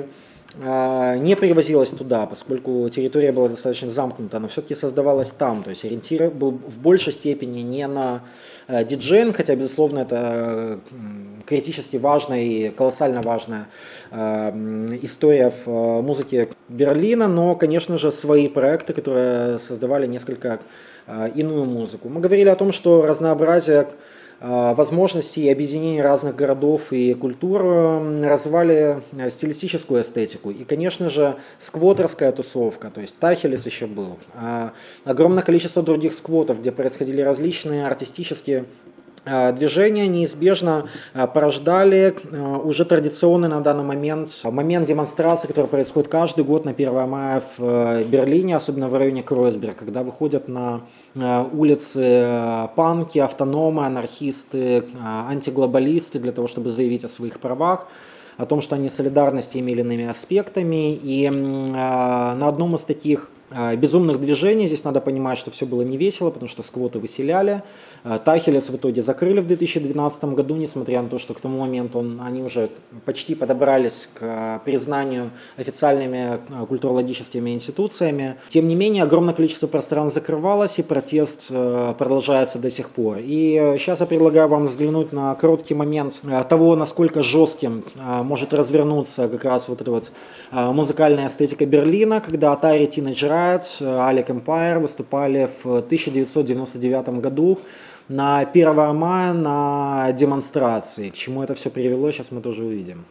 не перевозилась туда, поскольку территория была достаточно замкнута, она все-таки создавалась там, то есть ориентир был в большей степени не на диджеинг, хотя, безусловно, это критически важная и колоссально важная история в музыке Берлина, но, конечно же, свои проекты, которые создавали несколько иную музыку. Мы говорили о том, что разнообразие возможностей и объединения разных городов и культур развивали стилистическую эстетику. И, конечно же, сквотерская тусовка, то есть Тахелес еще был. Огромное количество других сквотов, где происходили различные артистические движения, неизбежно порождали уже традиционный на данный момент момент демонстрации, который происходит каждый год на первое мая в Берлине, особенно в районе Кройсберг, когда выходят на улицы панки, автономы, анархисты, антиглобалисты для того, чтобы заявить о своих правах, о том, что они солидарны с теми или иными аспектами. И на одном из таких безумных движений, здесь надо понимать, что все было не весело, потому что сквоты выселяли. Тахелес в итоге закрыли в две тысячи двенадцатом году, несмотря на то, что к тому моменту он, они уже почти подобрались к признанию официальными культурологическими институциями. Тем не менее, огромное количество пространств закрывалось, и протест продолжается до сих пор. И сейчас я предлагаю вам взглянуть на короткий момент того, насколько жестким может развернуться как раз вот эта вот музыкальная эстетика Берлина, когда Atari Teenage Riot, Alec Empire выступали в тысяча девятьсот девяносто девятом году на первое мая на демонстрации. К чему это все привело, сейчас мы тоже увидим.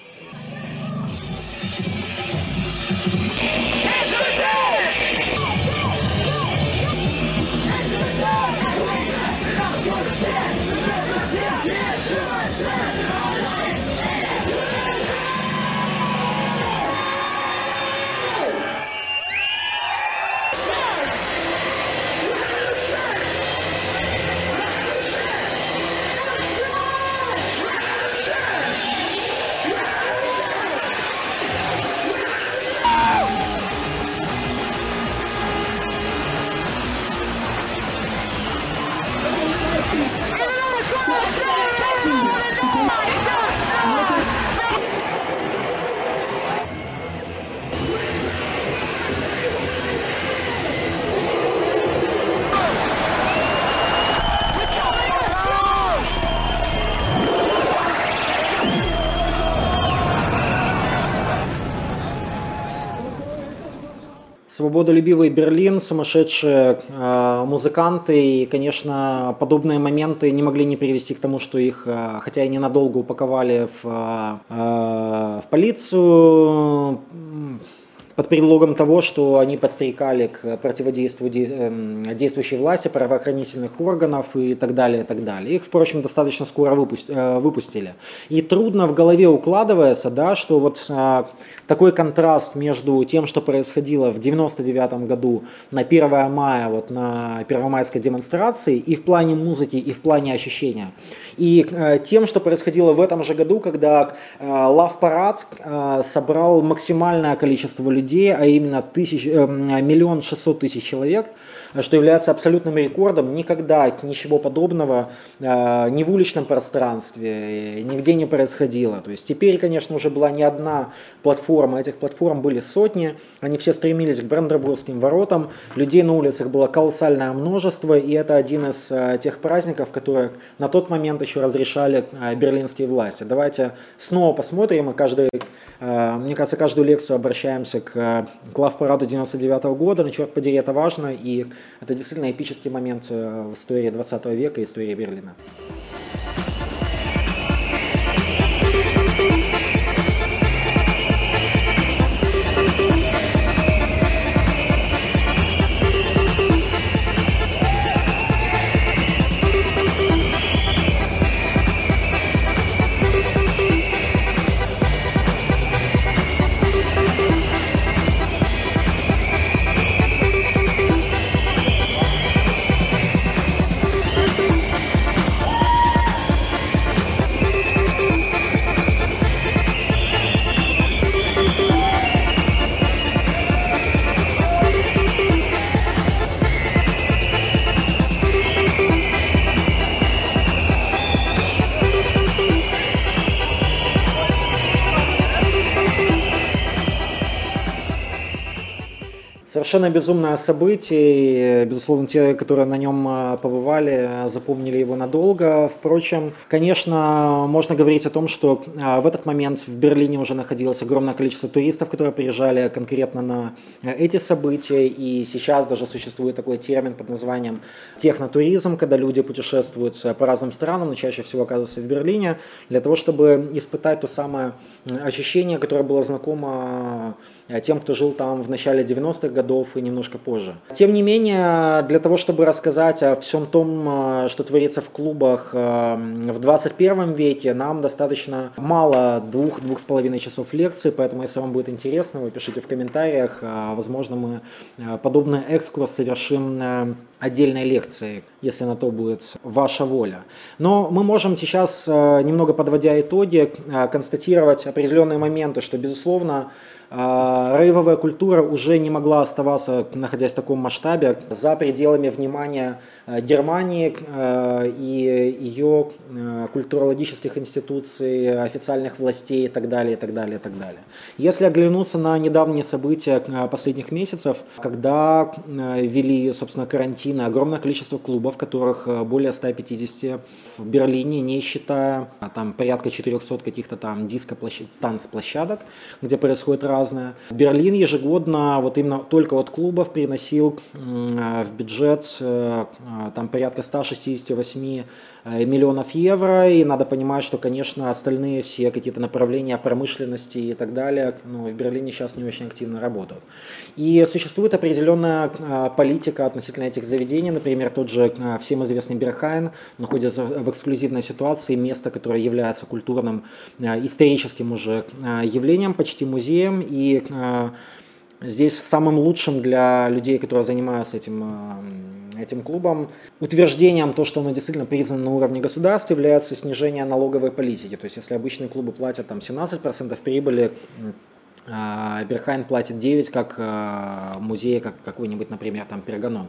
Свободолюбивый Берлин, сумасшедшие э, музыканты, и, конечно, подобные моменты не могли не привести к тому, что их, э, хотя и ненадолго упаковали в, э, в полицию, под предлогом того, что они подстрекали к противодействию действующей власти, правоохранительных органов и так далее, и так далее. Их, впрочем, достаточно скоро выпустили. И трудно в голове укладывается, да, что вот такой контраст между тем, что происходило в девяносто девятом году на первое мая, вот на первомайской демонстрации, и в плане музыки, и в плане ощущения, и тем, что происходило в этом же году, когда Love Parade собрал максимальное количество людей, а именно тысяч, э, миллион шестьсот тысяч человек, что является абсолютным рекордом. Никогда ничего подобного э, ни в уличном пространстве, нигде не происходило. То есть теперь, конечно, уже была не одна платформа, этих платформ были сотни, они все стремились к Бранденбургским воротам, людей на улицах было колоссальное множество, и это один из э, тех праздников, которые на тот момент еще разрешали э, берлинские власти. Давайте снова посмотрим, и каждый Мне кажется, каждую лекцию обращаемся к, к Лав-параду девяносто девятого года, но, черт подери, это важно, и это действительно эпический момент в истории двадцатого века и истории Берлина. Совершенно безумное событие. Безусловно, те, которые на нем побывали, запомнили его надолго. Впрочем, конечно, можно говорить о том, что в этот момент в Берлине уже находилось огромное количество туристов, которые приезжали конкретно на эти события. И сейчас даже существует такой термин под названием технотуризм, когда люди путешествуют по разным странам, но чаще всего оказываются в Берлине, для того, чтобы испытать то самое ощущение, которое было знакомо тем, кто жил там в начале девяностых годов и немножко позже. Тем не менее, для того, чтобы рассказать о всем том, что творится в клубах в двадцать первом веке, нам достаточно мало двух-двух с половиной часов лекции, поэтому, если вам будет интересно, вы пишите в комментариях, возможно, мы подобный экскурс совершим отдельной лекции, если на то будет ваша воля. Но мы можем сейчас, немного подводя итоги, констатировать определенные моменты, что, безусловно, рейвовая культура уже не могла оставаться, находясь в таком масштабе, за пределами внимания Германии и ее культурологических институций, официальных властей и так далее, и так далее, и так далее. Если оглянуться на недавние события последних месяцев, когда ввели, собственно, карантин, огромное количество клубов, которых более ста пятидесяти в Берлине, не считая там порядка четырехсот каких-то там диско-танцплощадок, где происходит разное. Берлин ежегодно вот именно только от клубов приносил в бюджет там порядка ста шестидесяти восьми миллионов евро, и надо понимать, что, конечно, остальные все какие-то направления промышленности и так далее, ну, в Берлине сейчас не очень активно работают. И существует определенная политика относительно этих заведений, например, тот же всем известный Берхайн находится в эксклюзивной ситуации, место, которое является культурным, историческим уже явлением, почти музеем, и здесь самым лучшим для людей, которые занимаются этим, этим клубом, утверждением то, что оно действительно признано на уровне государства, является снижение налоговой политики. То есть, если обычные клубы платят там семнадцать процентов прибыли, Берхайн платит девять процентов, как музей, как какой-нибудь, например, там Пергамон.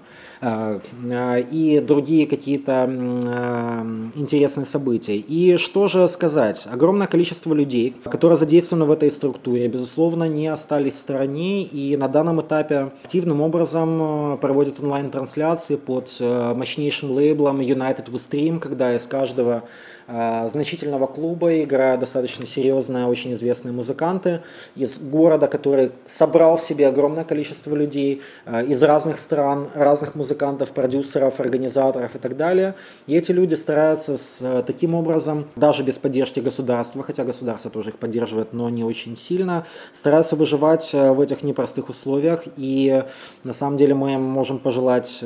И другие какие-то интересные события. И что же сказать? Огромное количество людей, которые задействованы в этой структуре, безусловно, не остались в стороне и на данном этапе активным образом проводят онлайн-трансляции под мощнейшим лейблом United We Stream, когда из каждого значительного клуба играют достаточно серьезные, очень известные музыканты из города, который собрал в себе огромное количество людей из разных стран, разных музыкантов, продюсеров, организаторов и так далее. И эти люди стараются с таким образом, даже без поддержки государства, хотя государство тоже их поддерживает, но не очень сильно, стараются выживать в этих непростых условиях. И на самом деле мы можем пожелать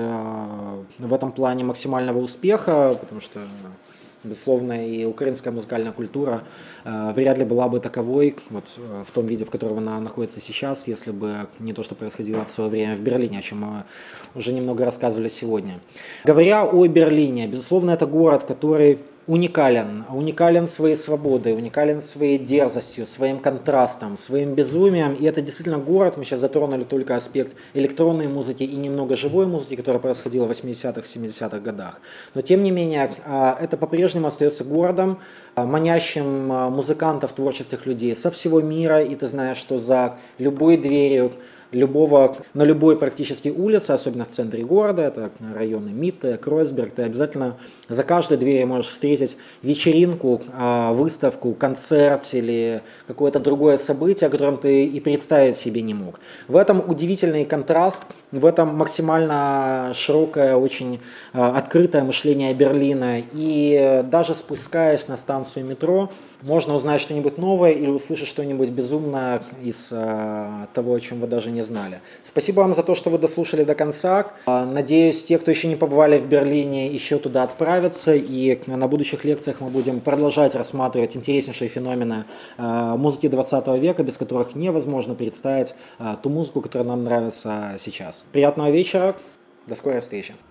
в этом плане максимального успеха, потому что, безусловно, и украинская музыкальная культура э, вряд ли была бы таковой вот, в том виде, в котором она находится сейчас, если бы не то, что происходило в свое время в Берлине, о чем мы уже немного рассказывали сегодня. Говоря о Берлине, безусловно, это город, который уникален, уникален своей свободой, уникален своей дерзостью, своим контрастом, своим безумием. И это действительно город, мы сейчас затронули только аспект электронной музыки и немного живой музыки, которая происходила в восьмидесятых, семидесятых годах. Но тем не менее, это по-прежнему остается городом, манящим музыкантов, творческих людей со всего мира. И ты знаешь, что за любой дверью любого, на любой практически улице, особенно в центре города, это районы Митте, Кройсберг, ты обязательно за каждой дверью можешь встретить вечеринку, выставку, концерт или какое-то другое событие, о котором ты и представить себе не мог. В этом удивительный контраст, в этом максимально широкое, очень открытое мышление Берлина. И даже спускаясь на станцию метро, можно узнать что-нибудь новое или услышать что-нибудь безумное из а, того, о чем вы даже не знали. Спасибо вам за то, что вы дослушали до конца. А, надеюсь, те, кто еще не побывали в Берлине, еще туда отправятся. И на будущих лекциях мы будем продолжать рассматривать интереснейшие феномены а, музыки двадцатого века, без которых невозможно представить а, ту музыку, которая нам нравится сейчас. Приятного вечера. До скорой встречи.